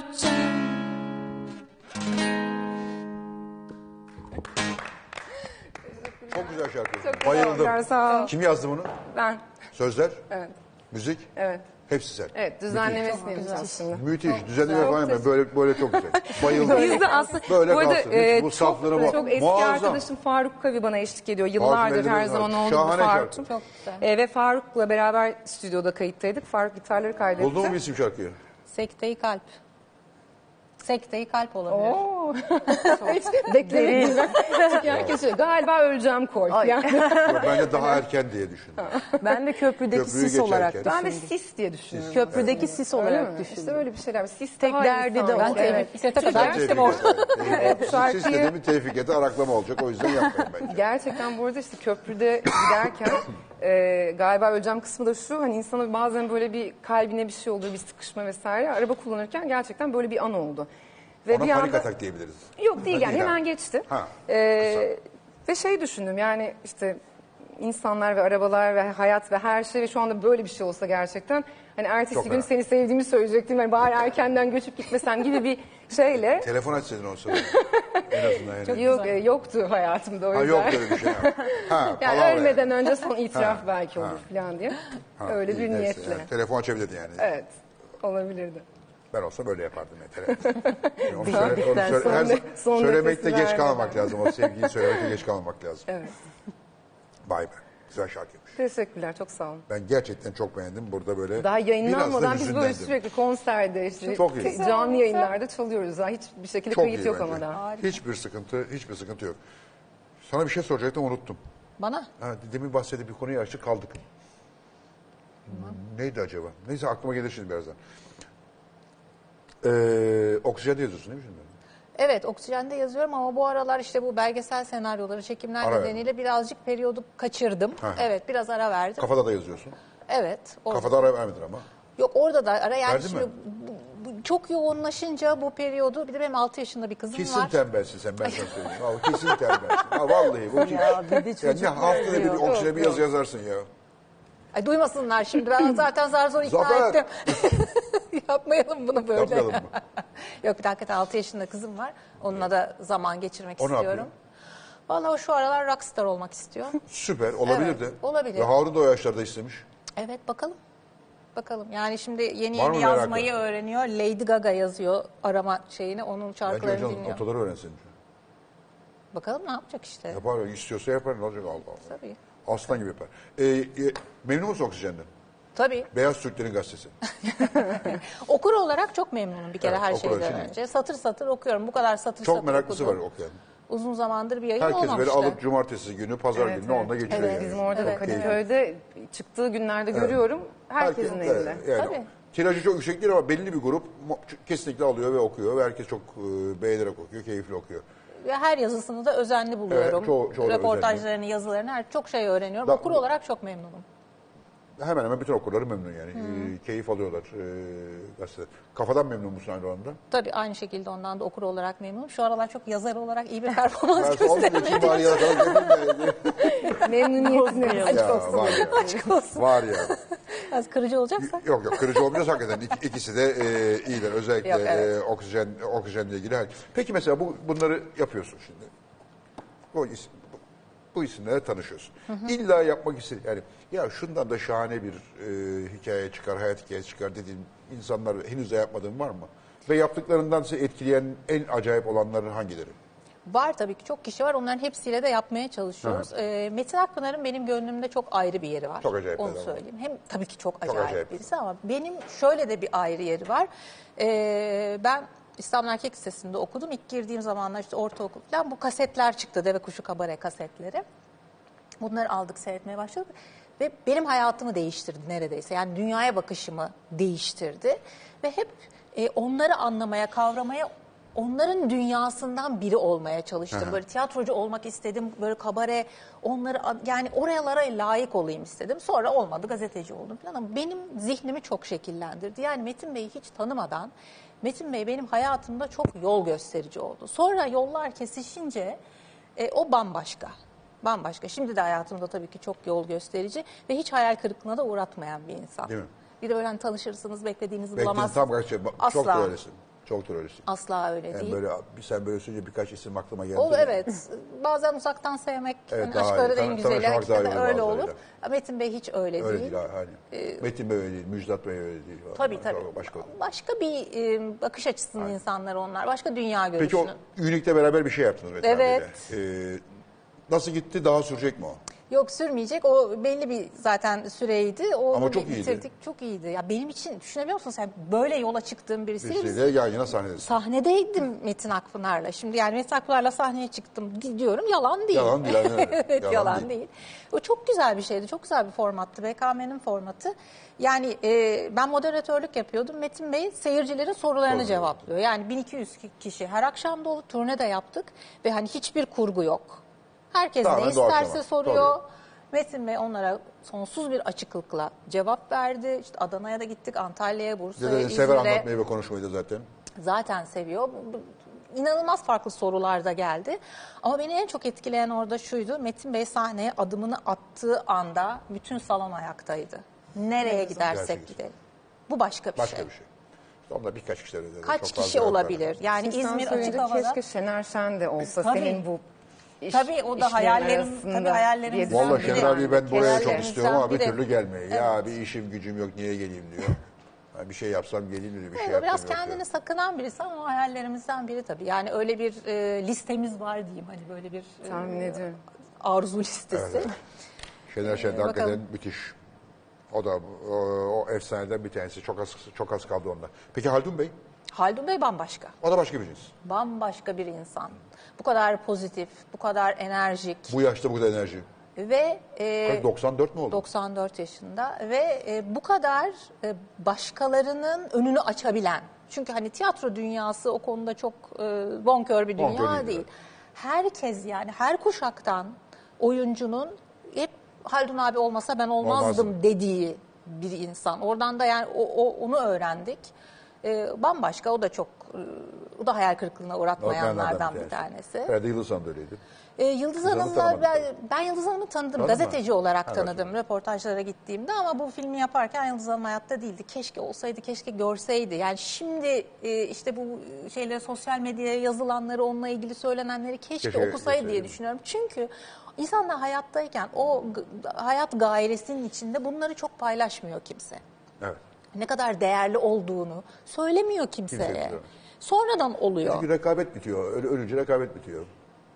Çok güzel şarkı. Çok Bayıldım. teşekkürler, sağ ol. Kim yazdı bunu? Ben. Sözler, Evet. müzik, Evet. hepsi sen. Evet, düzenlemesini yapacağız aslında. Müthiş. Düzenleme yapamam ben. Böyle, böyle çok güzel. Bayıldım. Biz de aslında Böyle bu arada kalsın. e, Hiç bu saflığına çok, bak. çok eski Muazzam. arkadaşım Faruk Kavi bana eşlik ediyor. Yıllardır Faruk her Bey'le zaman de- olduğu Şahane Faruk'tum. şarkı. Çok güzel. E, ve Faruk'la beraber stüdyoda kayıttaydık. Faruk gitarları kaydetti. Buldun mu bir isim şarkıyı? Sekteyi kalp. Sekteyi kalp olabilir. Oo. Hiç beklemedim. Çünkü herkes söylüyor, galiba öleceğim koy. Yani, Yok, ben de daha erken diye düşündüm. Ben de köprüdeki Köprüyü sis olarak geçerken. ben de düşündüm. sis diye düşünüyorum. Köprüdeki sis Öyle olarak mi? düşündüm. İşte öyle bir şeyler. Sis Tek daha derdi de insancıl. o. Ben Evet. Tevfik Fikret'e kadar Ben gittim tevfik orada. ederim. Siz şarkıyı- istediğimi tevfik ede araklama olacak. O yüzden yapmayın bence. Gerçekten bu arada işte köprüde giderken e, galiba öleceğim kısmı da şu, hani insana bazen böyle bir kalbine bir şey olur, bir sıkışma vesaire. Araba kullanırken gerçekten böyle bir an oldu. Ve Ona bir panik anda, atak diyebiliriz. yok değil yani Değil hemen ha. geçti. Ha, E, ve şey düşündüm yani işte insanlar ve arabalar ve hayat ve her şey ve şu anda böyle bir şey olsa gerçekten hani ertesi Çok gün merak. seni sevdiğimi söyleyecektim. Yani bari erkenden göçüp gitmesem gibi bir şeyle. Telefon açsaydın o sırada. En azından yani. Yok, e, yoktu hayatımda o Ha, yüzden. yok öyle bir şey. Ha, ha Yani palavra ölmeden önce son itiraf Ha, belki olur ha. falan diye. Ha, Öyle iyi, bir neyse, niyetle. yani telefon açabilirdin yani. Evet, olabilirdi. Ben olsa böyle yapardım. Yani. Yani onu söyle, onu Bittikten söyle, her sonra- zaman- son söylemekte nefesi geç kalmamak vermeden. lazım. O sevgiyi söylemekte geç kalmamak lazım. Evet. Vay be. Güzel şarkıymış. Teşekkürler, çok sağ olun. Ben gerçekten çok beğendim. Burada böyle Daha yayınlanmadan biraz da biz böyle hüzünlendim. sürekli konserde, işte Çok iyi. canlı yayınlarda çalıyoruz. Daha hiçbir şekilde Çok kayıt iyi yok bence. ama daha. Hiçbir sıkıntı, hiçbir sıkıntı yok. Sana bir şey soracaktım, unuttum. Bana? Ha, demin bahsedip bir konuyu açtık kaldık. Neydi acaba? Neyse aklıma gelir şimdi birazdan. Ee, oksijende yazıyorsun değil mi şimdi? Evet, Oksijen'de yazıyorum ama bu aralar işte bu belgesel senaryoları, çekimler Ara ver. nedeniyle birazcık periyodu kaçırdım. Ha. Evet, biraz ara verdim. Kafada da yazıyorsun. Evet. orada- Kafada ara vermedin ama. Yok orada da ara yani Verdin şimdi mi? bu- bu- çok yoğunlaşınca bu periyodu, bir de benim altı yaşında bir kızım Kesin var. tembelsin sen, ben sana söyleyeyim. Vallahi kesin tembelsin. Ha, vallahi bu Ya bir de ya çocuk ne haftada bir yazıyor. oksijene bir yazı yazarsın ya. Ay, duymasınlar şimdi, ben zaten zar zor ikna Zafer! ettim. Yapmayalım bunu böyle. Yapmayalım mı? Yok bir de hakikaten altı yaşında kızım var. Onunla da zaman geçirmek O ne istiyorum. yapıyor? Vallahi o şu aralar rockstar olmak istiyor. Süper, olabilir Evet, de. olabilir. Ve Harun da o yaşlarda istemiş. Evet, bakalım. Bakalım. Yani şimdi yeni Var mı yeni merakı? yazmayı öğreniyor. Lady Gaga yazıyor arama şeyini. Onun Bence şarkılarını hocam dinliyor. notaları öğrensin. Bakalım ne yapacak işte. Yapar, istiyorsa yapar. Ne olacak Allah Allah. Tabii. Aslan gibi yapar. Ee, e, memnun musun oksijenden? Tabii. Beyaz Türklerin gazetesi. Okur olarak çok memnunum bir kere Evet, her okur şeyden için iyi. önce. Satır satır okuyorum. Bu kadar satır Çok satır meraklısı var okudum. okuyan. Uzun zamandır bir yayın Herkes böyle olmamıştı. alıp cumartesi günü, pazar Evet, gününü evet. onunla geçiriyor Evet, yani. Bizim orada Evet, o Kadıköy'de çıktığı günlerde görüyorum. Herkesin Herkes- elinde. evet, yani Tabii. tirajı çok yüksek değil ama belli bir grup mu- kesinlikle alıyor ve okuyor ve herkes çok e, beğenerek okuyor, keyifli okuyor. Ve her yazısını da özenli buluyorum. Evet, çoğu- çoğu da Röportajlarını, yazılarını her çok şey öğreniyorum. Da- Okur olarak çok memnunum. Hemen hemen bütün okurları memnun yani. E, keyif alıyorlar e, gazete. Kafadan memnun musun aynı anda? Tabii aynı şekilde ondan da okur olarak memnunum. Şu aralar çok yazar olarak iyi bir performans Ben olmadığı için gösteremedim. bari yaratalım yapayım da- Memnuniyetine Ya olsun. var ya. Aşk olsun. Var ya. Biraz kırıcı olacaksa. Yok yok kırıcı olmayacağız hakikaten. İk, ikisi de e, iyiler. Özellikle Yok, evet. e, oksijen oksijenle ilgili. her- Peki mesela bu bunları yapıyorsun şimdi. Bu isim, bu, bu isimlerle tanışıyorsun. İlla yapmak istedik. Yani ya şundan da şahane bir e, hikaye çıkar, hayat hikayesi çıkar dediğin insanlar henüz de yapmadığın var mı? Ve yaptıklarından sizi etkileyen en acayip olanların hangileri? Var tabii ki çok kişi var. Onların hepsiyle de yapmaya çalışıyoruz. Ee, Metin Akpınar'ın benim gönlümde çok ayrı bir yeri var. Çok acayip Onu adam. söyleyeyim. Hem tabii ki çok acayip, acayip. birisi ama benim şöyle de bir ayrı yeri var. Ee, ben İstanbul Erkek Lisesi'nde okudum. İlk girdiğim zamanlar işte ortaokul falan bu kasetler çıktı. Deve Kuşu Kabare kasetleri. Bunları aldık, seyretmeye başladık. Ve benim hayatımı değiştirdi neredeyse. Yani dünyaya bakışımı değiştirdi. Ve hep e, onları anlamaya, kavramaya, onların dünyasından biri olmaya çalıştım. Böyle tiyatrocu olmak istedim, böyle kabare, onları yani oralara layık olayım istedim. Sonra olmadı, gazeteci oldum falan ama benim zihnimi çok şekillendirdi. Yani Metin Bey'i hiç tanımadan Metin Bey benim hayatımda çok yol gösterici oldu. Sonra yollar kesişince e, o bambaşka. Bambaşka. Şimdi de hayatımda tabii ki çok yol gösterici ve hiç hayal kırıklığına da uğratmayan bir insan. Değil mi? Bir de öyle hani tanışırsınız, beklediğinizi Bekledim bulamazsınız. tam kaç şey. Bak, Asla. Çok da öylesin. Çok da öylesin. Asla öyle Yani değil. böyle bir sen böyle söyleyince birkaç isim aklıma geldi. Olur evet. Bazen uzaktan sevmek, Evet, hani daha aşkların iyi. en Tan- güzeli. tanışmak daha iyi Hakikaten olur öyle bazılarıyla. olur. Metin Bey hiç öyle, Öyle değil. değil. Hani. Metin Bey öyle değil. Müjdat Bey öyle değil. Tabii tabii. Başka. Başka bir e, bakış açısının insanları onlar. Başka dünya Peki görüşünün. o Ünik'le beraber bir şey yaptınız Metin Evet. abiyle. Ee, nasıl gitti? Daha sürecek mi o? Yok sürmeyecek. O belli bir zaten süreydi. O Ama çok iyiydi. bitirdik. Çok iyiydi. Ya benim için düşünebiliyor musunuz? Yani böyle yola çıktığım birisiyle biz Birisiyle yan yana sahnedesin. sahnedeydim Metin Akpınar'la. Şimdi yani Metin Akpınar'la sahneye çıktım diyorum. Yalan değil. Yalan değil, aynen öyle. Evet, Yalan yalan, değil. değil. O çok güzel bir şeydi. Çok güzel bir formattı. B K M'nin formatı. Yani e, ben moderatörlük yapıyordum. Metin Bey seyircilerin sorularını Soruları. cevaplıyor. Yani bin iki yüz kişi her akşam dolu turne de yaptık. Ve hani hiçbir kurgu yok. Herkes Tamamen ne isterse doğaçlama. soruyor. Tabii. Metin Bey onlara sonsuz bir açıklıkla cevap verdi. İşte Adana'ya da gittik, Antalya'ya, Bursa'ya, Size sever İzmir'e. anlatmayı ve konuşmayı da zaten. Zaten seviyor. Bu- bu- İnanılmaz farklı sorular da geldi. Ama beni en çok etkileyen orada şuydu. Metin Bey sahneye adımını attığı anda bütün salon ayaktaydı. Nereye gidersek Gerçekten. gidelim. Bu başka bir Başka şey. bir şey. İşte onlar birkaç kişiler de. Kaç çok fazla kişi yok olabilir? yani. Yani Şimdi sen İzmir açık söyleyince havada. keşke Şener Şen de olsa Tabii. senin bu iş, Tabii, o da işlerin hayallerim- arasında tabii hayallerimizden diye Vallahi biri. Şener abi ben buraya çok Hayallerimizden istiyorum ama bir biri. türlü gelmiyor. Ya bir işim gücüm yok niye geleyim diyor. Ha, bir şey yapsam geleyim diyor. Bir şey O yapsam biraz yok diyor. kendini sakınan birisi ama o hayallerimizden biri tabii. Yani öyle bir e, listemiz var diyeyim. Hani böyle bir e, tahmin ediyorum. arzu listesi. Şener Şen de Ee, hakikaten bakalım. müthiş. O da o, o efsaneden bir tanesi. Çok az çok az kaldı onda. Peki Haldun Bey? Haldun Bey bambaşka. O da başka bir cins. Bambaşka bir insan. Bu kadar pozitif, bu kadar enerjik Bu yaşta bu kadar enerji. ve e, Kaç, doksan dört mü oldu? doksan dört yaşında ve e, bu kadar e, başkalarının önünü açabilen. Çünkü hani tiyatro dünyası o konuda çok e, bonkör bir dünya Bonkör değil, değil. evet. Herkes yani her kuşaktan oyuncunun hep Haldun abi olmasa ben olmazdım Olmazdım. dediği bir insan. Oradan da yani o, o- onu öğrendik. E, bambaşka o da çok e, o da hayal kırıklığına uğratmayanlardan bir tanesi. Herhalde Yıldız Hanım da öyleydi. Ee, Yıldız Hanım'ı Hanım'la tanımadın ben, tabii. ben Yıldız Hanım'ı tanıdım. Tanıdın mı? Gazeteci olarak Ha, tanıdım röportajlara gittiğimde ama bu filmi yaparken Yıldız Hanım hayatta değildi. Keşke olsaydı, keşke görseydi. Yani şimdi e, işte bu şeyleri sosyal medyaya yazılanları, onunla ilgili söylenenleri keşke, Keşke okusaydı diye görseydi. düşünüyorum. Çünkü insanlar hayattayken o g- hayat gairesinin içinde bunları çok paylaşmıyor kimse. Evet. Ne kadar değerli olduğunu söylemiyor kimseye. Kimse bilemez. Sonradan oluyor. Çünkü rekabet bitiyor. Öyle ölünce rekabet bitiyor.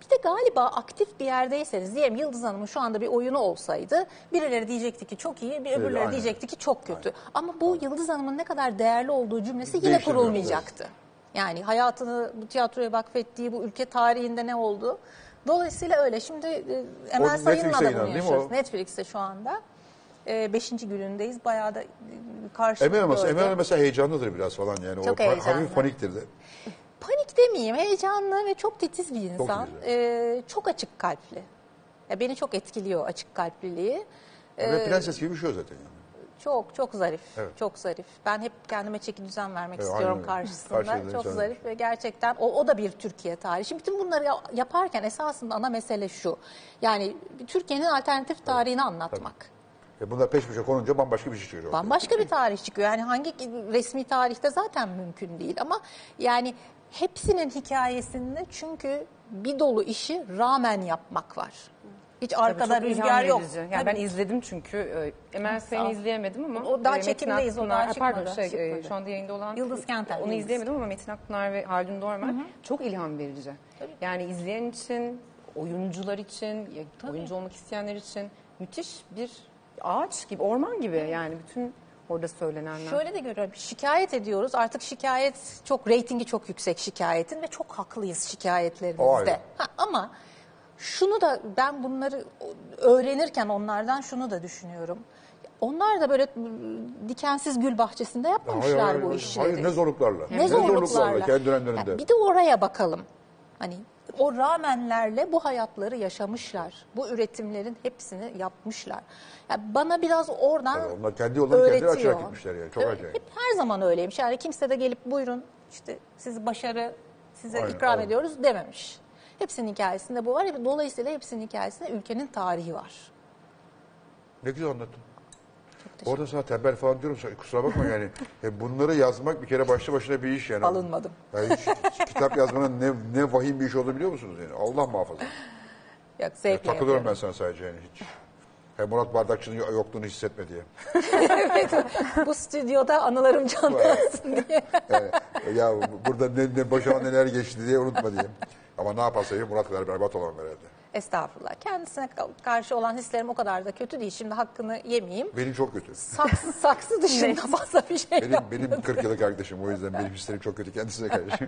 Bir de galiba aktif bir yerdeyseniz, diyelim Yıldız Hanım'ın şu anda bir oyunu olsaydı birileri diyecekti ki çok iyi, bir öbürleri aynen. diyecekti ki çok kötü. Ama bu Yıldız Hanım'ın ne kadar değerli olduğu cümlesi yine Değiştirmiyor, kurulmayacaktı. Yani hayatını bu tiyatroya vakfettiği, bu ülke tarihinde ne oldu? Dolayısıyla öyle. Şimdi e, Emel O Sayın'la Netflix'e da yayınlandı bunu değil mi yaşıyoruz. o? Netflix'te şu anda. E, beşinci günündeyiz. Bayağı da e, karşılıklı Emel Hanım, gördüm. Emel Hanım mesela heyecanlıdır biraz falan yani. Çok o heyecanlı. hafif paniktir de. Panik demeyeyim, heyecanlı ve çok titiz bir insan. güzel. Ee, çok açık kalpli. Ya beni çok etkiliyor açık kalpliliği. Ee, Ve prenses gibi bir şey o zaten yani. çok çok zarif, Evet. çok zarif. Ben hep kendime çeki düzen vermek Evet, istiyorum aynen. karşısında. Karşıda Çok insan- zarif ve gerçekten o, o da bir Türkiye tarihi. Şimdi bütün bunları ya- yaparken esasında ana mesele şu. Yani Türkiye'nin alternatif tarihini anlatmak. E bunlar peş peşe konunca bambaşka bir şey çıkıyor. ortaya. Bambaşka bir tarih çıkıyor. Yani hangi resmi tarihte zaten mümkün değil ama yani hepsinin hikayesinde çünkü bir dolu işi rağmen yapmak var. Hiç arkada Tabii çok rüzgar ilham yok. verici. Yani ben Tabii. izledim çünkü e, Emel Sayın'ı ol. izleyemedim ama O daha e, Metin çekimdeyiz, o Akpınar- daha ha, pardon çıkmadı, şey, e, çıkmadı. şu anda yayında olan Yıldız Kenter, onu Yıldız. izleyemedim ama Metin Akpınar ve Haldun Dorman çok ilham verici. Yani izleyen için, oyuncular için, oyuncu olmak isteyenler için müthiş bir ağaç gibi, orman gibi yani bütün orada söylenenler. Şöyle de görüyorum. Şikayet ediyoruz. Artık şikayet çok, reytingi çok yüksek şikayetin ve çok haklıyız O ayrı. şikayetlerimizde. Ha, ama şunu da ben bunları öğrenirken onlardan şunu da düşünüyorum. Onlar da böyle dikensiz gül bahçesinde yapmamışlar Hayır, hayır, bu hayır. işleri. Hayır, ne zorluklarla. Ne zorluklarla. kendi dönemlerinde. Yani bir de oraya bakalım. Hani o rağmenlerle bu hayatları yaşamışlar. Bu üretimlerin hepsini yapmışlar. Yani bana biraz oradan Yani onlar kendi yollarını kendileri öğretiyor. açarak gitmişler yani. Çok Evet, acayip. hep her zaman öyleymiş. Yani kimse de gelip buyurun işte sizi başarı size Aynen, ikram aynen. ediyoruz dememiş. Hepsinin hikayesinde bu var. Dolayısıyla hepsinin hikayesinde ülkenin tarihi var. Ne güzel anlattın. Orada sana tembel falan diyorum. Kusura bakma yani. E bunları yazmak bir kere başlı başına bir iş yani. Alınmadım. Yani hiç, hiç kitap yazmanın ne, ne vahim bir iş olduğunu biliyor musunuz yani? Allah muhafaza. Yok, Ya, zevkle takılıyorum ben yapıyorum. sana sadece yani hiç. Hem Murat Bardakçı'nın yokluğunu hissetme diye. Bu stüdyoda anılarım canlansın diye. Yani, ya burada ne, ne başıma neler geçti diye unutma diye. Ama ne yaparsa yapayım Murat kadar berbat olamam herhalde. Estağfurullah. Kendisine karşı olan hislerim o kadar da kötü değil. Şimdi hakkını yemeyeyim. Benim çok kötü. Saksı, saksı dışında fazla bir şey Benim, yapmadım. benim kırk yıllık arkadaşım o yüzden benim hislerim çok kötü kendisine karşı.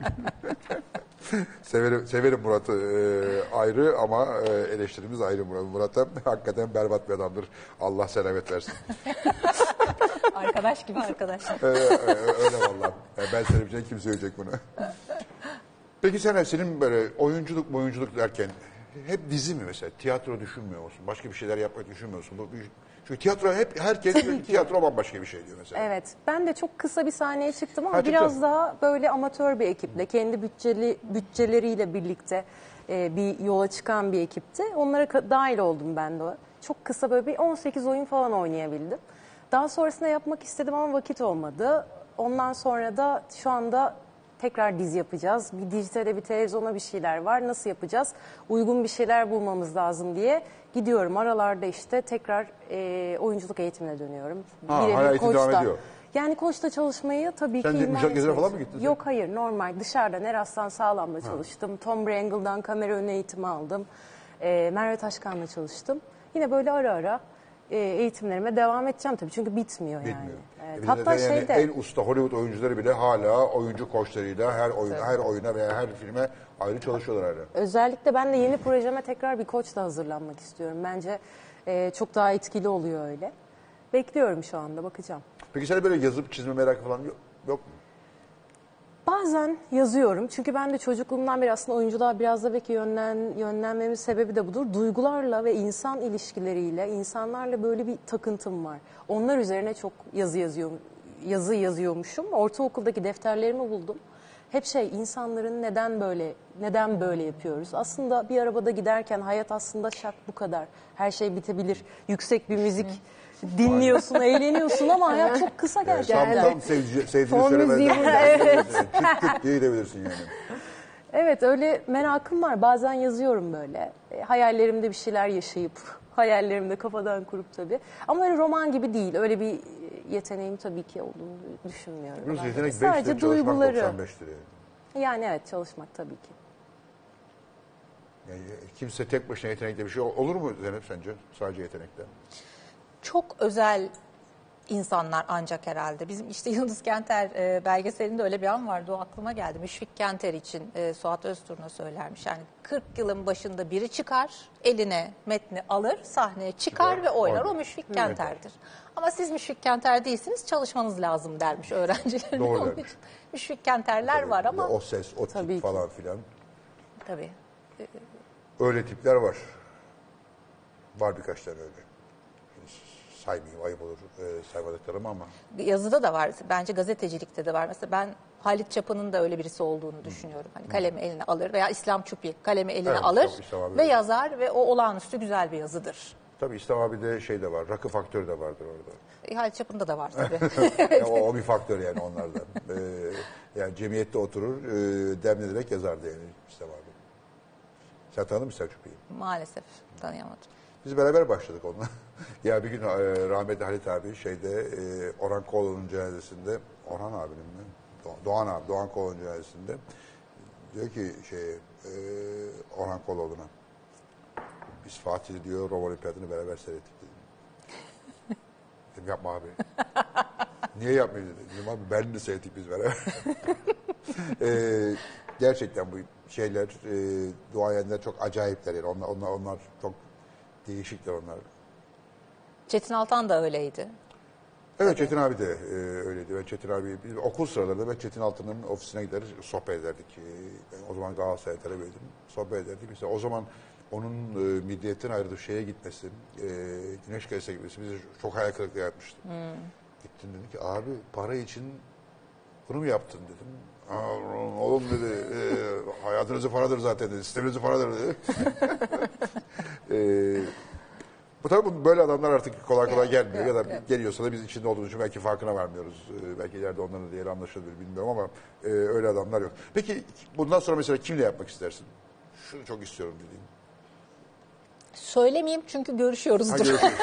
severim, severim Murat'ı e, ayrı ama e, eleştirimiz ayrı Murat. Murat'a hakikaten berbat bir adamdır. Allah selamet versin. Arkadaş gibi arkadaş. Ee, e, öyle vallahi. Yani ben söylemeyeceğim kim söyleyecek bunu. Peki sen senin böyle oyunculuk oyunculuk derken hep dizi mi mesela? Tiyatro düşünmüyor musun? Başka bir şeyler yapmayı düşünmüyor musun? Bu, çünkü tiyatro hep herkes tiyatro bambaşka bir şey diyor mesela. Evet. Ben de çok kısa bir sahneye çıktım ama Ha, çıktın. biraz daha böyle amatör bir ekiple, kendi bütçeli bütçeleriyle birlikte e, bir yola çıkan bir ekipti. Onlara ka- dahil oldum ben de. Çok kısa böyle bir on sekiz oyun falan oynayabildim. Daha sonrasında yapmak istedim ama vakit olmadı. Ondan sonra da şu anda tekrar dizi yapacağız. Bir dijitale, bir televizyona bir şeyler var. Nasıl yapacağız? Uygun bir şeyler bulmamız lazım diye gidiyorum. Aralarda işte tekrar e, oyunculuk eğitimine dönüyorum. Ha, Birebir hala eğitim devam koçla. ediyor. Yani koçla çalışmayı tabii Sen ki de ihmal müzakerelere etmiyoruz. falan mı gittin sen? Yok hayır, normal dışarıda Neraslan Sağlam'la çalıştım. Tom Brangle'dan kamera önü eğitimi aldım. E, Merve Taşkan'la çalıştım. Yine böyle ara ara e, eğitimlerime devam edeceğim tabii çünkü bitmiyor, Bitmiyor. yani. Evet, E bir de hatta zaten yani şeyde en usta Hollywood oyuncuları bile hala oyuncu koçlarıyla her oyuna, her oyuna veya her filme ayrı çalışıyorlar hala. özellikle ben de yeni projeme tekrar bir koçla hazırlanmak istiyorum. Bence e, çok daha etkili oluyor öyle. Bekliyorum şu anda, bakacağım. Peki sen böyle yazıp çizme merakı falan yok, yok mu? Bazen yazıyorum çünkü ben de çocukluğumdan beri aslında oyunculuğa biraz da belki yönlen, yönlenmemin sebebi de budur. Duygularla ve insan ilişkileriyle, insanlarla böyle bir takıntım var. Onlar üzerine çok yazı yazıyorum, yazı yazıyormuşum. Ortaokuldaki defterlerimi buldum. Hep şey, insanların neden böyle neden böyle yapıyoruz? Aslında bir arabada giderken hayat aslında şak bu kadar. Her şey bitebilir. Yüksek bir müzik dinliyorsun, eğleniyorsun ama hayat çok kısa Yani gerçekten. tam tam sevdiğini sevdiğini Fon söylemeden. müziği burada, Evet. Çık çık diye gidebilirsin yani. Evet, öyle merakım var. Bazen yazıyorum böyle. E, hayallerimde bir şeyler yaşayıp, hayallerimde kafadan kurup tabii. Ama öyle roman gibi değil. Öyle bir yeteneğim tabii ki olduğunu düşünmüyorum. Biliyorsun Ben de. yetenek beştir, Sadece çalışmak duyguları. doksan beştir yani. Yani evet, çalışmak tabii ki. Yani kimse tek başına yetenekli bir şey olur mu Zeynep sence? Sadece yetenekle. Çok özel insanlar ancak herhalde. Bizim işte Yıldız Kenter e, belgeselinde öyle bir an vardı. O aklıma geldi. Müşfik Kenter için e, Suat Özturna söylermiş. Yani kırk yılın başında biri çıkar, eline metni alır, sahneye çıkar Çıkar, ve oynar. oynar. O Müşfik Kenter'dir. Ama siz Müşfik Kenter değilsiniz, çalışmanız lazım dermiş öğrencilerine. Doğru Onun dermiş. için Müşfik Kenterler var ama O ses, o Tabii tip ki. falan filan. tabii. Öyle tipler var. Var birkaç tane öyle. Saymayayım, ayıp olur e, saymadıklarım ama. Yazıda da var. Bence gazetecilikte de var. Mesela ben Halit Çapa'nın da öyle birisi olduğunu düşünüyorum. Hani kalemi eline alır veya İslam Çupi kalemi eline Evet, alır çok İslam abi ve öyle. yazar ve o olağanüstü güzel bir yazıdır. Tabii İslam abi de şey de var, rakı faktörü de vardır orada. E, Halit Çapa'nda da var tabii. Ya o, o bir faktör yani onlarda. Ee, yani cemiyette oturur, e, demlenerek yazardı yani İslam abi. Sen tanıdın mı Selçuklu'yu? Maalesef tanıyamadım. Biz beraber başladık onunla. Ya bir gün e, rahmetli Halit abi şeyde e, Orhan Koğlu'nun cenazesinde, Orhan abinin mi? Do- Doğan abi, Doğan Koğlu'nun cenazesinde diyor ki şey e, Orhan Koğlu'na biz Fatih diyor Roma Olimpiyatını beraber seyrettik dedim. Dedim yapma abi. Niye yapmayayım dedim. Dedim abi Berlin'de seyrettik biz beraber. e, gerçekten bu şeyler e, duayenler çok acayipler yani onlar, onlar, onlar çok değişikler onlar. Çetin Altan da öyleydi. Evet Çetin abi de e, öyleydi. Ben Çetin abi biz okul sıralarında ben Çetin Altan'ın ofisine gideriz, sohbet ederdik. E, ben o zaman Galatasaray talebeydim. Sohbet ederdik. Mesela o zaman onun e, milliyetten ayrılıp şeye gitmesi, e, Güneş Kalesi'ne gitmesi bizi çok hayal kırıklığı yapmıştı. Hmm. Gittim dedim ki abi para için bunu mu yaptın dedim. Aa, oğlum dedi e, hayatınızı paradır zaten dedi. Sisteminizi paradır dedi. e, Bu tabii bu- böyle adamlar artık kolay kolay gelmiyor ya da geliyorsa da biz içinde olduğumuz için belki farkına varmıyoruz. Ee, belki ileride onların değeri anlaşılır bilmiyorum ama e, öyle adamlar yok. Peki bundan sonra mesela kimle yapmak istersin? Şunu çok istiyorum dediğin. Söylemeyeyim çünkü Ha, görüşüyoruzdur. görüşürüz.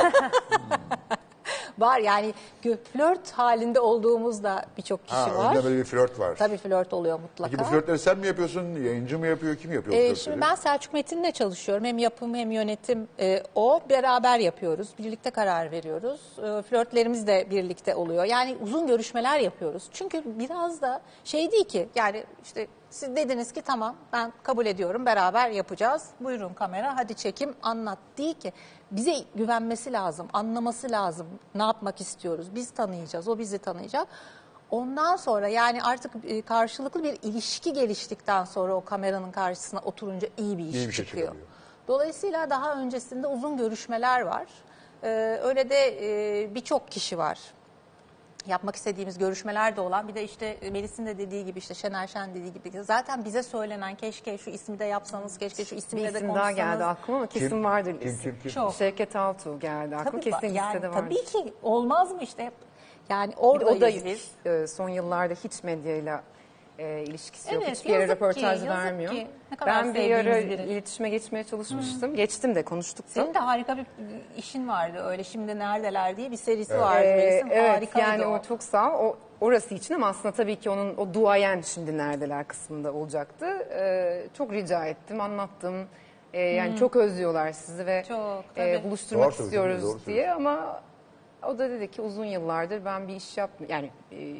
Var yani gö- flört halinde olduğumuzda birçok kişi Ha, var. önden böyle bir flört var. Tabii flört oluyor mutlaka. Peki bu flörtleri sen mi yapıyorsun? Yayıncı mı yapıyor? Kim yapıyor bu Ee, flörtleri? şimdi ben Selçuk Metin'le çalışıyorum. Hem yapım hem yönetim e, o. Beraber yapıyoruz. Birlikte karar veriyoruz. E, flörtlerimiz de birlikte oluyor. Yani uzun görüşmeler yapıyoruz. Çünkü biraz da şey değil ki yani işte siz dediniz ki tamam ben kabul ediyorum beraber yapacağız. Buyurun kamera hadi çekim anlat değil ki. Bize güvenmesi lazım, anlaması lazım. Ne yapmak istiyoruz? Biz tanıyacağız, o bizi tanıyacak. Ondan sonra yani artık e, karşılıklı bir ilişki geliştikten sonra o kameranın karşısına oturunca iyi bir iş İyi bir şey çıkıyor. çıkabiliyor. Dolayısıyla daha öncesinde uzun görüşmeler var. Ee, öyle de e, birçok kişi var. Yapmak istediğimiz görüşmeler de olan bir de işte Melis'in de dediği gibi işte Şener Şen dediği gibi zaten bize söylenen keşke şu ismi de yapsanız keşke şu Bir isimle de isim konuşsanız. daha geldi aklıma ama kesin Kim? vardır Kim, isim. kim, kim? Çok. Şevket Altuğ geldi aklıma. Tabii, kesin yani, listede vardır. tabii ki olmaz mı işte hep yani Bir de oradayız o da biz. e, son yıllarda hiç medyayla e, ilişkisi yok. Evet, Hiçbir yere yazık ki, röportaj yazık vermiyor. ki. Ne kadar Ben bir ara sevdiğimiz biri. iletişime geçmeye çalışmıştım. Geçtim de konuştuk da. Senin de harika bir işin vardı öyle şimdi neredeler diye bir serisi vardı. Ee, Resim evet harikaydı yani o. o çok sağ ol. O, orası için ama aslında tabii ki onun o duayen şimdi neredeler kısmında olacaktı. Ee, çok rica ettim, anlattım. Ee, yani çok özlüyorlar sizi ve Çok, e, tabii. buluşturmak Doğru söylüyorsun, istiyoruz doğru diye ama o da dedi ki uzun yıllardır ben bir iş yapmıyorum. Yani e,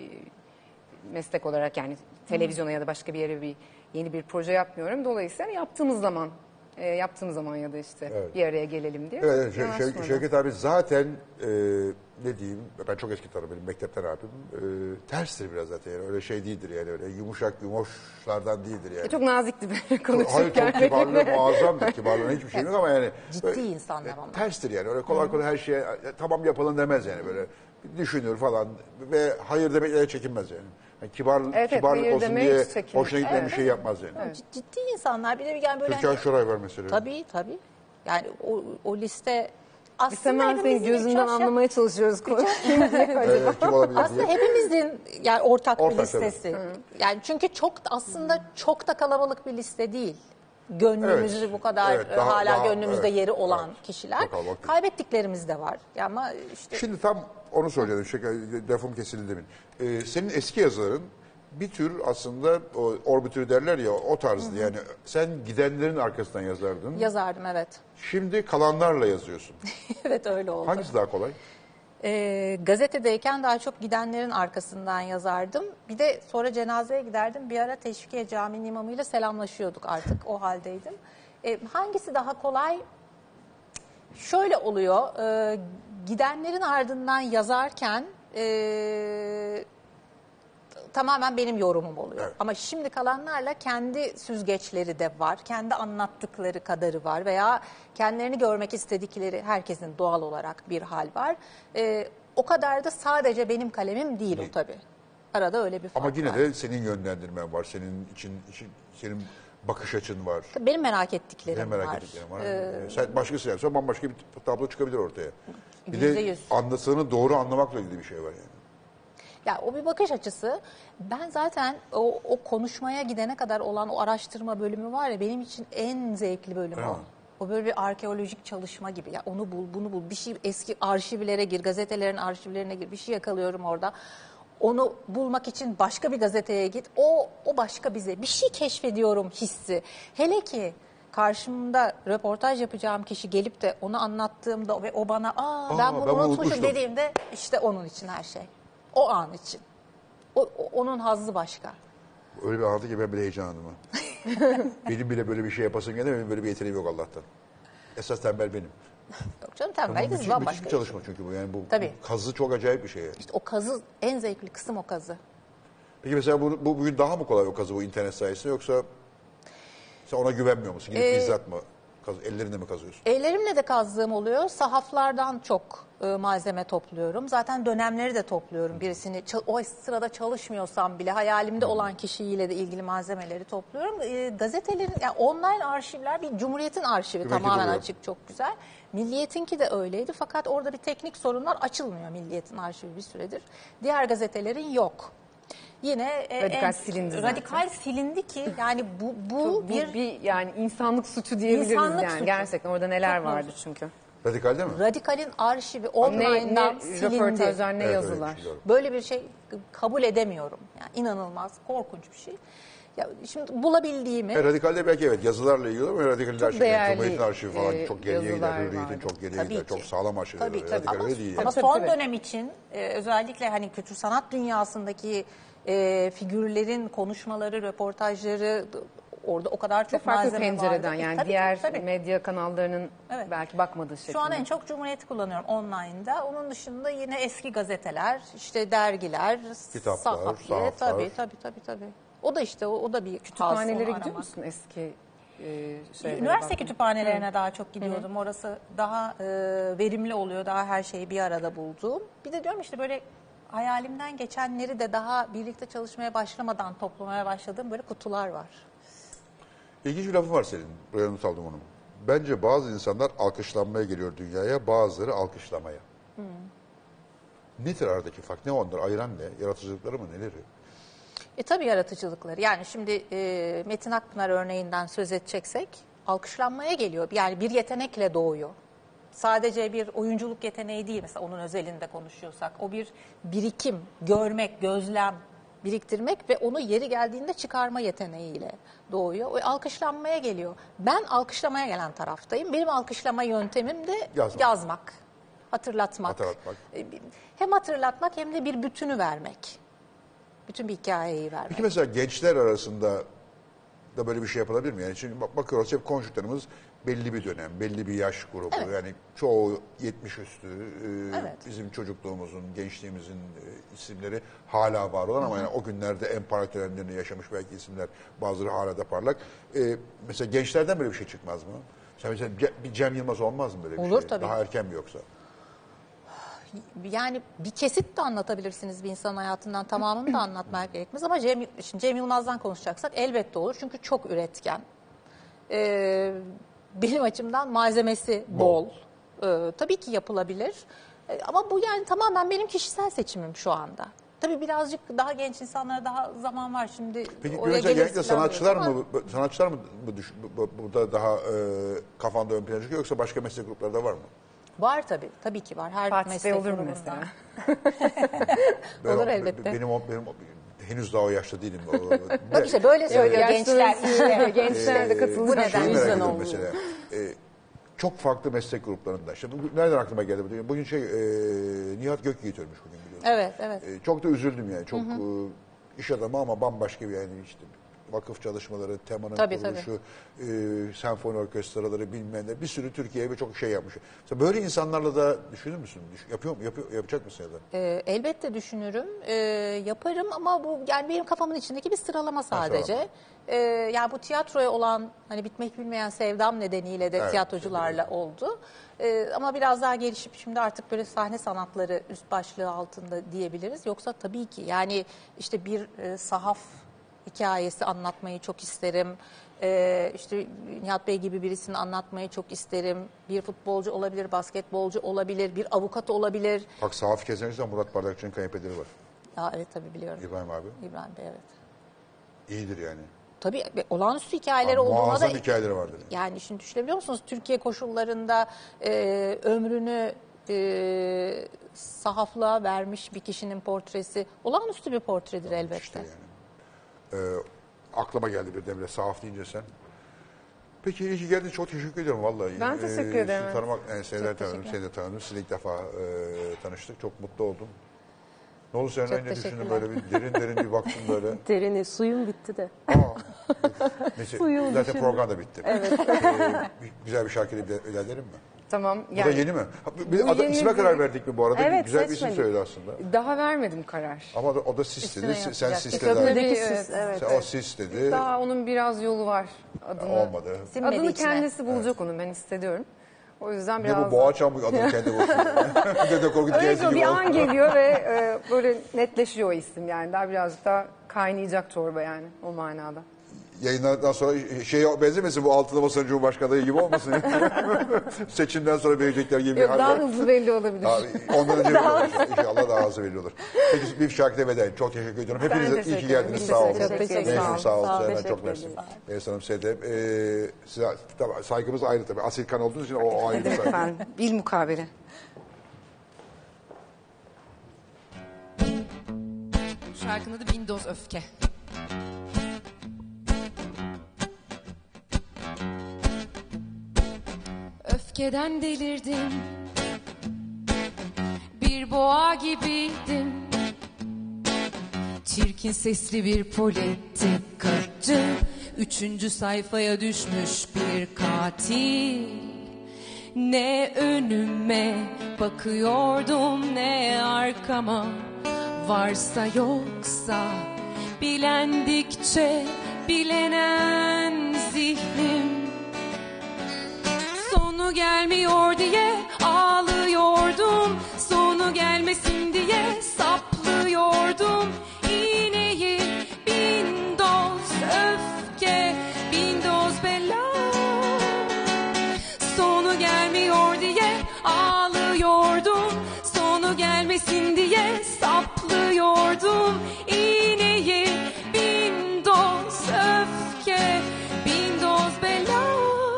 meslek olarak yani televizyona ya da başka bir yere bir yeni bir proje yapmıyorum. Dolayısıyla hani yaptığımız zaman e, yaptığımız zaman ya da işte Evet. bir araya gelelim diye. Evet, evet, Şe- Ondan Şev- sonra- Şevket abi zaten e, ne diyeyim, ben çok eski tanırım benim mektepten abim. E, terstir biraz zaten yani öyle şey değildir yani öyle yumuşak yumoşlardan değildir yani. E, Çok nazikti böyle Hayır konuşurken. çok kibarlığı muazzamdır. Kibarlığına hiçbir şey yok ama yani. Ciddi böyle- insanlar onlar. Terstir yani. Öyle kolay kolay her şeye "Ya tamam yapalım demez yani böyle. Düşünür falan ve hayır demekle çekinmez yani. Yani kibar, Evet, evet, kibarlık hayır olsun demeye diye hiç çekinmez. hoşuna gitmeyen bir Evet. şey yapmaz yani. Cid- Ciddi insanlar bir de yani böyle Türkan hani- Şoray var mesela. tabii tabii yani o, o liste Biz aslında hemen senin hepimizin gözünden çok şey- anlamaya çalışıyoruz. Kim Ee, kim olabilir Aslında diye. hepimizin yani ortak, bir Ortak, tabii. listesi. Yani çünkü çok aslında çok da kalabalık bir liste değil. Gönlümüzü Evet. bu kadar Evet, e, daha- hala daha- gönlümüzde evet, yeri olan evet. kişiler. Çok kalabalık değil. Kaybettiklerimiz de var. Ya ama işte Şimdi tam onu söyleyeceğim. Şey, lafım kesildi demin. Ee, senin eski yazıların bir tür aslında o orbitür derler ya o tarzdı. Yani sen gidenlerin arkasından yazardın. Yazardım, evet. Şimdi kalanlarla yazıyorsun. Evet, öyle oldu. Hangisi daha kolay? Ee, gazetedeyken daha çok gidenlerin arkasından yazardım. Bir de sonra cenazeye giderdim. Bir ara Teşvikiye Camii'nin imamıyla selamlaşıyorduk, artık o haldeydim. Ee, hangisi daha kolay? Şöyle oluyor, e, gidenlerin ardından yazarken e, tamamen benim yorumum oluyor. Evet. Ama şimdi kalanlarla kendi süzgeçleri de var, kendi anlattıkları kadarı var veya kendilerini görmek istedikleri, herkesin doğal olarak bir hal var. E, o kadar da sadece benim kalemim değil, Değil. o tabii. Arada öyle bir fark Ama yine var. de senin yönlendirmen var. Senin için, için senin bakış açın var. Benim merak ettiklerim Ne merak var. ettiklerim var. Ee, Sen başkası yazsa bambaşka bir tablo çıkabilir ortaya. Bir Yüzde de yüz. anlattığını doğru anlamakla ilgili bir şey var yani. Ya o bir bakış açısı. Ben zaten o, o konuşmaya gidene kadar olan o araştırma bölümü var ya, benim için en zevkli bölüm Evet. o. O böyle bir arkeolojik çalışma gibi. Ya onu bul, bunu bul. Bir şey, eski arşivlere gir, gazetelerin arşivlerine gir. Bir şey yakalıyorum orada. Onu bulmak için başka bir gazeteye git. O o başka bize. Bir şey keşfediyorum hissi. Hele ki karşımda röportaj yapacağım kişi gelip de onu anlattığımda ve o bana aa, ben bunu ben bunu unutmuşum unutmuştum." dediğimde, işte onun için her şey. O an için. O, o- onun hazzı başka. Öyle bir anlattı ki ben bile heyecanlandım. ha. Benim bile böyle bir şey yapasım geldi. Benim böyle bir yeteneğim yok Allah'tan. Esas tembel benim. Yok canım, Ama tembel müthiş, biz müthiş bambaşka. bir çalışma çünkü bu. Yani bu, Tabii. bu kazı çok acayip bir şey. Yani. İşte o kazı, en zevkli kısım o kazı. Peki mesela bu, bu bugün daha mı kolay o kazı bu internet sayesinde, yoksa sen ona güvenmiyor musun? Gidip Ee, bizzat mı kaz, ellerinde mi kazıyorsun? Ellerimle de kazdığım oluyor. Sahaflardan çok e, malzeme topluyorum. Zaten dönemleri de topluyorum. Birisini ça- o sırada çalışmıyorsam bile hayalimde olan kişiyle de ilgili malzemeleri topluyorum. E, gazetelerin, yani online arşivler, bir Cumhuriyet'in arşivi Cumhuriyet'in tamamen oluyor. açık, çok güzel. Milliyet'inki de öyleydi, fakat orada bir teknik sorunlar, açılmıyor Milliyet'in arşivi bir süredir. Diğer gazetelerin yok. Yine e, Radikal en- silindi zaten. radikal silindi ki yani bu bu Bu bir bir, yani insanlık suçu diyebiliriz İnsanlık yani. suçu. Gerçekten orada neler Çok vardı doğru. çünkü. Radikalde mi? Radikal'in arşivi Ne, online'dan ne silindi. röportajlar, ne Evet, öyle bir yazılar. şey, doğru. Böyle bir şey kabul edemiyorum. Yani inanılmaz, korkunç bir şey. Ya şimdi bulabildiğimi E, radikalde belki evet yazılarla ilgili ama radikalin Çok arşivi, değerli, Cumhuriyet'in arşivi falan e, çok geriye gider, yazılar Hürriyet'in vardı. çok geriye Tabii gider, ki. çok sağlam arşivler. tabii tabii Radikal ama, öyle değil ama yani. Tabii, son tabii. dönem için e, özellikle hani kültür sanat dünyasındaki e, figürlerin konuşmaları, röportajları d- orada o kadar Ve çok farklı malzeme pencereden vardı. E, yani tabii, diğer tabii, tabii. medya kanallarının Evet. belki bakmadığı şekilde. Şu an en çok Cumhuriyet'i kullanıyorum online'da. Onun dışında yine eski gazeteler, işte dergiler, Kitaplar, sahafiye. sahaflar. Tabii tabii tabii tabii. O da işte o, o da bir Kütüphanelere hasıl, gidiyor aramak. musun eski e, şeylere Üniversite bakmaya? kütüphanelerine daha çok gidiyordum. Orası daha e, verimli oluyor. Daha her şeyi bir arada bulduğum. Bir de diyorum işte böyle hayalimden geçenleri de daha birlikte çalışmaya başlamadan toplamaya başladığım böyle kutular var. İlginç bir lafı var senin. Buraya not aldım onu. Bence bazı insanlar alkışlanmaya geliyor dünyaya, bazıları alkışlamaya. Hmm. Nedir aradaki fark? Ne onlar? Ayıran ne? Yaratıcılıkları mı? Neleri? E tabii yaratıcılıkları. Yani şimdi e, Metin Akpınar örneğinden söz edeceksek alkışlanmaya geliyor. Yani bir yetenekle doğuyor. Sadece bir oyunculuk yeteneği değil, mesela onun özelinde konuşuyorsak. O bir birikim, görmek, gözlem, biriktirmek ve onu yeri geldiğinde çıkarma yeteneğiyle doğuyor. O alkışlanmaya geliyor. Ben alkışlamaya gelen taraftayım. Benim alkışlama yöntemim de Yazmak. yazmak, hatırlatmak. Hatırlatmak. E, Hem hatırlatmak hem de bir bütünü vermek. Bütün bir hikayeyi vermek. Peki mesela gençler arasında da böyle bir şey yapılabilir mi? Yani şimdi bak- bakıyoruz hep konuştuklarımız belli bir dönem, belli bir yaş grubu. Evet. Yani çoğu yetmiş üstü, e, Evet. bizim çocukluğumuzun, gençliğimizin e, isimleri hala var olan ama yani o günlerde en parlak dönemlerini yaşamış belki isimler, bazıları hala da parlak. E, mesela gençlerden böyle bir şey çıkmaz mı? Sen mesela Ce- bir Cem Yılmaz olmaz mı böyle bir Olur şey? tabii. Daha erken mi yoksa? Yani bir kesit de anlatabilirsiniz bir insanın hayatından, tamamını da anlatmak gerekmez ama Cem, şimdi Cem Yılmaz'dan konuşacaksak elbette olur çünkü çok üretken. Ee, benim açımdan malzemesi bol. Ee, tabii ki yapılabilir. Ee, ama bu yani tamamen benim kişisel seçimim şu anda. Tabii birazcık daha genç insanlara daha zaman var şimdi. Peki oraya mesela geliriz genellikle falan sanatçılar diyoruz mı bu- sanatçılar mı bu düş- bu- bu- burada daha e, kafanda ön plana çıkıyor yoksa başka meslek grupları da var mı? ama Var tabii. Tabii ki var. Her Fatih Bey meslek olur mu grubundan. mesela? Ben Olur o- elbette. Benim, o- benim o- henüz daha o yaşta değilim. O, Bak işte böyle söylüyor Yaş gençler. sırası- İşte. Gençler de katıldı. Bu neden? Şeyi merak yüzden ediyorum olmuyor. mesela. E, çok farklı meslek gruplarında. İşte bu, nereden aklıma geldi bu? Bugün şey, e, Nihat Gökyiğit ölmüş bugün biliyorsun. Evet, evet. E, çok da üzüldüm yani. Çok e, iş adamı ama bambaşka bir yani işte vakıf çalışmaları, temanın Tabii, kuruluşu, e, senfoni orkestraları bilmem ne bir sürü Türkiye'ye çok şey yapmış. Mesela böyle insanlarla da düşünür müsün? Düş- yapıyor mu? Yapıyor, yapacak mısın ya da? Ee, elbette düşünürüm, ee, yaparım ama bu yani benim kafamın içindeki bir sıralama sadece. sıralama. Ee, yani bu tiyatroya olan hani bitmek bilmeyen sevdam nedeniyle de Evet, tiyatrocularla oldu. Ee, ama biraz daha gelişip şimdi artık böyle sahne sanatları üst başlığı altında diyebiliriz. Yoksa tabii ki yani işte bir e, sahaf hikayesi anlatmayı çok isterim. Ee, işte Nihat Bey gibi birisini anlatmayı çok isterim. Bir futbolcu olabilir, basketbolcu olabilir, bir avukat olabilir. Bak sahaf kesinlikle Murat Bardakçı'nın kayınpederi var. Ya evet tabii biliyorum. İbrahim abi. İbrahim Bey evet. İyidir yani. Tabii ve olağanüstü hikayeleri Aa, olduğuna da... muazzam hikayeleri vardır. Yani şimdi düşünebiliyor musunuz? Türkiye koşullarında e, ömrünü e, sahaflığa vermiş bir kişinin portresi olağanüstü bir portredir elbette. İşte yani. Ee, aklıma geldi birdenbire sahaf deyince sen. Peki iyi ki geldin. Çok teşekkür ediyorum vallahi. Ben teşekkür Ee, ederim. Sizi tanımak, yani seneler Çok tanıdım, teşekkür seni de tanıdım. Sizinle ilk defa e, tanıştık. Çok mutlu oldum. Ne oldu sen Çok önce düşündün teşekkürler. böyle bir derin derin bir baktın böyle. Derini, suyum bitti de. Aa, neyse, Suyumu zaten düşündüm. program da bitti. Evet. Ee, bir- güzel bir şarkıyla ilerleyelim mi? Tamam. Bu da Yani yeni mi? Ha, Bir, Bu adam, yeni isme bir- karar verdik mi bu arada? Evet, Güzel bir isim seçmedik. söyledi aslında. daha vermedim karar. Ama o da, o da sis dedi. Üstüne Sen yapacak. sis E, dedi. tabii. Buradaki Evet. siz, evet. Sen o sis dedi. Daha onun biraz yolu var. Adını, Olmadı. Sinmedi adını içine. kendisi bulacak onu ben hissediyorum. O yüzden Ne biraz... bu Boğaçan bu adını kendi boşuyor. Dede Korkut Öyle Genci bir gibi oldu. an geliyor ve e, böyle netleşiyor o isim yani. Daha birazcık daha kaynayacak çorba yani o manada. Yayınlardan sonra şeye benzemesin bu altılı masanın Cumhurbaşkanı gibi olmasın. Seçimden sonra verecekler gibi bir Yok, hal daha var. hızlı belli olabilir. Abi, ondan önce veriyorlar. İnşallah daha hızlı belli olur. Peki bir şarkıda veda edin. Çok teşekkür ediyorum. Hepinize iyi teşekkür ki ederim. geldiniz. Biz Sağ olun. teşekkür ederiz. Neyse, Sağ olun. sağ olun. Sağ olun. Sevmen çok Teşekkür mersi. ederiz. Melis Hanım size de e, size, tabii, saygımız ayrı tabii. Asil kan olduğunuz için o, o ayrı bir saygı. Efendim, bil mukabele. Şarkının adı Windows Öfke. Öfkeden delirdim. Bir boğa gibiydim. Çirkin sesli bir politikacı. Üçüncü sayfaya düşmüş bir katil. Ne önüme bakıyordum ne arkama. Varsa yoksa bilendikçe bilenen zihnim. Sonu gelmiyor diye ağlıyordum. Sonu gelmesin diye saplıyordum. İğneyi bin doz öfke, bin doz bela. Sonu gelmiyor diye ağlıyordum. Sonu gelmesin diye saplıyordum. İğneyi bin doz öfke, bin doz bela.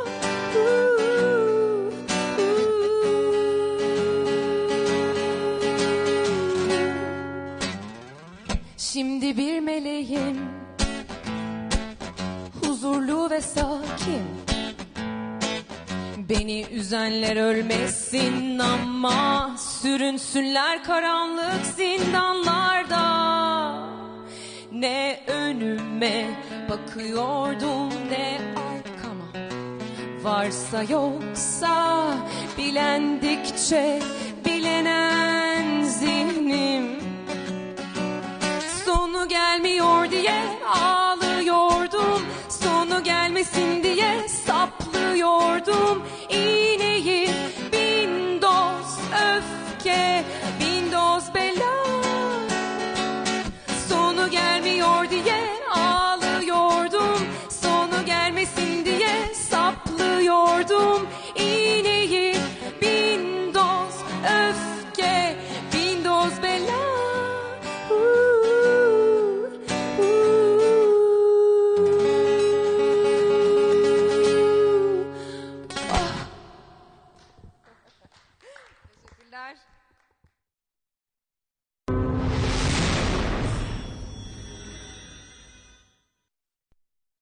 Şimdi bir meleğim, huzurlu ve sakin. Beni üzenler ölmesin ama sürünsünler karanlık zindanlarda. Ne önüme bakıyordum ne arkama. Varsa yoksa bilendikçe bilenen zihnim. Sonu gelmiyor diye ağlıyordum. Sonu gelmesin diye saplıyordum. İğneyi bin doz öfke, bin doz bela. Sonu gelmiyor diye ağlıyordum. Sonu gelmesin diye saplıyordum. İğneyi bin doz öfke, bin doz bela. Teşekkürler.